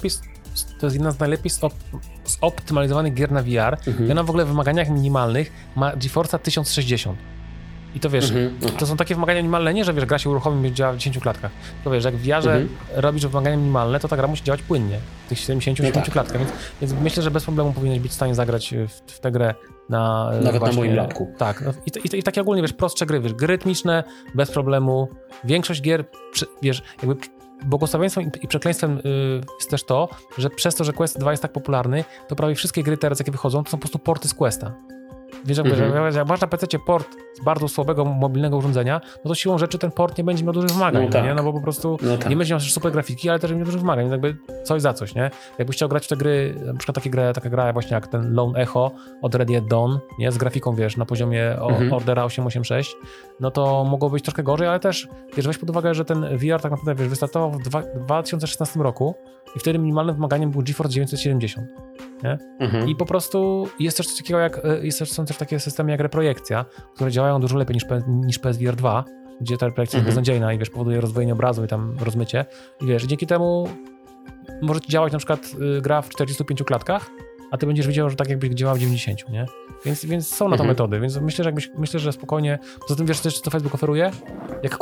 jedna z najlepiej zoptymalizowanych gier na VR. I ona w ogóle w wymaganiach minimalnych ma GeForce'a 1060. I to wiesz, to są takie wymagania minimalne, nie, że wiesz, gra się uruchomi, będzie działała w 10 klatkach. To wiesz, jak w VR-ze robisz wymagania minimalne, to ta gra musi działać płynnie w tych 70 klatkach, więc myślę, że bez problemu powinieneś być w stanie zagrać w tę grę nawet właśnie, na moim lapku. Tak, i takie ogólnie, wiesz, prostsze gry, wiesz, gry rytmiczne, bez problemu. Większość gier, wiesz, jakby błogosławieństwem i przekleństwem jest też to, że przez to, że Quest 2 jest tak popularny, to prawie wszystkie gry teraz, jakie wychodzą, to są po prostu porty z Questa. Wiesz, jak masz na PC port z bardzo słabego mobilnego urządzenia, no to siłą rzeczy ten port nie będzie miał dużych wymagań, nie? No bo po prostu nie będzie miał super grafiki, ale też nie miał dużych wymagań, jakby coś za coś, nie? Jakbyś chciał grać w te gry, na przykład taka gra właśnie jak ten Lone Echo od Ready at Dawn, nie? Z grafiką, wiesz, na poziomie Ordera 886, no to mogło być troszkę gorzej, ale też, wiesz, weź pod uwagę, że ten VR tak naprawdę, wiesz, wystartował w 2016 roku i wtedy minimalnym wymaganiem był GeForce 970, nie? I po prostu jest też coś takiego są też takie systemy jak reprojekcja, które działają dużo lepiej niż PSVR 2, gdzie ta reprojekcja jest beznadziejna i wiesz, powoduje rozdwojenie obrazu i tam rozmycie. I wiesz, dzięki temu może działać na przykład gra w 45 klatkach, a ty będziesz widział, że tak jakbyś działał w 90, nie? Więc są na to metody, więc myślę, że spokojnie, poza tym wiesz też, co Facebook oferuje? Jak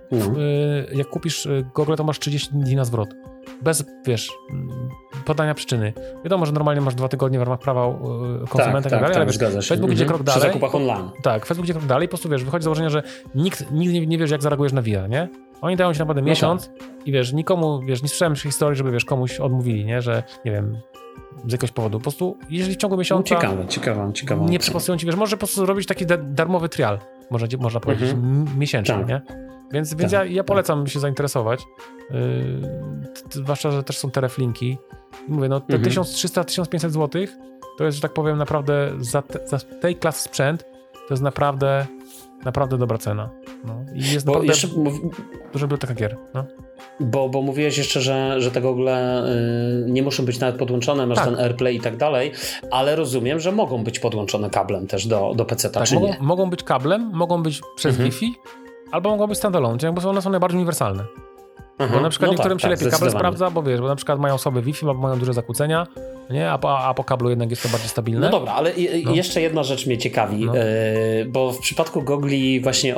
kupisz Google, to masz 30 dni na zwrot. Bez, wiesz, podania przyczyny. Wiadomo, że normalnie masz 2 tygodnie w ramach prawa konsumenta i tak dalej, ale wiesz, Facebook idzie krok dalej. Przy zakupach online. Tak, Facebook idzie krok dalej, po prostu wiesz, wychodzi z założenia, że nikt nie wiesz, jak zareagujesz na VR, nie? Oni dają ci naprawdę miesiąc i wiesz, nikomu, wiesz, nie słyszałem historii, żeby wiesz, komuś odmówili, nie? Że, nie wiem, z jakiegoś powodu. Po prostu, jeżeli w ciągu miesiąca ciekawe. Nie przypasują ci, wiesz, może po prostu zrobić taki darmowy trial, można powiedzieć, miesięczny, nie? Więc ja polecam się zainteresować. Zwłaszcza, że też są te reflinki. I mówię, no te 1300-1500 zł to jest, że tak powiem, naprawdę za tej klasy sprzęt to jest naprawdę dobra cena. No. I jest naprawdę duża biblioteka gier. No. Bo mówiłeś jeszcze, że te gogle nie muszą być nawet podłączone, masz ten AirPlay i tak dalej, ale rozumiem, że mogą być podłączone kablem też do PC-ta, tak, czy nie? Mogą być kablem, mogą być przez Wi-Fi, albo mogą być standalone, jakby one są najbardziej uniwersalne. Bo na przykład niektórym się lepiej kabel sprawdza, bo wiesz, bo na przykład mają sobie Wi-Fi, albo mają duże zakłócenia, nie? A po kablu jednak jest to bardziej stabilne. No dobra, ale jeszcze jedna rzecz mnie ciekawi, bo w przypadku gogli właśnie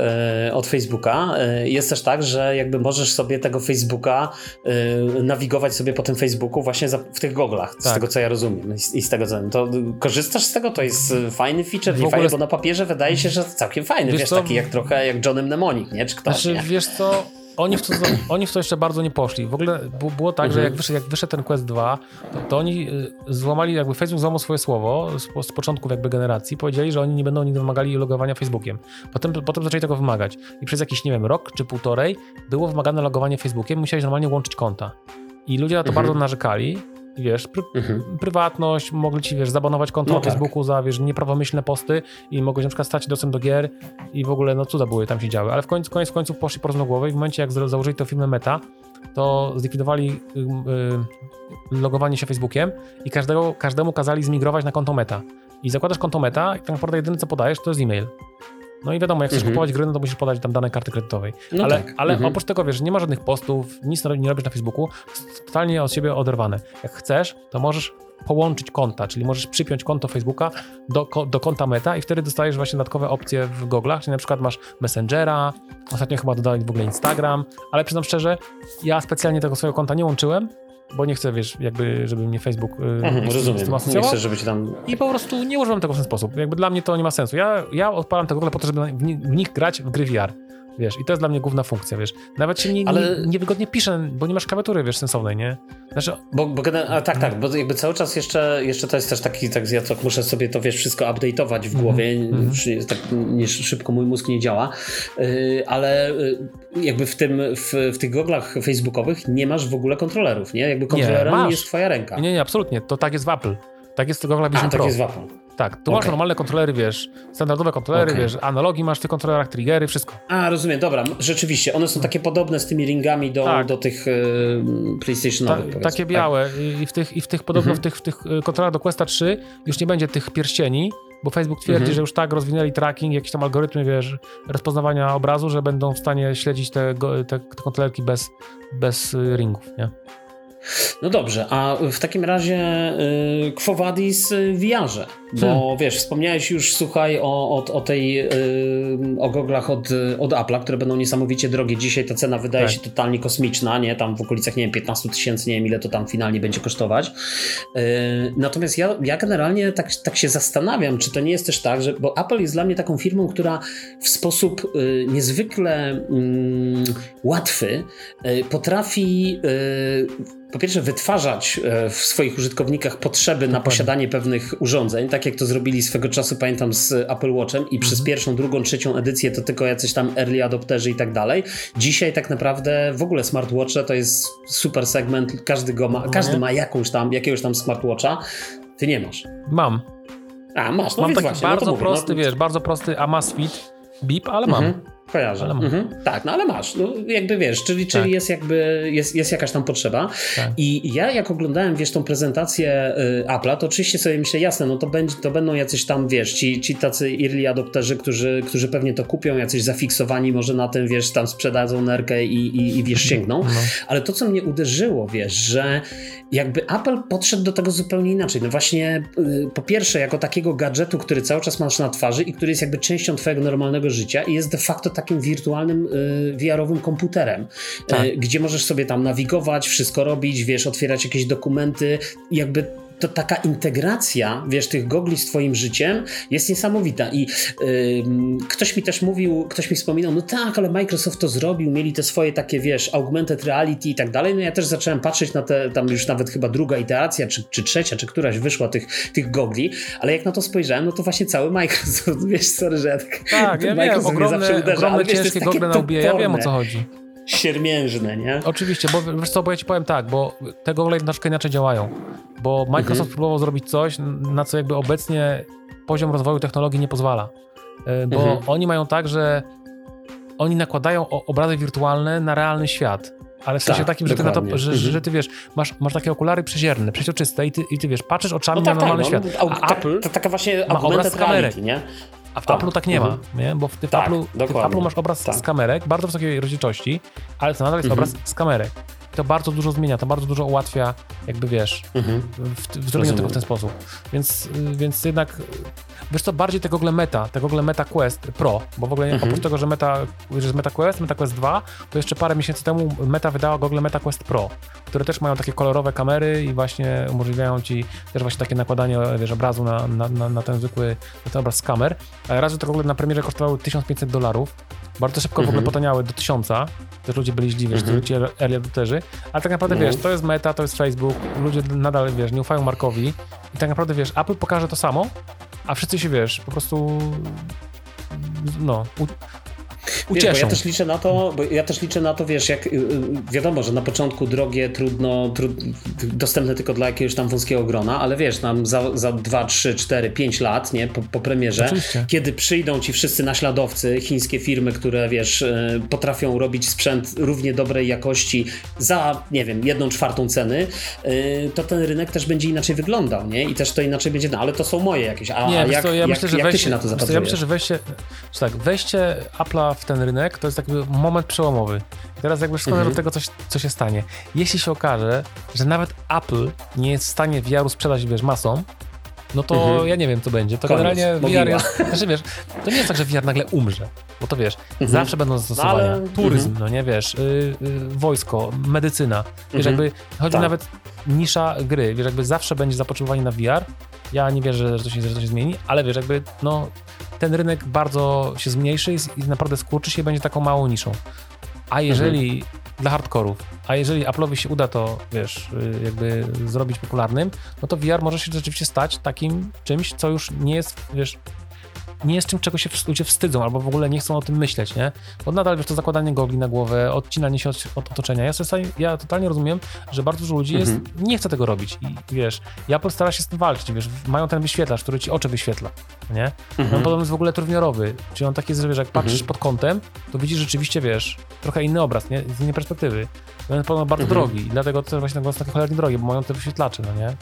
od Facebooka jest też tak, że jakby możesz sobie tego Facebooka nawigować sobie po tym Facebooku właśnie w tych goglach, z tego co ja rozumiem i z tego co to korzystasz z tego? To jest fajny feature, nie fajny, bo na papierze wydaje się, że całkiem fajny, wiesz taki trochę jak Johnny Mnemonic, nie? Czy ktoś, znaczy, wiesz co... Oni w to jeszcze bardzo nie poszli. W ogóle było tak, że jak wyszedł ten Quest 2, to oni złamali, jakby Facebook złamał swoje słowo z początków jakby generacji, powiedzieli, że oni nie będą nigdy wymagali logowania Facebookiem. Potem zaczęli tego wymagać. I przez jakiś, nie wiem, rok czy półtorej było wymagane logowanie Facebookiem, musiałeś normalnie łączyć konta. I ludzie na to bardzo narzekali. I wiesz, prywatność, mogli ci, wiesz, zabanować konto na Facebooku za, wiesz, nieprawomyślne posty i mogłeś na przykład stracić dostęp do gier i w ogóle, no cuda były, tam się działy. Ale w końcu poszli po rozmogłowej. W momencie, jak założyli tę firmę Meta, to zlikwidowali logowanie się Facebookiem i każdemu kazali zmigrować na konto Meta. I zakładasz konto Meta i tak naprawdę jedyne, co podajesz, to jest e-mail. No i wiadomo, jak chcesz kupować gry, no to musisz podać tam dane karty kredytowej. No ale oprócz tego, wiesz, nie ma żadnych postów, nic nie robisz na Facebooku, totalnie od siebie oderwane. Jak chcesz, to możesz połączyć konta, czyli możesz przypiąć konto Facebooka do konta Meta i wtedy dostajesz właśnie dodatkowe opcje w goglach, czyli na przykład masz Messengera, ostatnio chyba dodali w ogóle Instagram, ale przyznam szczerze, ja specjalnie tego swojego konta nie łączyłem, bo nie chcę, wiesz, jakby, żeby mnie Facebook rozumiem, nie chcę, żeby ci tam... I po prostu nie używam tego w ten sposób. Jakby dla mnie to nie ma sensu. Ja odpalam tego po to, żeby w nich grać w gry VR. Wiesz, i to jest dla mnie główna funkcja, wiesz. Nawet się niewygodnie pisze, bo nie masz klawiatury, wiesz, sensownej, nie? Znaczy... Tak, bo jakby cały czas jeszcze to jest też taki, tak ja muszę sobie to, wiesz, wszystko update'ować w głowie, tak nie, szybko mój mózg nie działa, ale jakby w tych goglach facebookowych nie masz w ogóle kontrolerów, nie? Jakby kontrolerem jest twoja ręka. Nie, absolutnie, to tak jest w Apple. Tak jest w Google Vision Pro. Tak jest w Apple. Tak, tu masz normalne kontrolery, wiesz, standardowe kontrolery, wiesz, analogi masz w tych kontrolerach, triggery, wszystko. Rozumiem, dobra, rzeczywiście, one są takie podobne z tymi ringami do tych PlayStationowych. Takie białe i w tych podobno w tych kontrolerach do Questa 3 już nie będzie tych pierścieni, bo Facebook twierdzi, że już tak rozwinęli tracking, jakieś tam algorytmy, wiesz, rozpoznawania obrazu, że będą w stanie śledzić te kontrolerki bez ringów, nie? No dobrze, a w takim razie Quo Vadis w VR-ze, bo wiesz, wspomniałeś już, słuchaj, o goglach od Apple'a, które będą niesamowicie drogie. Dzisiaj ta cena wydaje się totalnie kosmiczna, nie? Tam w okolicach, nie wiem, 15 000, nie wiem ile to tam finalnie będzie kosztować. Natomiast ja generalnie tak się zastanawiam, czy to nie jest też tak, że, bo Apple jest dla mnie taką firmą, która w sposób niezwykle łatwy potrafi po pierwsze wytwarzać w swoich użytkownikach potrzeby na posiadanie pewnych urządzeń, tak jak to zrobili swego czasu, pamiętam, z Apple Watchem i przez pierwszą, drugą, trzecią edycję to tylko jacyś tam early adopterzy i tak dalej. Dzisiaj tak naprawdę w ogóle smartwatche to jest super segment, każdy ma jakiegoś tam smartwatcha. Ty nie masz. Mam. Masz, no mam więc taki właśnie. Bardzo prosty, wiesz, bardzo prosty Amazfit Bip, ale mam. Kojarzę. Tak, no ale masz. No, jakby wiesz, czyli tak. jest jakaś tam potrzeba. Tak. I ja jak oglądałem, wiesz, tą prezentację Apple'a, to oczywiście sobie myślę, jasne, no to będą jacyś tam, wiesz, ci tacy early adopterzy, którzy pewnie to kupią, jacyś zafiksowani może na tym, wiesz, tam sprzedadzą nerkę i wiesz, sięgną. No. Ale to, co mnie uderzyło, wiesz, że jakby Apple podszedł do tego zupełnie inaczej. No właśnie, po pierwsze, jako takiego gadżetu, który cały czas masz na twarzy i który jest jakby częścią twojego normalnego życia i jest de facto takim wirtualnym, VR-owym komputerem, tak. Gdzie możesz sobie tam nawigować, wszystko robić, wiesz, otwierać jakieś dokumenty, jakby to taka integracja, wiesz, tych gogli z twoim życiem jest niesamowita i ktoś mi też mówił, ktoś mi wspominał, no tak, ale Microsoft to zrobił, mieli te swoje takie, wiesz, augmented reality i tak dalej, no ja też zacząłem patrzeć na te, tam już nawet chyba druga iteracja, czy trzecia, czy któraś wyszła tych gogli, ale jak na to spojrzałem, no to właśnie cały Microsoft, wiesz, sorry, że ja tak, ja wiem, ogromne ciężkie gogle na łbie, ja wiem, o co chodzi. Siermiężne, nie? Oczywiście, bo wiesz co, bo ja ci powiem tak, bo te gogle troszkę inaczej działają, bo Microsoft próbował zrobić coś, na co jakby obecnie poziom rozwoju technologii nie pozwala, bo oni mają tak, że oni nakładają obrazy wirtualne na realny świat, ale w sensie takim, że ty, na to, że ty wiesz, masz takie okulary przezierne, przeźroczyste i ty wiesz, patrzysz oczami na normalny świat. A Apple to taka właśnie ma obraz z kamerek, nie? A w Apple'u tak nie ma, nie? Bo w Apple'u masz obraz z kamerek, bardzo wysokiej rozdzielczości, ale to nadal jest obraz z kamerek. To bardzo dużo zmienia, to bardzo dużo ułatwia, jakby wiesz, w zrobieniu tego w ten sposób. Więc jednak, wiesz co, bardziej te Google Meta Quest Pro, bo w ogóle oprócz tego, że Meta Quest 2, to jeszcze parę miesięcy temu Meta wydała Google Meta Quest Pro, które też mają takie kolorowe kamery i właśnie umożliwiają ci też właśnie takie nakładanie, wiesz, obrazu na ten zwykły, na ten obraz z kamer. A raz, że te Google na premierze kosztowały $1500, bardzo szybko w ogóle potaniały do 1000, też ludzie byli źli, wiesz, ci early adopterzy, ale tak naprawdę, wiesz, to jest Meta, to jest Facebook, ludzie nadal, wiesz, nie ufają Markowi i tak naprawdę, wiesz, Apple pokaże to samo, a wszyscy się, wiesz, po prostu ucieszą. Wiesz, ja też liczę na to, wiesz, jak wiadomo, że na początku drogie, trudno dostępne tylko dla jakiegoś tam wąskiego grona, ale wiesz, tam za 2, 3, 4, 5 lat, nie, po premierze, oczywiście, kiedy przyjdą ci wszyscy naśladowcy, chińskie firmy, które, wiesz, potrafią robić sprzęt równie dobrej jakości za, nie wiem, 1/4 ceny, to ten rynek też będzie inaczej wyglądał, nie? I też to inaczej będzie, no ale to są moje jakieś, jak ty się na to zapatrujesz? Ja myślę, że wejście Apple'a w ten rynek to jest taki moment przełomowy. I teraz jakby szkoda do tego, co się stanie. Jeśli się okaże, że nawet Apple nie jest w stanie VR-u sprzedać, wiesz, masą, no to ja nie wiem, co będzie. To generalnie VR jest... Znaczy, wiesz, to nie jest tak, że VR nagle umrze, bo to wiesz, zawsze będą zastosowania. Ale... Turyzm, no nie, wiesz, wojsko, medycyna. Wiesz, jakby chodzi nawet nisza gry, wiesz, jakby zawsze będzie zapotrzebowanie na VR. Ja nie wierzę, że to się zmieni, ale wiesz, jakby, no, ten rynek bardzo się zmniejszy i naprawdę skurczy się i będzie taką małą niszą. A jeżeli dla hardkorów, a jeżeli Apple'owi się uda to, wiesz, jakby zrobić popularnym, no to VR może się rzeczywiście stać takim czymś, co już nie jest, wiesz, nie jest czym, czego się ludzie wstydzą, albo w ogóle nie chcą o tym myśleć, nie? Bo nadal, wiesz, to zakładanie gogli na głowę, odcinanie się od otoczenia. Ja totalnie rozumiem, że bardzo dużo ludzi nie chce tego robić i wiesz, Apple stara się z tym walczyć, wiesz, mają ten wyświetlacz, który ci oczy wyświetla, nie? On potem jest w ogóle trójwymiarowy, czyli on taki jest, że wiesz, jak patrzysz pod kątem, to widzisz rzeczywiście, wiesz, trochę inny obraz, nie? Z innej perspektywy. On jest podobno bardzo drogi i dlatego to właśnie są takie cholernie drogie, bo mają te wyświetlacze, no nie?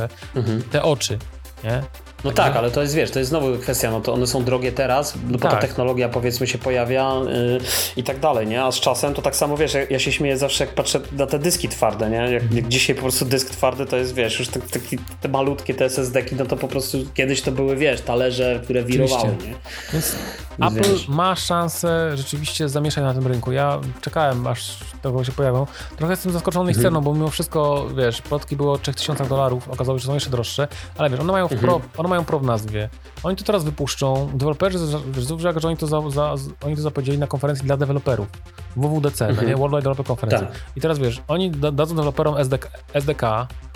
Te oczy, nie? No tak, ale to jest, wiesz, to jest znowu kwestia, no to one są drogie teraz, no bo ta technologia, powiedzmy, się pojawia i tak dalej, nie? A z czasem to tak samo, wiesz, ja się śmieję zawsze, jak patrzę na te dyski twarde, nie? Jak dzisiaj po prostu dysk twardy to jest, wiesz, już te malutkie te SSD-ki, no to po prostu kiedyś to były, wiesz, talerze, które wirowały, nie? Więc Apple ma szansę rzeczywiście zamieszać na tym rynku. Ja czekałem, aż tego się pojawią. Trochę jestem zaskoczony ich ceną, bo mimo wszystko, wiesz, plotki było o $3000, okazało się, że są jeszcze droższe, ale wiesz, one mają Pro w nazwie. Oni to teraz wypuszczą, deweloperzy, że oni to zapowiedzieli na konferencji dla deweloperów, WWDC, no nie? Worldwide Developer Conference. Tak. I teraz wiesz, oni dadzą deweloperom SDK,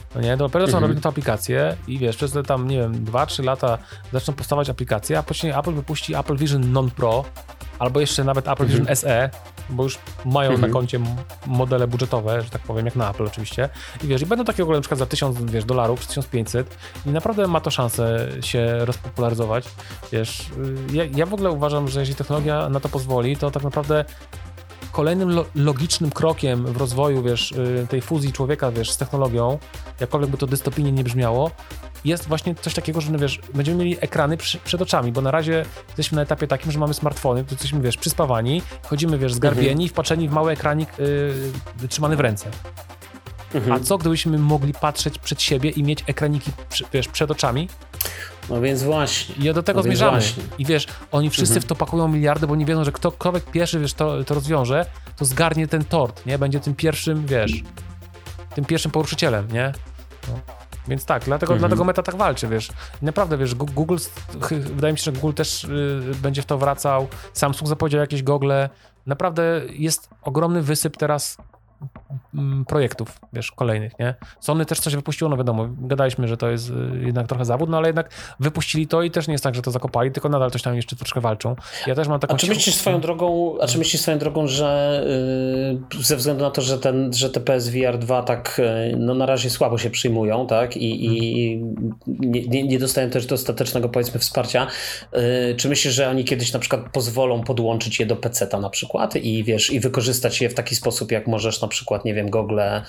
No nie, dopiero zaczną robić tę aplikację i wiesz, przez te tam, nie wiem, 2-3 lata zaczną powstawać aplikacje, a później Apple wypuści Apple Vision Non-Pro albo jeszcze nawet Apple Vision SE, bo już mają na koncie modele budżetowe, że tak powiem, jak na Apple oczywiście. I wiesz, i będą takie w ogóle na przykład za $1000, czy 1500 i naprawdę ma to szansę się rozpopularyzować. Wiesz, ja w ogóle uważam, że jeśli technologia na to pozwoli, to tak naprawdę kolejnym logicznym krokiem w rozwoju, wiesz, tej fuzji człowieka, wiesz, z technologią, jakkolwiek by to dystopijnie nie brzmiało, jest właśnie coś takiego, że no wiesz, będziemy mieli ekrany przed oczami, bo na razie jesteśmy na etapie takim, że mamy smartfony, to jesteśmy, wiesz, przyspawani, chodzimy, wiesz, zgarbieni, wpatrzeni w mały ekranik trzymany w ręce. A co gdybyśmy mogli patrzeć przed siebie i mieć ekraniki, wiesz, przed oczami? No więc właśnie. I do tego zmierzamy. I wiesz, oni wszyscy w to pakują miliardy, bo nie wiedzą, że ktokolwiek pierwszy, wiesz, to rozwiąże, to zgarnie ten tort, nie? Będzie tym pierwszym, wiesz, tym pierwszym poruszycielem, nie? No. Więc tak, dlatego Meta tak walczy, wiesz. I naprawdę, wiesz, Google, wydaje mi się, że Google też będzie w to wracał, Samsung zapowiedział jakieś gogle. Naprawdę jest ogromny wysyp teraz projektów, wiesz, kolejnych, nie? Sony też coś wypuściło, no wiadomo, gadaliśmy, że to jest jednak trochę zawód, no ale jednak wypuścili to i też nie jest tak, że to zakopali, tylko nadal coś tam jeszcze troszkę walczą. Ja też mam taką... A czy myślisz swoją drogą, że ze względu na to, że te PSVR 2 tak no na razie słabo się przyjmują, tak? I nie dostają też dostatecznego, powiedzmy, wsparcia, czy myślisz, że oni kiedyś na przykład pozwolą podłączyć je do PC-ta na przykład i wiesz, i wykorzystać je w taki sposób, jak możesz na przykład, nie wiem, Google,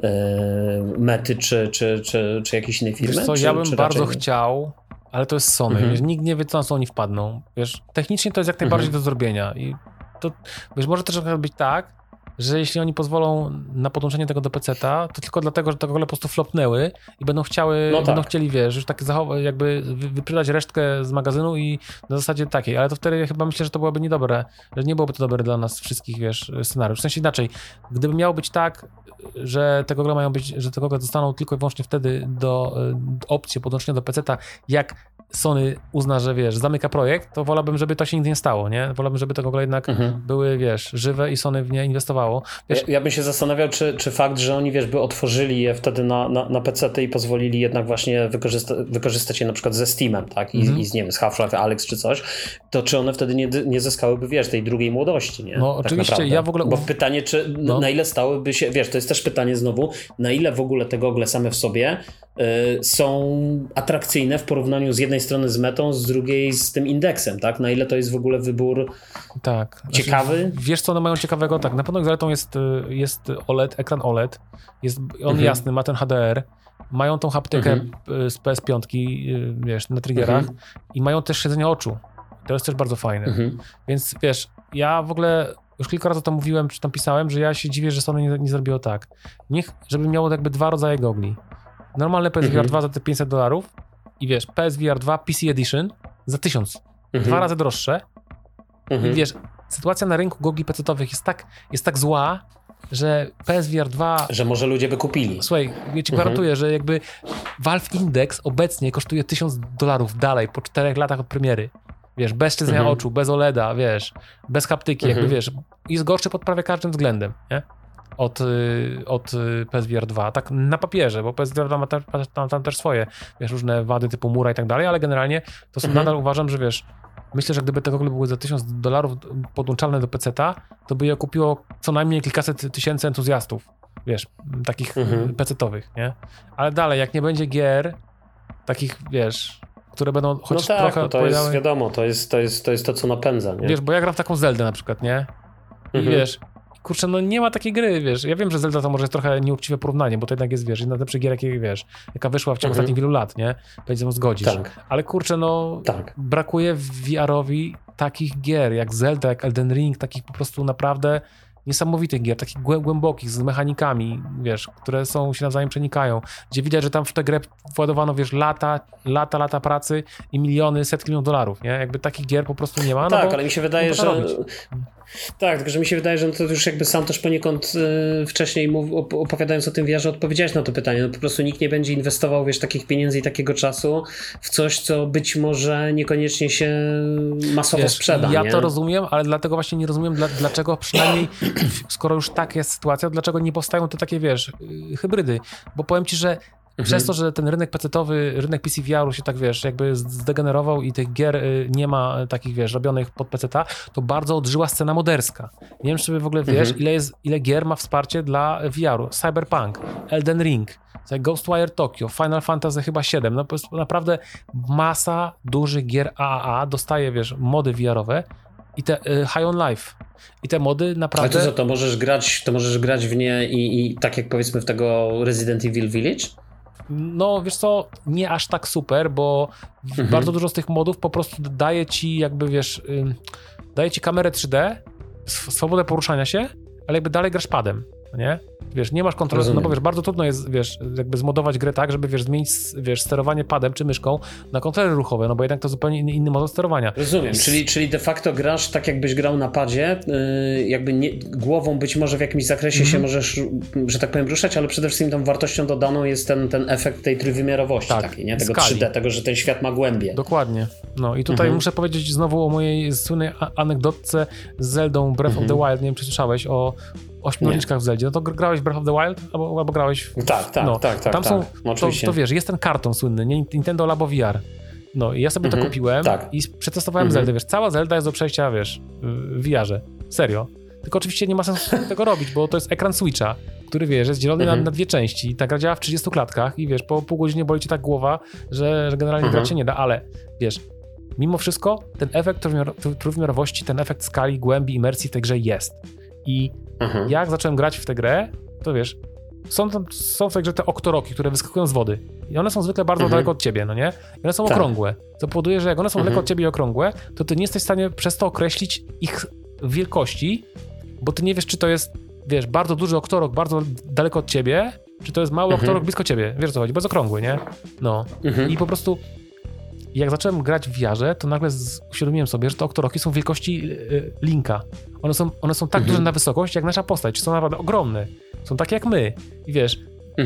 Mety czy jakiejś innej firmy? Wiesz co, ja bym bardzo chciał, ale to jest Sony. Wiesz, nikt nie wie, co na co oni wpadną. Wiesz, technicznie to jest jak najbardziej do zrobienia i to, wiesz, może też być tak, że jeśli oni pozwolą na podłączenie tego do PC-ta, to tylko dlatego, że te Google po prostu flopnęły i będą chcieli, wiesz, już tak jakby wyprzedać resztkę z magazynu i na zasadzie takiej, ale to wtedy chyba myślę, że to byłoby niedobre, że nie byłoby to dobre dla nas wszystkich, wiesz, scenariusz. W sensie inaczej, gdyby miało być tak, że te Google mają być, że te Google dostaną tylko i wyłącznie wtedy do opcji podłączenia do PC-ta, jak Sony uzna, że wiesz, zamyka projekt, to wolałbym, żeby to się nigdy nie stało, nie? Wolałbym, żeby te Google jednak były, wiesz, żywe i Sony w nie inwestowało. Wiesz, ja bym się zastanawiał, czy fakt, że oni, wiesz, by otworzyli je wtedy na PC-ty i pozwolili jednak właśnie wykorzystać je na przykład ze Steamem, tak? I z, nie wiem, z Half-Life Alyx czy coś, to czy one wtedy nie zyskałyby, wiesz, tej drugiej młodości, nie? No tak oczywiście, naprawdę. ja w ogóle... Bo pytanie, czy na ile stałyby się, wiesz, to jest też pytanie znowu, na ile w ogóle te gogle same w sobie są atrakcyjne w porównaniu z jednej strony z Metą, z drugiej z tym indeksem, tak? Na ile to jest w ogóle wybór ciekawy? Znaczy, wiesz, co one mają ciekawego? Tak, na pewno ich zaletą jest OLED, ekran OLED, jest on jasny, ma ten HDR, mają tą haptykę z PS5, wiesz, na triggerach i mają też śledzenie oczu. To jest też bardzo fajne. Więc wiesz, ja w ogóle już kilka razy to mówiłem, czy tam pisałem, że ja się dziwię, że Sony nie zrobiło tak. Żeby miało jakby dwa rodzaje gogli. Normalne PSVR 2 za te $500 i wiesz, PSVR 2 PC Edition za 1000. 2 razy droższe. I wiesz, sytuacja na rynku gogli PC-towych jest tak zła, że PSVR 2... Że może ludzie by kupili. Słuchaj, ja ci gwarantuję, że jakby Valve Index obecnie kosztuje $1000 dalej, po 4 latach od premiery. Wiesz, bez śledzenia oczu, bez OLEDa, wiesz, bez haptyki, jakby wiesz, jest gorszy pod prawie każdym względem, nie? Od PSVR 2, tak na papierze, bo PSVR 2 ma tam też swoje, wiesz, różne wady typu mura i tak dalej, ale generalnie to są nadal uważam, że wiesz, myślę, że gdyby te gogle były za $1000 podłączalne do PC-ta, to by je kupiło co najmniej kilkaset tysięcy entuzjastów, wiesz, takich PC-towych, nie? Ale dalej, jak nie będzie gier, takich, wiesz, które będą choć no tak, trochę no to jest wiadomo, to jest to, co napędza, nie? Wiesz, bo ja gram w taką Zeldę na przykład, nie? I wiesz, kurczę, no nie ma takiej gry, wiesz, ja wiem, że Zelda to może jest trochę nieuczciwe porównanie, bo to jednak jest, wiesz, jedna z lepszych gier, jaka wyszła w ciągu ostatnich wielu lat, nie? Będziemy zgodzić. Tak. Ale kurczę, no brakuje VR-owi takich gier, jak Zelda, jak Elden Ring, takich po prostu naprawdę niesamowitych gier, takich głębokich, z mechanikami, wiesz, które się nawzajem przenikają, gdzie widać, że tam w tę grę władowano, wiesz, lata pracy i miliony, setki milionów dolarów, nie? Jakby takich gier po prostu nie ma. Tak, ale mi się wydaje, że... Tak, tylko że mi się wydaje, że to już jakby sam też poniekąd wcześniej opowiadając o tym VR-ze odpowiedziałeś na to pytanie. No po prostu nikt nie będzie inwestował, wiesz, takich pieniędzy i takiego czasu w coś, co być może niekoniecznie się masowo sprzeda. Ja nie? to rozumiem, ale dlatego właśnie nie rozumiem, dlaczego przynajmniej, skoro już tak jest sytuacja, dlaczego nie powstają te takie, wiesz, hybrydy. Bo powiem ci, że Przez to, że ten rynek PC-towy, rynek PC VR-u się tak, wiesz, jakby zdegenerował i tych gier nie ma takich, wiesz, robionych pod PC-ta, to bardzo odżyła scena moderska. Nie wiem, czy sobie w ogóle wiesz, ile gier ma wsparcie dla VR-u. Cyberpunk, Elden Ring, Ghostwire Tokyo, Final Fantasy chyba 7. No po prostu naprawdę masa dużych gier AAA dostaje, wiesz, mody VR-owe i te High on Life. I te mody naprawdę... Ale to możesz grać w nie i tak jak powiedzmy w tego Resident Evil Village? No wiesz co, nie aż tak super, bo bardzo dużo z tych modów po prostu daje ci jakby, wiesz, daje ci kamerę 3D, swobodę poruszania się, ale jakby dalej grasz padem, nie? Wiesz, nie masz kontroli, no bo wiesz, bardzo trudno jest, wiesz, jakby zmodować grę tak, żeby, wiesz, zmienić, wiesz, sterowanie padem czy myszką na kontrolery ruchowe, no bo jednak to zupełnie inny model sterowania. Rozumiem, czyli de facto grasz tak, jakbyś grał na padzie, jakby głową być może w jakimś zakresie się możesz, że tak powiem, ruszać, ale przede wszystkim tą wartością dodaną jest ten efekt tej trójwymiarowości takiej, nie? Tego skali. 3D, tego, że ten świat ma głębię. Dokładnie. No i tutaj muszę powiedzieć znowu o mojej słynnej anegdotce z Zeldą Breath of the Wild, nie wiem, czy słyszałeś o 8 uliczkach w Zeldzie. No to grałeś Breath of the Wild? Albo grałeś... Tak. Tam są, to wiesz, jest ten karton słynny, Nintendo Labo VR. No i ja sobie to kupiłem i przetestowałem Zeldę, wiesz, cała Zelda jest do przejścia, wiesz, w VR-ze. Serio. Tylko oczywiście nie ma sensu tego robić, bo to jest ekran Switcha, który, wiesz, jest dzielony na dwie części. Ta gra działa w 30 klatkach i, wiesz, po pół godziny boli cię tak głowa, że generalnie grać się nie da, ale, wiesz, mimo wszystko ten efekt trójwymiarowości, ten efekt skali, głębi, imersji w tej grze jest. I jak zacząłem grać w tę grę, to wiesz, są w tej grze te oktoroki, które wyskakują z wody. I one są zwykle bardzo daleko od ciebie, no nie? I one są okrągłe. Co powoduje, że jak one są daleko od ciebie i okrągłe, to ty nie jesteś w stanie przez to określić ich wielkości, bo ty nie wiesz, czy to jest, wiesz, bardzo duży oktorok bardzo daleko od ciebie, czy to jest mały oktorok blisko ciebie. Wiesz, o co chodzi? Bo jest okrągły, nie? No. I po prostu jak zacząłem grać w VR-ze, to nagle uświadomiłem sobie, że te oktoroki są wielkości Linka. One są tak duże na wysokość, jak nasza postać. Są naprawdę ogromne. Są takie jak my. I wiesz...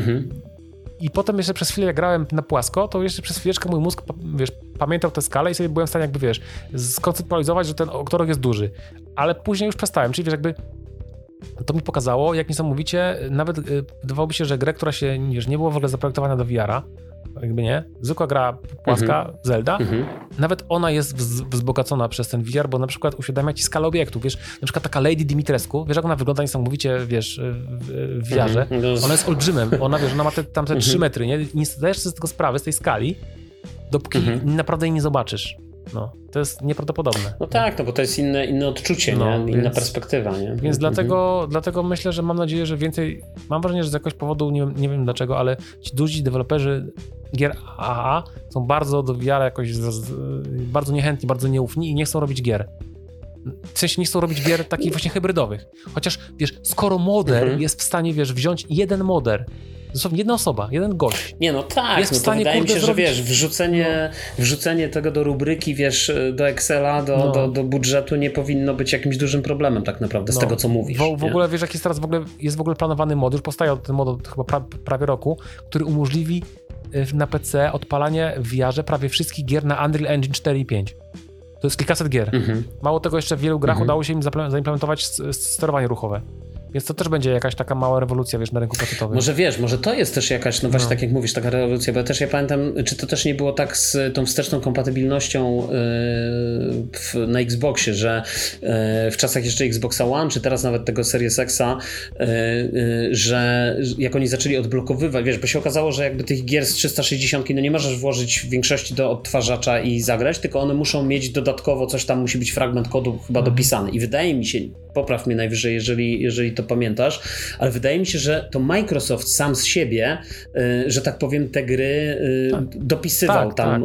I potem jeszcze przez chwilę, jak grałem na płasko, to jeszcze przez chwileczkę mój mózg, wiesz, pamiętał tę skalę i sobie byłem w stanie jakby, wiesz, skonceptualizować, że ten oktorok jest duży. Ale później już przestałem, czyli wiesz, jakby to mi pokazało, jak niesamowicie, nawet wydawałoby się, że grę, która się, wiesz, nie było w ogóle zaprojektowana do VR-a, jakby nie, zwykła gra płaska, Zelda, nawet ona jest wzbogacona przez ten VR, bo na przykład uświadamia ci skalę obiektów, wiesz, na przykład taka Lady Dimitrescu, wiesz jak ona wygląda niesamowicie, wiesz, w VR-ze, ona jest olbrzymem, ona, wiesz, ona ma tam te 3 metry, nie zdajesz sobie z tego sprawy, z tej skali, dopóki naprawdę jej nie zobaczysz. No, to jest nieprawdopodobne. No tak, no bo to jest inne odczucie, nie? Inna perspektywa, nie? Więc dlatego myślę, że mam nadzieję, że więcej, mam wrażenie, że z jakiegoś powodu, nie wiem dlaczego, ale ci duzi deweloperzy gier AAA są bardzo do VR jakoś bardzo niechętni, bardzo nieufni i nie chcą robić gier. W sensie nie chcą robić gier takich właśnie hybrydowych. Chociaż, wiesz, skoro moder jest w stanie, wiesz, wziąć jeden moder, dosłownie jedna osoba, jeden gość. Nie, no tak, jest no to stanie, wydaje mi się, że wiesz, wrzucenie tego do rubryki, wiesz, do Excela, do budżetu nie powinno być jakimś dużym problemem tak naprawdę z tego, co mówisz. W ogóle, wiesz, jaki jest teraz jest w ogóle planowany mod, już powstaje ten mod od chyba prawie roku, który umożliwi na PC odpalanie w VR-ze prawie wszystkich gier na Unreal Engine 4 i 5. To jest kilkaset gier. Mało tego, jeszcze w wielu grach udało się im zaimplementować sterowanie ruchowe. Więc to też będzie jakaś taka mała rewolucja, wiesz, na rynku PC-owym. Może to jest też jakaś, no właśnie tak jak mówisz, taka rewolucja, bo ja pamiętam, czy to też nie było tak z tą wsteczną kompatybilnością na Xboxie, że w czasach jeszcze Xboxa One, czy teraz nawet tego Series X'a, że jak oni zaczęli odblokowywać, wiesz, bo się okazało, że jakby tych gier z 360 no nie możesz włożyć w większości do odtwarzacza i zagrać, tylko one muszą mieć dodatkowo coś tam, musi być fragment kodu chyba dopisany i wydaje mi się, popraw mnie najwyżej, jeżeli to pamiętasz, ale wydaje mi się, że to Microsoft sam z siebie, że tak powiem, te gry dopisywał tam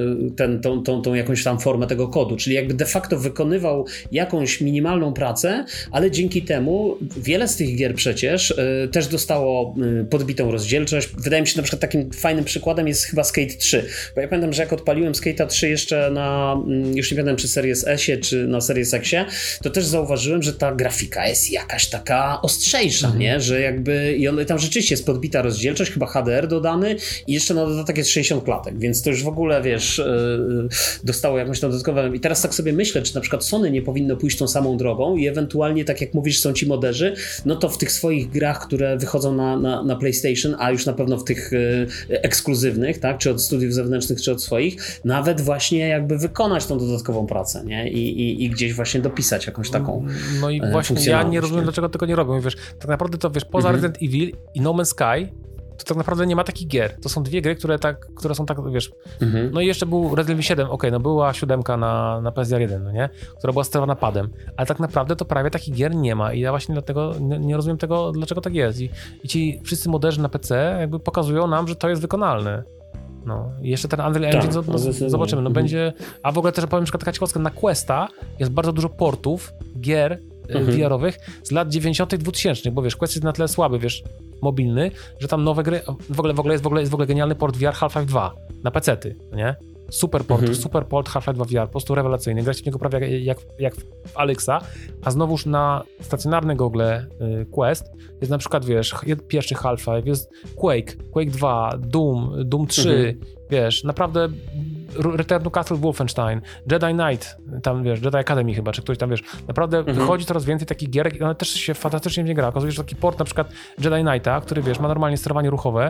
tą jakąś tam formę tego kodu, czyli jakby de facto wykonywał jakąś minimalną pracę, ale dzięki temu wiele z tych gier przecież też dostało podbitą rozdzielczość. Wydaje mi się, że na przykład takim fajnym przykładem jest chyba Skate 3, bo ja pamiętam, że jak odpaliłem Skate'a 3 jeszcze już nie pamiętam czy Series S-ie, czy na Series X-ie, to też zauważyłem, że ta grafika jest jakaś taka taka ostrzejsza, nie? Że jakby i on tam rzeczywiście jest podbita rozdzielczość, chyba HDR dodany i jeszcze na dodatek jest 60 klatek, więc to już w ogóle, wiesz, dostało jakąś tam dodatkową. I teraz tak sobie myślę, czy na przykład Sony nie powinno pójść tą samą drogą i ewentualnie, tak jak mówisz, są ci moderzy, no to w tych swoich grach, które wychodzą na PlayStation, a już na pewno w tych ekskluzywnych, tak? Czy od studiów zewnętrznych, czy od swoich, nawet właśnie jakby wykonać tą dodatkową pracę, nie? I gdzieś właśnie dopisać jakąś taką no i właśnie ja nie rozumiem, dlaczego tego nie robią. Wiesz, tak naprawdę to, wiesz, poza Resident Evil i No Man's Sky, to tak naprawdę nie ma takich gier. To są dwie gry, które są tak, wiesz... No i jeszcze był Resident Evil 7, no była 7 na PSVR 1, no nie? Która była sterowana padem. Ale tak naprawdę to prawie takich gier nie ma i ja właśnie dlatego nie rozumiem tego, dlaczego tak jest. I ci wszyscy moderzy na PC jakby pokazują nam, że to jest wykonalne. No i jeszcze ten Unreal Engine, zobaczymy, no będzie... A w ogóle też powiem, że taka ciekawostka, na Questa jest bardzo dużo portów gier VR-owych z lat 90. 2000, bo wiesz, Quest jest na tyle słaby, wiesz, mobilny, że tam nowe gry, w ogóle jest genialny port VR Half-Life 2 na PC-ty, nie? Super port Half-Life 2 VR, po prostu rewelacyjny, grać w niego prawie jak w Alexa, a znowuż na stacjonarne gogle Quest jest na przykład, wiesz, pierwszy Half-Life, jest Quake 2, Doom 3, wiesz, naprawdę Return to Castle Wolfenstein, Jedi Knight, tam wiesz, Jedi Academy chyba, czy ktoś tam, wiesz, naprawdę wychodzi coraz więcej takich gierek i one też się fantastycznie w nie gra. Okazuje się, że taki port na przykład Jedi Knighta, który, wiesz, ma normalnie sterowanie ruchowe,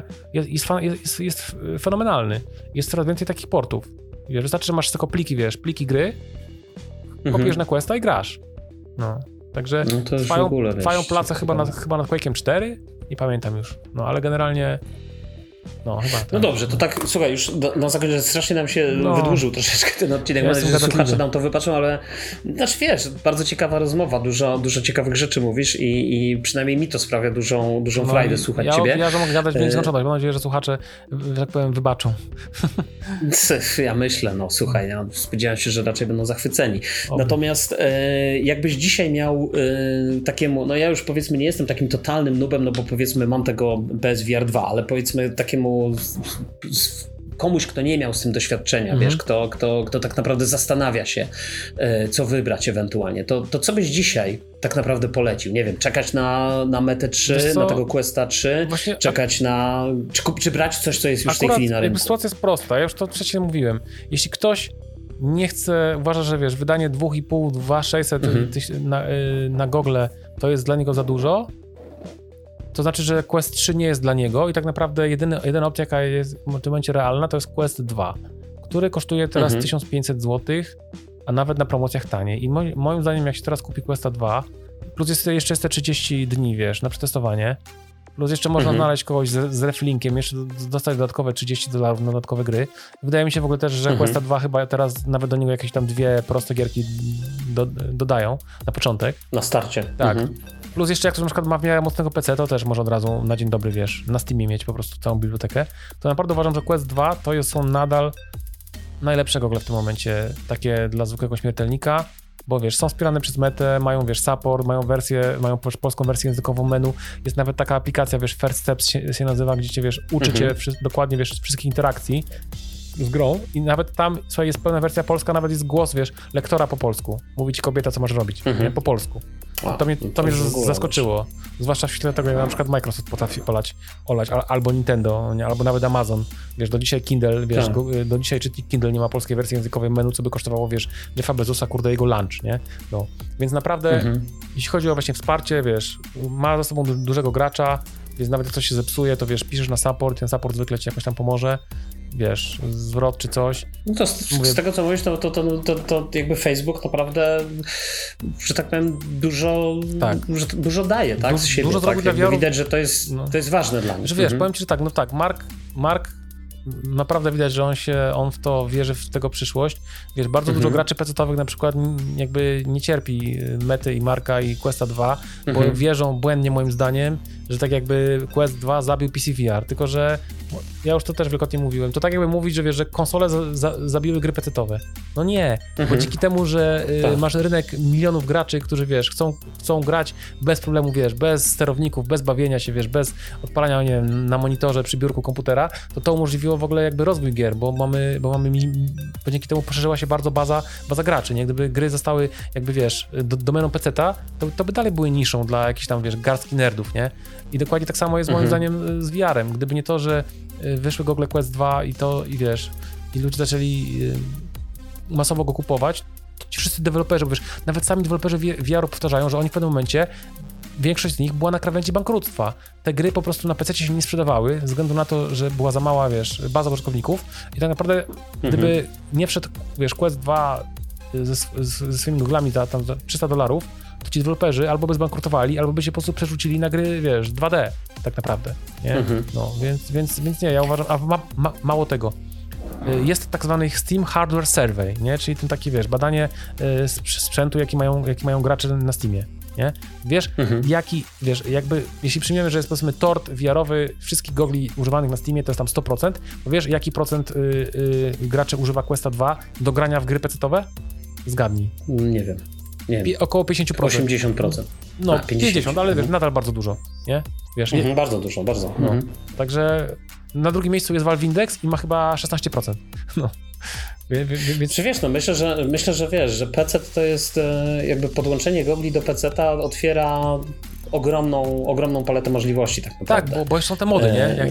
jest fenomenalny. Jest coraz więcej takich portów. Wiesz, wystarczy, że masz tylko pliki gry, kopiujesz na Questa i grasz. No, także trwają prace chyba nad Quake'em 4, nie pamiętam już, no ale generalnie no, chyba tak. No dobrze, to tak, słuchaj, już na zakończenie strasznie nam się wydłużył troszeczkę ten odcinek, mam nadzieję, że słuchacze nam to wypatrzą, ale znaczy wiesz, bardzo ciekawa rozmowa, dużo ciekawych rzeczy mówisz i przynajmniej mi to sprawia dużą frajdę słuchać ciebie. Ja mogę gadać w nieskończoność, mam nadzieję, że słuchacze, że tak powiem, wybaczą. Ja myślę, no słuchaj, ja spodziewałem się, że raczej będą zachwyceni. Natomiast jakbyś dzisiaj miał takiemu, no ja już powiedzmy nie jestem takim totalnym noobem, no bo powiedzmy mam tego PSVR 2, ale powiedzmy takiemu komuś, kto nie miał z tym doświadczenia, wiesz, kto tak naprawdę zastanawia się, co wybrać ewentualnie, to co byś dzisiaj tak naprawdę polecił? Nie wiem, czekać na Metę 3, na tego Questa 3, właśnie, czekać na... Czy brać coś, co jest już w tej chwili na rynku? Sytuacja jest prosta, ja już to wcześniej mówiłem. Jeśli ktoś nie chce, uważa, że wiesz, wydanie 2,5-2,600 na gogle to jest dla niego za dużo, to znaczy, że Quest 3 nie jest dla niego i tak naprawdę jedyna opcja, jaka jest w tym momencie realna, to jest Quest 2, który kosztuje teraz 1500 zł, a nawet na promocjach taniej. I moim zdaniem, jak się teraz kupi Questa 2, plus jeszcze jest te 30 dni, wiesz, na przetestowanie, plus jeszcze można znaleźć kogoś z reflinkiem, jeszcze dostać dodatkowe $30 na dodatkowe gry. Wydaje mi się w ogóle też, że Questa 2 chyba teraz nawet do niego jakieś tam 2 proste gierki dodają na początek. Na starcie. Tak. Plus jeszcze jak ktoś na przykład ma w miarę mocnego PC, to też może od razu na dzień dobry, wiesz, na Steamie mieć po prostu całą bibliotekę. To naprawdę uważam, że Quest 2 to są nadal najlepsze gogle w tym momencie, takie dla zwykłego śmiertelnika, bo wiesz, są wspierane przez Metę, mają, wiesz, support, mają polską wersję językową menu, jest nawet taka aplikacja, wiesz, First Steps się nazywa, gdzie cię, wiesz, uczy cię dokładnie, wiesz, wszystkich interakcji z grą i nawet tam, słuchaj, jest pełna wersja polska, nawet jest głos, wiesz, lektora po polsku. Mówi ci kobieta, co masz robić, nie? Po polsku. To mnie zaskoczyło. Zwłaszcza w świetle tego, jak na przykład Microsoft potrafi olać, albo Nintendo, nie? Albo nawet Amazon. Wiesz, do dzisiaj Kindle, wiesz, do dzisiaj czytnik Kindle nie ma polskiej wersji językowej menu, co by kosztowało, wiesz, Jeffa Bezosa, kurde, jego lunch, nie? No. Więc naprawdę, jeśli chodzi o właśnie wsparcie, wiesz, ma za sobą dużego gracza, więc nawet jak coś się zepsuje, to wiesz, piszesz na support, ten support zwykle ci jakoś tam pomoże. Wiesz, zwrot czy coś. No to z tego co mówisz, to jakby Facebook naprawdę, że tak powiem, dużo daje, tak? Z siebie, dużo zrobił dla VR-ów. Widać, że to jest ważne dla nich. Że wiesz, powiem ci, że tak, no tak, Mark naprawdę widać, że on w to wierzy, w tego przyszłość. Wiesz, bardzo dużo graczy PC-towych na przykład jakby nie cierpi Mety i Marka i Questa 2, bo wierzą błędnie moim zdaniem, że tak jakby Quest 2 zabił PC VR, tylko że ja już to też wielokrotnie mówiłem, to tak jakby mówić, że wiesz, że konsole zabiły gry PC-owe. No nie, bo dzięki temu, że masz rynek milionów graczy, którzy wiesz, chcą grać bez problemu, wiesz, bez sterowników, bez bawienia się, wiesz, bez odpalania, nie wiem, na monitorze przy biurku komputera, to umożliwiło w ogóle jakby rozwój gier, bo dzięki temu poszerzyła się bardzo baza graczy, nie? Gdyby gry zostały jakby, wiesz, domeną PC-ta, to by dalej były niszą dla jakichś tam, wiesz, garstki nerdów, nie? I dokładnie tak samo jest moim zdaniem z VR-em. Gdyby nie to, że wyszły Google Quest 2 i wiesz, i ludzie zaczęli masowo go kupować, to ci wszyscy deweloperzy, bo wiesz, nawet sami deweloperzy VR-u powtarzają, że oni w pewnym momencie, większość z nich była na krawędzi bankructwa. Te gry po prostu na PC się nie sprzedawały, ze względu na to, że była za mała, wiesz, baza użytkowników i tak naprawdę, gdyby nie wszedł, wiesz, Quest 2 ze swoimi Google'ami za $300, to ci deweloperzy albo by zbankrutowali, albo by się po prostu przerzucili na gry, wiesz, 2D tak naprawdę, nie? No, więc nie, ja uważam, a mało tego. Jest tak zwany Steam Hardware Survey, nie? Czyli ten taki, wiesz, badanie sprzętu, jaki mają gracze na Steamie, nie? Wiesz, wiesz, jakby, jeśli przyjmiemy, że jest, powiedzmy, tort VR-owy wszystkich gogli używanych na Steamie, to jest tam 100%, to wiesz, jaki procent graczy używa Questa 2 do grania w gry PC-towe? Zgadnij. Nie wiem. Około 50%. 80%. No, 50, ale wiesz, nadal bardzo dużo, nie? Wiesz, bardzo dużo, bardzo. No. Także na drugim miejscu jest Valve Index i ma chyba 16%. No. Więc... Czy wiesz, no myślę, że wiesz, że PC to jest jakby podłączenie gogli do PC-ta otwiera ogromną paletę możliwości tak naprawdę. Tak, bo już są te mody, nie?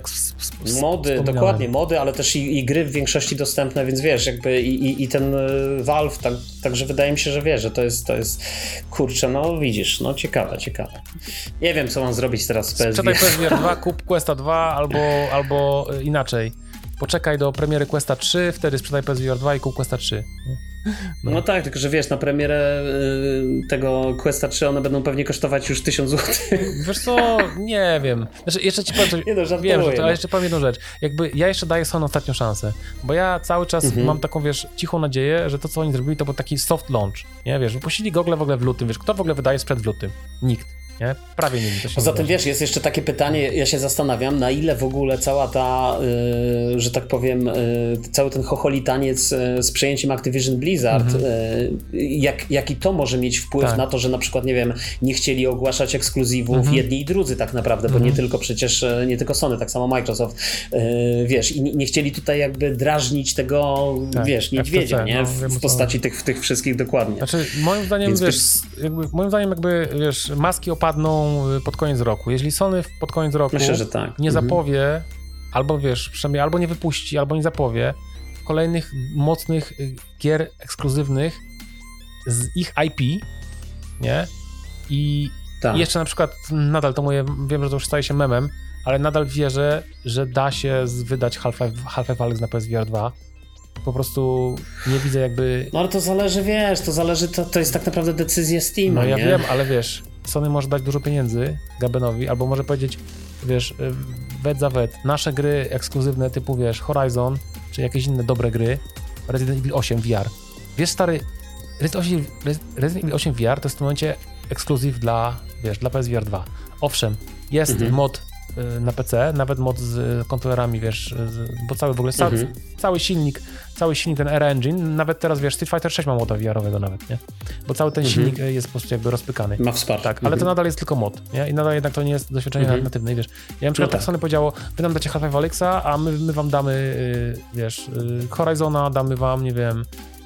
Mody, dokładnie, mody, ale też i gry w większości dostępne, więc wiesz, jakby i ten Valve, także wydaje mi się, że wiesz, że to jest kurczę, no widzisz, no ciekawe. Nie wiem, co mam zrobić teraz z PSVR. Sprzedaj PSVR 2, kup Questa 2 albo inaczej. Poczekaj do premiery Questa 3, wtedy sprzedaj PSVR 2 i kup Questa 3. No tak, tylko że wiesz, na premierę tego Questa 3 one będą pewnie kosztować już 1000 zł. Wiesz co, nie wiem. Znaczy, jeszcze ci powiem coś. Nie no, żartuję, wiem, ale jeszcze powiem jedną rzecz. Jakby ja jeszcze daję Sony ostatnią szansę, bo ja cały czas mam taką, wiesz, cichą nadzieję, że to, co oni zrobili, to był taki soft launch. Nie, wiesz, wypuścili gogle w ogóle w lutym. Wiesz, kto w ogóle wydaje sprzęt w lutym? Nikt. Nie? Prawie nikt. Poza tym, wiesz, jest jeszcze takie pytanie, ja się zastanawiam, na ile w ogóle cała ta, że tak powiem, cały ten chocholitaniec z przejęciem Activision Blizzard, jaki to może mieć wpływ na to, że na przykład, nie wiem, nie chcieli ogłaszać ekskluzywów jedni i drudzy tak naprawdę, bo nie tylko przecież, nie tylko Sony, tak samo Microsoft, wiesz, i nie chcieli tutaj jakby drażnić tego, wiesz, niedźwiedzia, nie? W postaci tych wszystkich dokładnie. Znaczy, moim zdaniem, wiesz, wiesz, maski opadną pod koniec roku. Jeśli Sony pod koniec roku myślę, że tak. nie zapowie, albo wiesz, przynajmniej albo nie wypuści, albo nie zapowie kolejnych mocnych gier ekskluzywnych z ich IP, nie? I jeszcze na przykład nadal to wiem, że to już staje się memem, ale nadal wierzę, że da się wydać Half-Life Alyx na PSVR 2. Po prostu nie widzę jakby... No ale to zależy, wiesz, to jest tak naprawdę decyzja Steama, no ja nie? wiem, ale wiesz, Sony może dać dużo pieniędzy Gabenowi, albo może powiedzieć, wiesz, wet za wet, nasze gry ekskluzywne typu, wiesz, Horizon, czy jakieś inne dobre gry, Resident Evil 8 VR. Wiesz, stary, Resident Evil 8 VR to jest w tym momencie ekskluzyw dla PSVR 2. Owszem, jest mod na PC, nawet mod z kontrolerami, wiesz, bo cały w ogóle, cały silnik, ten Era Engine, nawet teraz, wiesz, Street Fighter 6 ma moda VR-owego nawet, nie? Bo cały ten silnik jest po prostu jakby rozpykany. Ma wsparcie. Tak, ale to nadal jest tylko mod, nie? I nadal jednak to nie jest doświadczenie natywne, wiesz. Ja na przykład tak Sony powiedziało, wy nam dacie Half-Life Alyxa, a my wam damy, wiesz, Horizona, damy wam, nie wiem,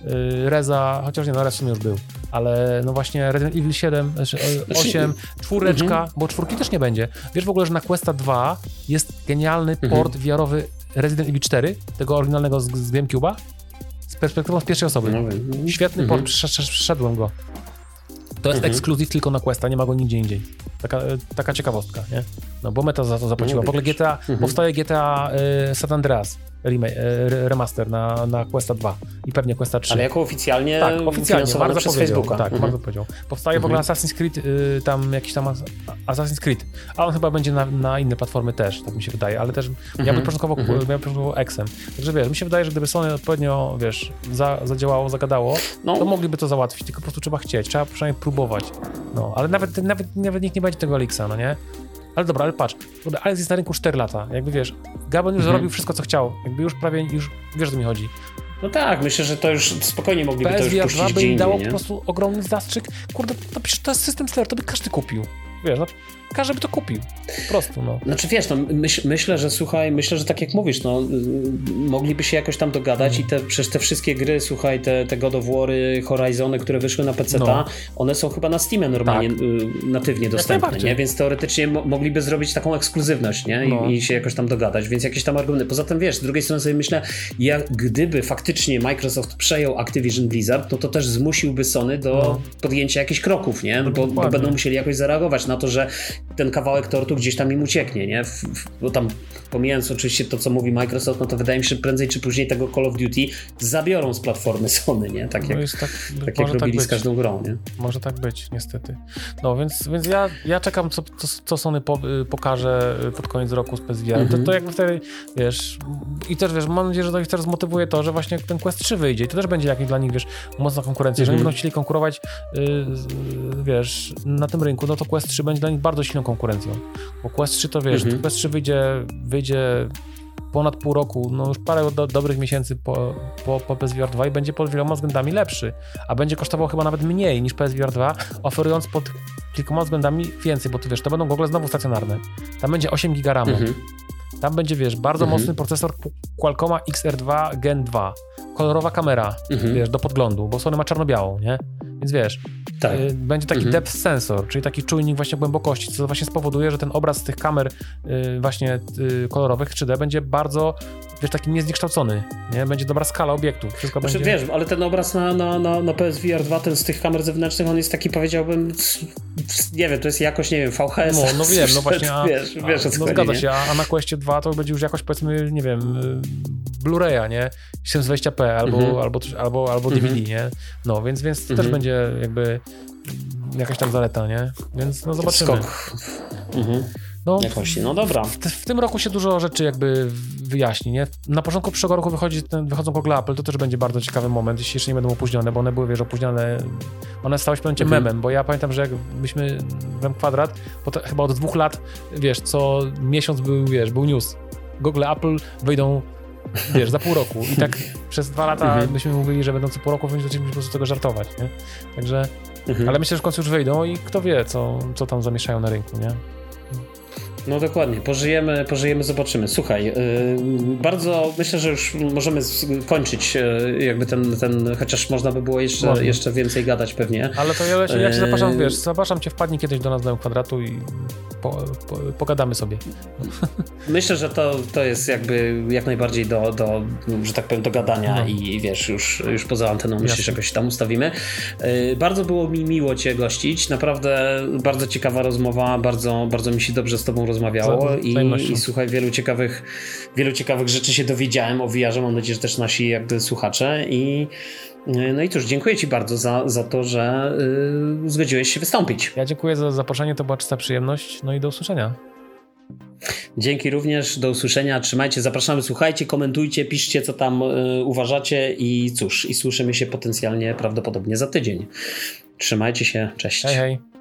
Reza, chociaż nie, no Rez w sumie już był, ale no właśnie Resident Evil 7, 8, 4, bo 4 też nie będzie. Wiesz w ogóle, że na Questa 2 jest genialny port VR-owy Resident Evil 4, tego oryginalnego z GameCube'a, z perspektywą z pierwszej osoby. Świetny port, przeszedłem go. To jest ekskluzyw tylko na Questa, nie ma go nigdzie indziej. Taka ciekawostka, nie? No bo Meta za to zapłaciła. W ogóle GTA, powstaje GTA San Andreas remaster na Questa 2 i pewnie Questa 3. Ale jako oficjalnie? Tak, oficjalnie, Mark przez Facebooka. Tak, Mark powiedział. Powstaje w ogóle Assassin's Creed, tam jakiś tam Assassin's Creed, a on chyba będzie na inne platformy też, tak mi się wydaje, ale też ja bym początkowo Xem. Także wiesz, mi się wydaje, że gdyby Sony odpowiednio, wiesz, zadziałało, zagadało, to mogliby to załatwić, tylko po prostu trzeba chcieć, trzeba przynajmniej próbować. No, ale nawet nikt nie będzie tego Alyxa, no nie? Ale dobra, ale patrz, Alex jest na rynku 4 lata, jakby wiesz, Gabon już zrobił wszystko, co chciał, jakby już prawie, już wiesz, o co mi chodzi. No tak, myślę, że to już spokojnie mogliby to już puścić PSVR 2 by im dało nie? po prostu ogromny zastrzyk. Kurde, to przecież to jest system seller, to by każdy kupił. Wiesz, no, każdy by to kupił. Po prostu, no. Znaczy wiesz, no, myślę, że słuchaj, że tak jak mówisz, no mogliby się jakoś tam dogadać i przecież te wszystkie gry, słuchaj, te God of War'y, Horizony, które wyszły na PC-ta, one są chyba na Steamie normalnie natywnie dostępne, nie? Więc teoretycznie mogliby zrobić taką ekskluzywność, nie? I się jakoś tam dogadać, więc jakieś tam argumenty. Poza tym wiesz, z drugiej strony sobie myślę, gdyby faktycznie Microsoft przejął Activision Blizzard, to też zmusiłby Sony do podjęcia jakichś kroków, nie? Bo będą musieli jakoś zareagować na to, że ten kawałek tortu gdzieś tam im ucieknie, nie? Bo tam, pomijając oczywiście to, co mówi Microsoft, no to wydaje mi się, że prędzej czy później tego Call of Duty zabiorą z platformy Sony, nie? Tak jak, tak jak robili z każdą grą, nie? Może tak być, niestety. No, więc ja czekam, co Sony pokaże pod koniec roku z PSVR. To jakby wtedy, wiesz, i też, wiesz, mam nadzieję, że to ich też zmotywuje to, że właśnie ten Quest 3 wyjdzie i to też będzie jakieś dla nich, wiesz, mocna konkurencja. Jeżeli będą chcieli konkurować, wiesz, na tym rynku, no to Quest 3 będzie dla nich bardzo silną konkurencją. Bo Quest 3 to, wiesz, Quest 3 wyjdzie ponad pół roku, no już parę dobrych miesięcy po PSVR 2 i będzie pod wieloma względami lepszy, a będzie kosztował chyba nawet mniej niż PSVR 2, oferując pod kilkoma względami więcej, bo to wiesz, to będą gogle znowu stacjonarne. Tam będzie 8 GB RAMu. Tam będzie, wiesz, bardzo mocny procesor Qualcomma XR2 Gen 2. Kolorowa kamera, wiesz, do podglądu, bo Sony ma czarno-białą, nie? Więc wiesz, będzie taki depth sensor, czyli taki czujnik właśnie głębokości, co właśnie spowoduje, że ten obraz z tych kamer właśnie kolorowych 3D będzie bardzo, wiesz, taki niezniekształcony, nie? Będzie dobra skala obiektów. Wszystko będzie... Wiesz, ale ten obraz na PSVR 2, ten z tych kamer zewnętrznych, on jest taki, powiedziałbym, nie wiem, to jest jakoś, nie wiem, VHS. No wiem, no właśnie, wiesz o co chodzi, zgadza się, a na Questie 2 to będzie już jakoś, powiedzmy, nie wiem, Blu-raya, nie? 720p albo DVD, nie? No, więc też będzie jakby jakaś tam zaleta, nie? Więc no zobaczymy. Skok. No, jakoś, no dobra. W tym roku się dużo rzeczy jakby wyjaśni, nie? Na początku przyszłego roku wychodzą gogle Apple, to też będzie bardzo ciekawy moment, jeśli jeszcze nie będą opóźnione, bo one były, wiesz, opóźnione, one stały się w pewnym memem, bo ja pamiętam, że jak myśmy w M-Kwadrat, bo to chyba od 2 lat, wiesz, co miesiąc był news. Gogle Apple wyjdą, wiesz, za pół roku i tak przez 2 lata myśmy mówili, że będą co pół roku, więc zaczęliśmy po prostu z tego żartować, nie? Także, ale myślę, że w końcu już wyjdą i kto wie, co tam zamieszają na rynku, nie? No dokładnie, pożyjemy, zobaczymy. Słuchaj, bardzo myślę, że już możemy kończyć jakby ten chociaż można by było jeszcze więcej gadać pewnie. Ale to ja cię zapraszam, wiesz, cię, wpadnij kiedyś do nas do kwadratu i pogadamy sobie. Myślę, że to jest jakby jak najbardziej do że tak powiem, do gadania i wiesz, już poza anteną myślę, że jakoś tam ustawimy. Bardzo było mi miło cię gościć, naprawdę bardzo ciekawa rozmowa, bardzo mi się dobrze z tobą rozmawiało i słuchaj, wielu ciekawych rzeczy się dowiedziałem o VR-ze, mam nadzieję, że też nasi jakby słuchacze no i cóż, dziękuję ci bardzo za to, że zgodziłeś się wystąpić. Ja dziękuję za zaproszenie, to była czysta przyjemność, no i do usłyszenia. Dzięki również, do usłyszenia, trzymajcie, zapraszamy, słuchajcie, komentujcie, piszcie co tam uważacie i cóż, i słyszymy się potencjalnie prawdopodobnie za tydzień. Trzymajcie się, cześć. Hej.